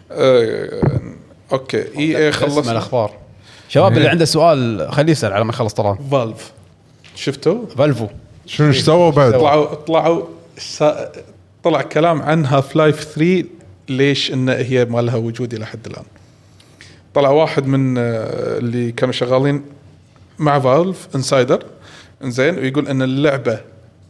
آه اوكي اي اي خلصنا الاخبار شباب اللي عنده سؤال خليه يسال على ما يخلص طلال. فالف شفتوا فالفو شنو ايش سووا بعد طلعوا طلعوا طلع كلام عن هاف لايف ثري ليش إن هي ما لها وجود إلى حد الآن. طلع واحد من اللي كانوا شغالين مع فالف انسايدر إنزين ويقول إن اللعبة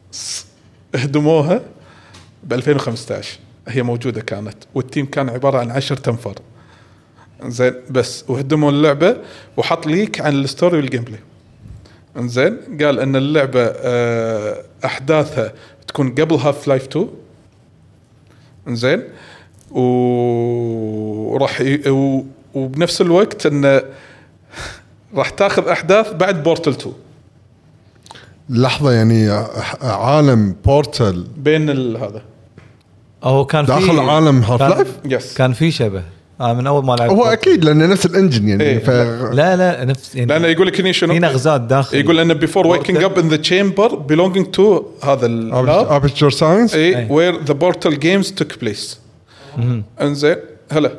اهدموها ب ألفين وخمسة عشر هي موجودة كانت والتيم كان عبارة عن عشر تنفر إنزين بس وهدموا اللعبة وحط ليك عن الستوري والجيم بلاي إنزين قال إن اللعبة أحداثها تكون قبل هاف لايف تو إنزين وراح ي... وبنفس الوقت انه راح تاخذ احداث بعد بورتل تو. لحظه يعني عالم بورتل بين هذا او كان في داخل عالم هاف لايف يس كان في شبه آه من اول ما لعبت هو اكيد لانه نفس الانجن يعني إيه. ف... لا لا نفس يعني لانه يقول لك شنو في نغزات داخل يقول انه before waking up in the chamber belonging to هذا اللاب Aperture Science اي where the portal games took place. انزين هلا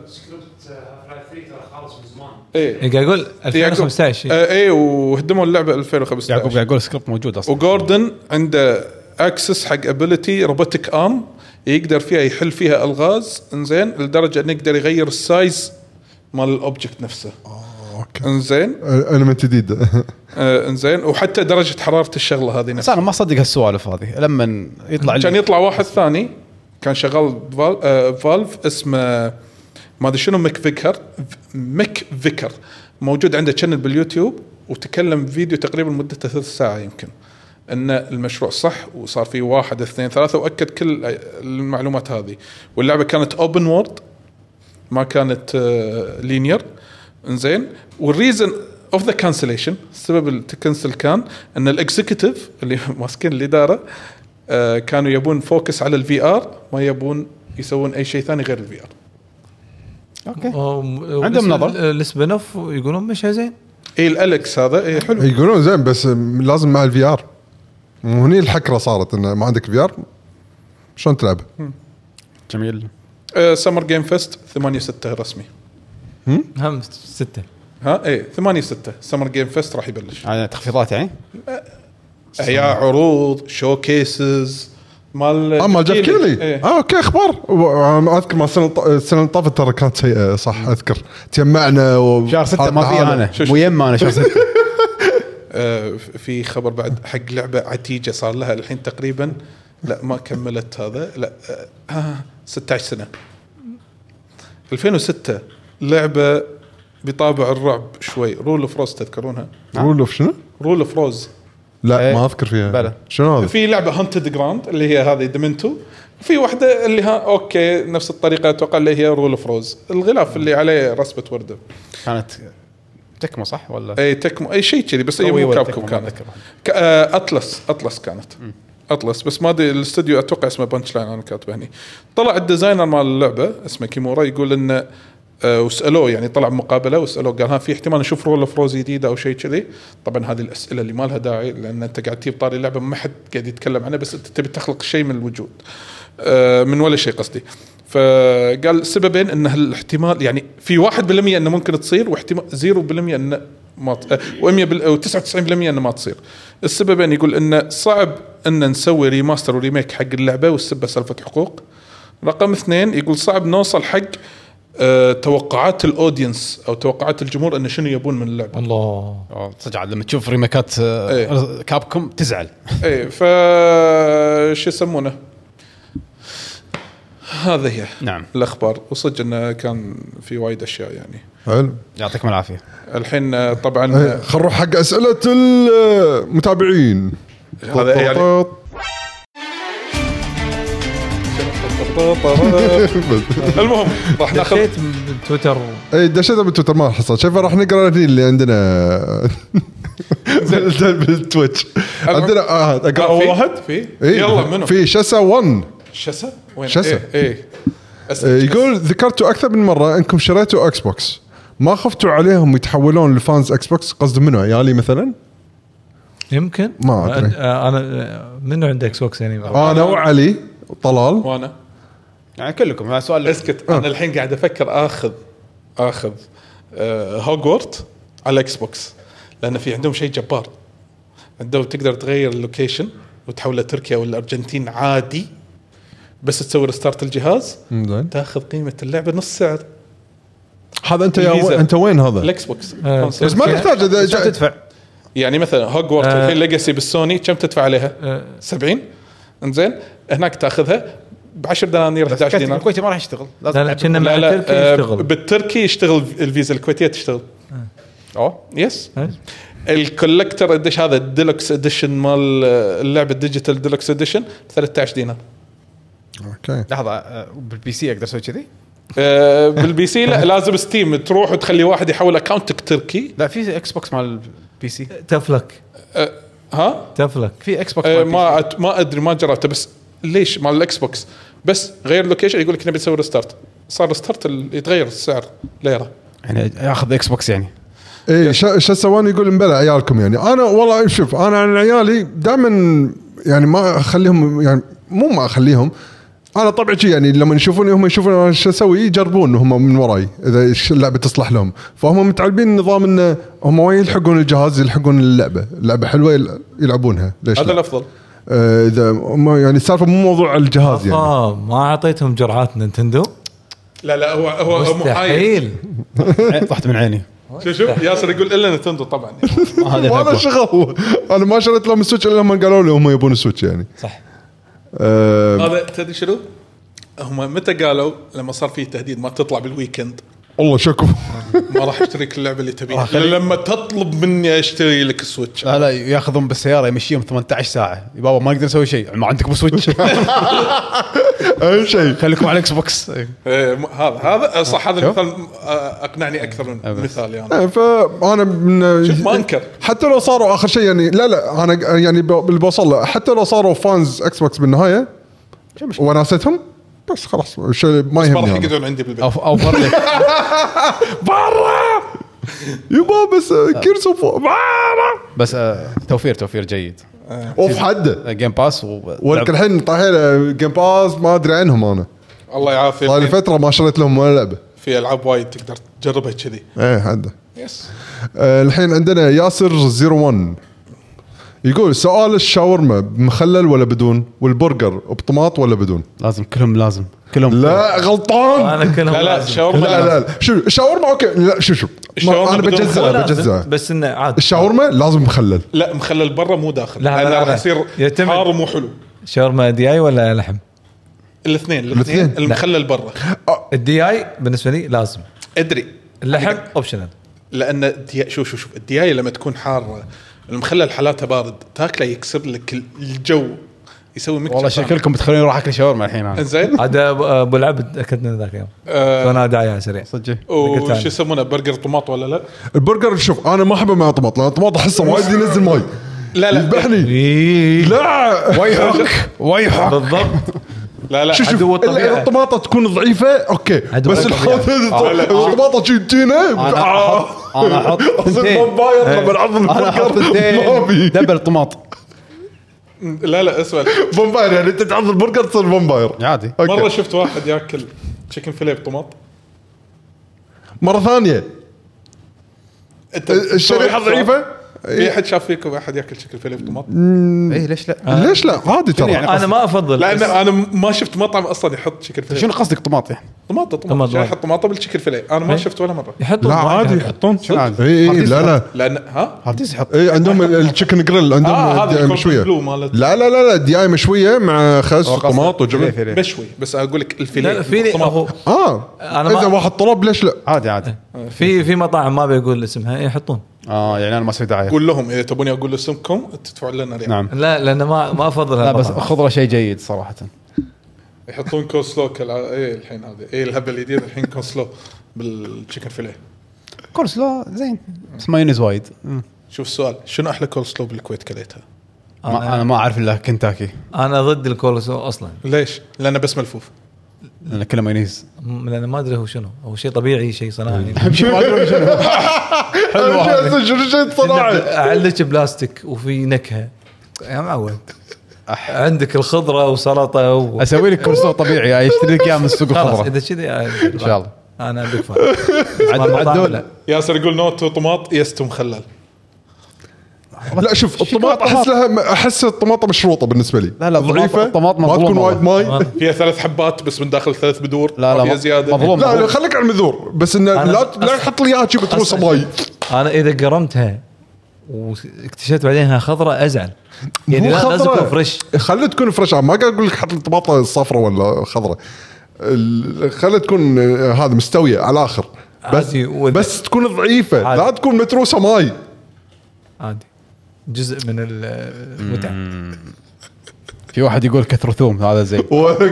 ايه قاعد يقول ألفين وخمسة عشر اي وهدموا اللعبه ألفين وخمسة عشر. يعقوب قاعد يقول سكريبت موجود اصلا وجوردن عنده اكسس حق ابيليتي روبوتيك ارم يقدر فيها يحل فيها الغاز انزين لدرجه انه يقدر يغير السايز مال الاوبجكت نفسه انزين المنت جديد انزين وحتى درجه حراره الشغله هذه نفسها انا ما اصدق هالسوالف هذه لما يطلع كان يطلع واحد ثاني كان شغال فالف اسمه ما ادري شنو ميك فيكر ميك فيكر موجود عنده شانل باليوتيوب وتكلم فيديو تقريبا مدته ثلث ساعه يمكن ان المشروع صح وصار فيه واحد اثنين ثلاثه واكد كل المعلومات هذه واللعبه كانت اوبن وورد ما كانت لينير انزين والريزن اوف ذا كانسليشن السبب التكنسل كان ان الاكزيكتيف اللي ماسكين الاداره كانوا يبون فوكس على الفي ار ما يبون يسوون اي شيء ثاني غير الفي ار. اوكي عندهم نظر السبينوف يقولون مش زين اي الالكس هذا اي حلو يقولون زين بس لازم مع الفي ار وهني الحكره صارت انه ما عندك في ار شلون تلعب. جميل. سمر جيم فيست ثمانية ستة رسمي هم ستة ها ايه ثمانية ستة سمر جيم فيست راح يبلش على تخفيضات يعني يا عروض شو كيسز مال اما جاف كيلي ايه. اه اوكي اخبار اذكر ما السنه السنه اللي طافت ترى كانت سيئه صح اذكر تجمعنا و شهر ستة ما في انا مو يم انا شهر ستة آه في خبر بعد حق لعبه عتيجه صار لها الحين تقريبا لا ما كملت هذا لا آه ستة عشر سنه ألفين وستة لعبه بطابع الرعب شوي رول اوف روز تذكرونها رول اوف شنو رول اوف روز لا ايه. ما اذكر فيها بلا. شنو هذا في لعبه هانتد جراوند اللي هي هذه ديمنتو في واحده اللي ها اوكي نفس الطريقه اتوقع اللي هي رول اوف روز الغلاف اللي عليه رسمه ورده كانت تكمو صح ولا اي تكمو اي شيء كذي بس هي مو كابكوم كانت اطلس اطلس كانت م. اطلس بس ما ادري الاستوديو اتوقع اسمه بانش لاين انا كاتبه هني طلع الديزاينر مال اللعبه اسمه كيمورا يقول انه أه وسألوه يعني طلع مقابلة وسألوه قال ها في احتمال نشوف رول اوف روز جديدة أو شيء كذي طبعا هذه الأسئلة اللي ما لها داعي لأن أنت قاعد تجيب طاري اللعبة ما حد قاعد يتكلم عنها بس أنت تبي تخلق شيء من الوجود أه من ولا شيء قصدي فقال سببين أن الاحتمال يعني في واحد بالمية أنه ممكن تصير واحتمال زيرو بالمية أنه ما ومية بال أو تسعة وتسعين بالمية أنه ما تصير السببين يقول أنه صعب أن نسوي ريماستر وريميك حق اللعبة والسبب سالفة حقوق رقم اثنين يقول صعب نوصل حق أه توقعات الاودينس او توقعات الجمهور انه شنو يبون من اللعبه. الله صدق لما تشوف ريميكات ايه. كابكوم تزعل. اي ف شو يسمونه هذا هي نعم الاخبار وصدق انه كان في وايد اشياء يعني. حلو يعطيكم العافيه. الحين طبعا خلينا نروح حق اسئله المتابعين. هذا يعني المهم راح ناخذ تويتر اي دشيت بالتويتر ما حصل شايف راح نقرا اللي عندنا بالتويتش عندنا اه اقرا واحد في يلا منو في شسا واحد شسا وين شسا ايه يقول ذكرتوا اكثر من مره انكم شريتوا اكس بوكس ما خفتوا عليهم يتحولون لفانز اكس بوكس قصد منو عيالي مثلا يمكن ما ادري انا منو عنده اكس بوكس يعني انا وعلي طلال وانا يعني كلكم هذا سؤال اسكت. انا الحين قاعد افكر اخذ اخذ أه هوجورت على اكس بوكس لان في عندهم شيء جبار عندهم تقدر تغير اللوكيشن وتحوله تركيا ولا الارجنتين عادي بس تسوي ريستارت الجهاز تاخذ قيمه اللعبه نص سعر. هذا انت يا انت وين هذا الاكس بوكس أه بس ما تحتاج اذا تدفع يعني مثلا هوجورت أه الحين ليجاسي بالسوني كم تدفع عليها أه سبعين انزين هناك تاخذها بعشر دنانير إحدى عشر دينار. الكويتي ما راح يشتغل لازم لا كنا مع التركي يشتغل بالتركي يشتغل الفيزا الكويتية تشتغل اه يس الكولكتر اديش هذا الديلوكس اديشن مال اللعبة الديجيتال ديلوكس اديشن ثلاثة عشر دينار. اوكي لحظة بالبي سي اقدر اسوي كذي بالبي سي لا لازم ستيم تروح وتخلي واحد يحول اكاونتك تركي. لا في اكس بوكس مال البي سي تفلك ها تفلك في اكس بوكس ما ما ادري ما جربته بس ليش مال الاكس بوكس بس غير لوكيشن يقول لك نبي نسوي ريستارت صار ريستارت يتغير السعر ليره يعني ياخذ اكس بوكس يعني ايه شو سواني يقول مبلع عيالكم يعني انا والله شوف انا عن عيالي دائما يعني ما اخليهم يعني مو ما اخليهم انا طبعا يعني لما يشوفوني هم يشوفون شو اسوي يجربون هم من وراي اذا اللعبه تصلح لهم فهم متعلمين نظام انه هم وين يلحقون الجهاز يلحقون اللعبه اللعبه حلوه يلعبونها ليش هذا الافضل اذا ما يعني السالفه مو موضوع الجهاز يعني اه ما اعطيتهم جرعات نينتندو لا لا هو هو مستحيل طحت من عيني شوف شوف ياسر يقول الا نتندو طبعا ما هذا شغل انا ما شريت لهم السويتش الا لما قالوا لي هم يبون السويتش يعني صح. أه هذا تدري شنو هم متى قالوا لما صار فيه تهديد ما تطلع بالويكند والله شكو ما راح اشتريك اللعبه اللي تبيها لما تطلب مني اشتري لك السويتش. لا لا ياخذون بالسياره يمشيهم ثمانية عشر ساعه يا بابا ما اقدر اسوي شيء ما عندكم سويتش اي شيء خليكم على اكس بوكس. هذا هذا صح هذا المثال اقنعني اكثر من مثال يعني. فانا من شوف ما انكر حتى لو صاروا اخر شيء يعني لا لا انا يعني اللي بوصل له حتى لو صاروا فانز اكس بوكس بالنهايه وناستهم بس خلاص شيء ما يهمني. راح يقعدون عندي بالبيت او او برا برا يبا بس كيرسو برا بس توفير توفير جيد اوف حده جيم باس ولك الحين طايح جيم باس ما ادري عنهم انا الله يعافيك. صار لي فتره ما شريت لهم ولا لعبه. في العاب وايد تقدر تجربها كذي. ايه حده يس. آه الحين عندنا ياسر صفر واحد يقول سؤال الشاورما مخلل ولا بدون والبرجر بطماط ولا بدون؟ لازم كلهم لازم كلهم لا غلطان انا كلهم لا لا شاورما لا لا, لا. شو الشاورما اوكي لا شو شو انا بجزء بجزء بس انه عادي الشاورما لازم مخلل. لا مخلل برا مو داخل لا لا راح يصير حار ومو حلو. شاورما دي اي ولا لحم؟ الاثنين الاثنين المخلل برا. الدي اي بالنسبه لي لازم ادري اللحم اوبشنال لان شو شو شوف الدي اي لما تكون حاره المخلل حالاتها بارد تاكله يكسر لك الجو يسوي مكتب. والله شكلكم بتخلوني اروح اكل شاورما الحين انا. زين هذا ابو العبد اكلنا ذاك اليوم فانا داعي سريع صدق. وش يسمونه برجر طماط ولا لا؟ البرجر شوف انا ما احبه مع طماط لان الطماط احسه وايد ينزل ماي. لا لا يذبحني لا ويحك ويحك بالضبط. لا لا شوف الطماطه تكون ضعيفه اوكي بس الطماطه تشيتينا انا احط فامباير لما نعض البرجر دبل طماط. لا لا اسمع فامباير يعني انت تعض البرجر تصير فامباير عادي. مره شفت واحد ياكل تشيكن فيليه بطماط مره ثانيه الشريحه ضعيفه. في احد شاف فيكم احد ياكل شكل فيليه بطماط؟ ايه ليش لا آه. ليش لا عادي ترى يعني انا ما افضل لان انا ما شفت مطعم اصلا يحط شكل فيليه. شنو قصدك طماط يعني طماطه طماطه يحط طماطه بالشكل فيليه انا ما شفت ولا مره. لا عادي يحطون اي اي لا لا لان ها هارديز يحط اي عندهم التشيكن جريل عندهم آه مشويه. لا لا لا لا دي اي مشويه مع خس وطماط وجبن مشوي بس اقول لك الفيليه فيني اه اذا واحد طلب ليش لا عادي عادي. في في مطاعم ما بيقول اسمها يحطون اه يعني انا ما اسوي دعايه. قول لهم اذا تبوني اقول اسمكم تدفعون لنا ريال. نعم لا لان ما ما افضل. لا بس خضره شيء جيد صراحه. يحطون كوسلو كلا ايه الحين هذا ايه الهبه الجديده الحين كوسلو بالتشيكن فيليه. كوسلو زين بس مايونيز وايد. شوف السؤال شنو احلى كوسلو بالكويت كليتها؟ أنا, انا ما اعرف الا كنتاكي. انا ضد الكولسلو اصلا. ليش؟ لانه بس ملفوف. لأن كله مايونيز. لأن ما أدري هو شنو هو شيء طبيعي شيء صناعي. ما أدري شنو. حلو شنو شيء صناعي. أعلق بلاستيك وفي نكهة يا معود. عندك الخضرة وسلطة و... أسوي لك كورسو طبيعي أشتري لك إياه من السوق الخضرة. إذا كذي إن شاء الله. أنا بكفى. عدول. ياسر يقول نوتو طماط يستو مخلل. لا شوف الطماطة أحس لها أحس الطماطة مشروطة بالنسبة لي. لا لا ضعيفة الطماطة ما تكون وايد ماي. فيها ثلاث حبات بس من داخل ثلاث بذور. لا لا فيها زيادة. مظلوم. لا لا خليك على المذور بس إنه لا لا تحط لي إياها شيء بتروس ماي. أنا إذا قرمتها واكتشفت بعدين انها خضراء ازعل. يعني لا لازم تكون فريش. خلي تكون فريش ما قاعد اقول لك حط الطماطه الصفراء ولا خضراء. خلي تكون هذا مستويه على الاخر بس بس تكون ضعيفه عادي. لا تكون متروسه ماي عادي جزء من المتعه. في واحد يقول كثر ثوم هذا زين.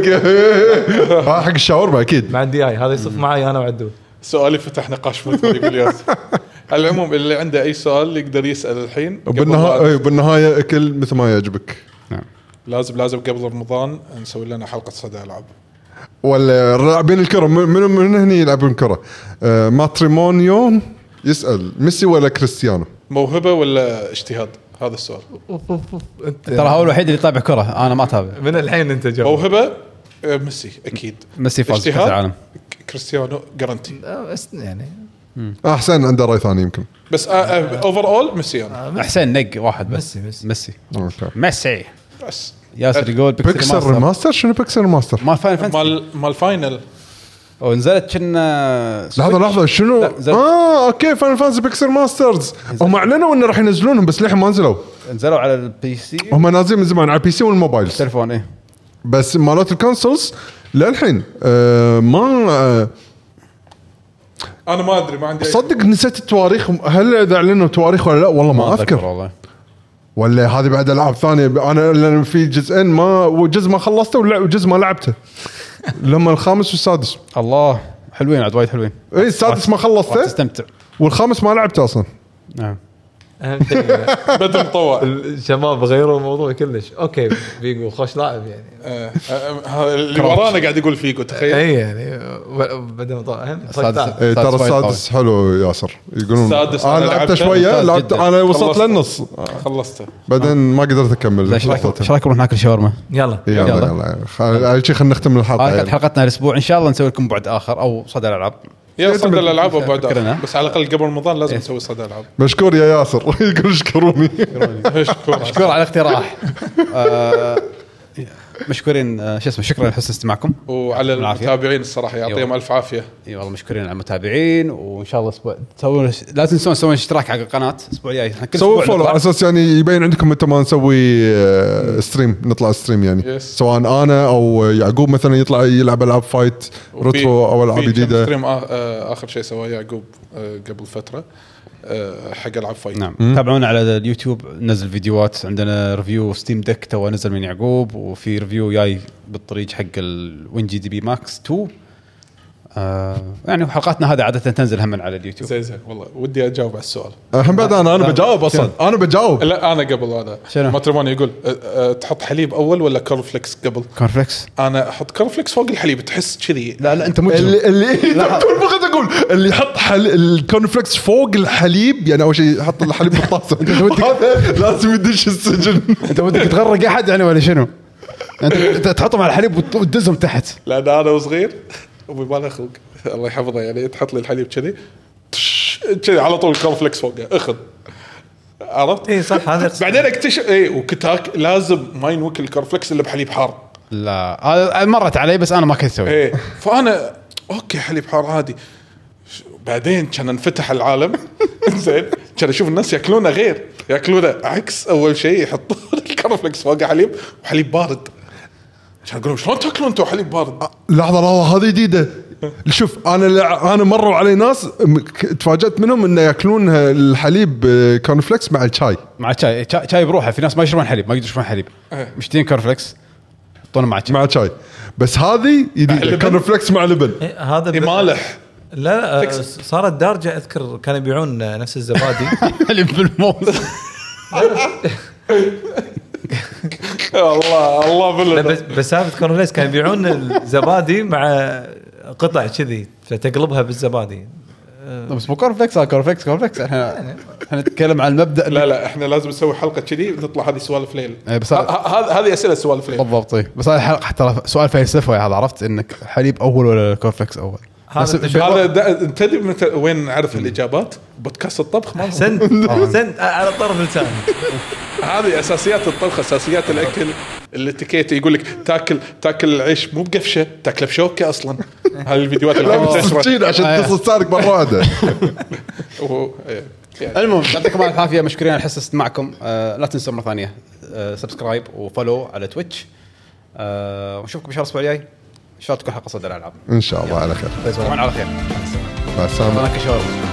ها حق الشاورما اكيد مع الدي اي هذا يصف معي انا وعدول. سؤالي فتح نقاش في يقول ياسر. العموم اللي عنده اي سؤال يقدر يسال الحين. وبالنهايه بالنهايه اكل مثل ما يعجبك. نعم لازم لازم قبل رمضان نسوي لنا حلقه صدى العاب. ولا لاعبين الكره من من هنا يلعبون كره. آه ماتريمونيو يسال ميسي ولا كريستيانو؟ موهبه ولا اجتهاد؟ هذا السؤال. ترى هو الوحيد اللي يتابع كره انا ما اتابع. من الحين انت جاوب. موهبه ميسي اكيد. ميسي فاز بكأس العالم. كريستيانو جارانتي. يعني احسن عنده راي ثاني يمكن بس اوفر اول ميسي انا. احسن نق واحد بس ميسي ميسي اوكي ميسي بس ياسر يقول بيكسل ريماستر. شنو بيكسل ريماستر؟ مال فاينل مال مال فاينل ونزلت كنا لحظه لحظه شنو اه اوكي فاينل فانتسي بيكسل ماسترز هم اعلنوا انه راح ينزلونهم بس للحين ما نزلوا نزلوا على البي سي هم نازلين من زمان على البي سي والموبايل التليفون ايه بس مالات الكونسولز للحين آه ما آه انا ما ادري ما عندي صدق نسيت التواريخ هل اذا اعلنوا تواريخ ولا لا والله ما, ما اذكر والله. ولا هذه بعد العاب ثانيه انا لان في جزئين ما وجزء ما خلصته وجزء ما لعبته لما الخامس والسادس الله حلوين عاد وايد حلوين اي السادس ما خلصته تستمتع والخامس ما لعبته اصلا نعم اهم شيء بدل مطوع الشباب غيروا الموضوع كلش اوكي فيجو خوش لاعب يعني اللي ورانا قاعد يقول فيجو تخيل اي يعني بدل مطوع اهم ترى السادس حلو ياسر يقولون السادس انا لعبت شويه لعبت انا وصلت للنص خلصته بعدين ما قدرت اكمل ايش رايكم نروح ناكل شاورما يلا يلا يلا اول شيء خلينا نختم الحلقه هذه حلقتنا الاسبوع ان شاء الله نسوي لكم بعد اخر او صدى الالعاب يا صدى الالعاب وبعد آخر. بس على الاقل قبل رمضان لازم نسوي صدى الالعاب مشكور يا ياسر يقول اشكروني مشكور على الاقتراح مشكورين شو اسمه شكرا لحسن استماعكم وعلى المتابعين الصراحه يعطيهم الف عافيه اي والله مشكورين على المتابعين وان شاء الله اسبوع تسوون لا تنسون تسوون اشتراك على القناه الاسبوع الجاي سووا فولو على اساس يعني يبين عندكم متى ما نسوي ستريم نطلع ستريم يعني سواء انا او يعقوب مثلا يطلع يلعب العاب فايت روترو او العاب جديده ستريم اخر شيء سواه يعقوب قبل فتره حق العاب فايت نعم تابعونا على اليوتيوب نزل فيديوهات عندنا ريفيو ستيم ديك تو نزل من يعقوب وفي ريفيو جاي بالطريق حق الوين جي دي بي ماكس تو آه يعني حلقاتنا هذه عاده تنزل هم على اليوتيوب زي زي والله ودي اجاوب على السؤال هم بعد انا انا بجاوب اصلا انا بجاوب لا انا قبل هذا ماترموني يقول أه أه تحط حليب اول ولا كورنفليكس قبل كورنفليكس انا احط كورنفليكس فوق الحليب تحس كذي لا لا انت مجرم اللي اللي تقول بغيت اقول اللي يحط حل... الكورنفليكس فوق الحليب يعني اول شيء يحط الحليب بالطاسه انت لازم يدش السجن انت ودك تغرق احد يعني ولا شنو انت تحطهم على الحليب وتدزهم تحت لا انا وصغير ابوي ما له خلق الله يحفظه يعني تحط لي الحليب كذي كذي على طول الكورنفليكس فوقه اخذ عرفت اي صح هذا بعدين اكتشف اي وكتاك لازم ما ينوكل الكورنفليكس الا بحليب حار لا هذا مرت علي بس انا ما كنت اسوي اي فانا اوكي حليب حار عادي بعدين كان انفتح العالم زين كان اشوف الناس ياكلونه غير ياكلونه عكس اول شيء يحطون الكورنفليكس فوق حليب وحليب بارد كان يقولون شلون تاكلون انتم حليب بارد لحظه لحظه هذه جديده شوف انا انا مروا علي ناس تفاجأت منهم انه ياكلون الحليب كورنفليكس مع الشاي مع الشاي شاي بروحه في ناس ما يشربون حليب ما يقدرون يشربون حليب مشتين كورنفليكس يحطونه مع مع الشاي بس هذه جديده كورنفليكس مع لبن هذا مالح لا لا صارت دارجه اذكر كانوا يبيعون نفس الزبادي حليب بالموز الله الله بالله بس بس ثابت كورنفليكس كانوا يبيعون الزبادي مع قطع كذي فتقلبها بالزبادي بس مو كورنفليكس كورنفليكس كورنفليكس احنا احنا نتكلم عن المبدا لا لا احنا لازم نسوي حلقه كذي نطلع هذه سوالف ليل بس هذه هذه اسئله سوالف ليل بالضبط بس هذه الحلقه ترى سؤال فلسفي هذا عرفت انك حليب اول ولا كورنفليكس اول هذا انت تدري وين نعرف الاجابات بودكاست الطبخ ما احسنت احسنت على طرف لساني هذه اساسيات الطبخ اساسيات الاكل الاتيكيت يقول لك تاكل تاكل العيش مو بقفشه تاكله بشوكه اصلا هذه الفيديوهات اللي بتنتشر عشان تصل سارق مره واحده المهم يعطيكم الف عافيه مشكورين على حس استماعكم لا تنسوا مره ثانيه سبسكرايب وفولو على تويتش ونشوفكم ان شاء الله الاسبوع الجاي ان شاء الله تكون حلقه صدى الالعاب ان شاء الله على خير على خير مع السلامه.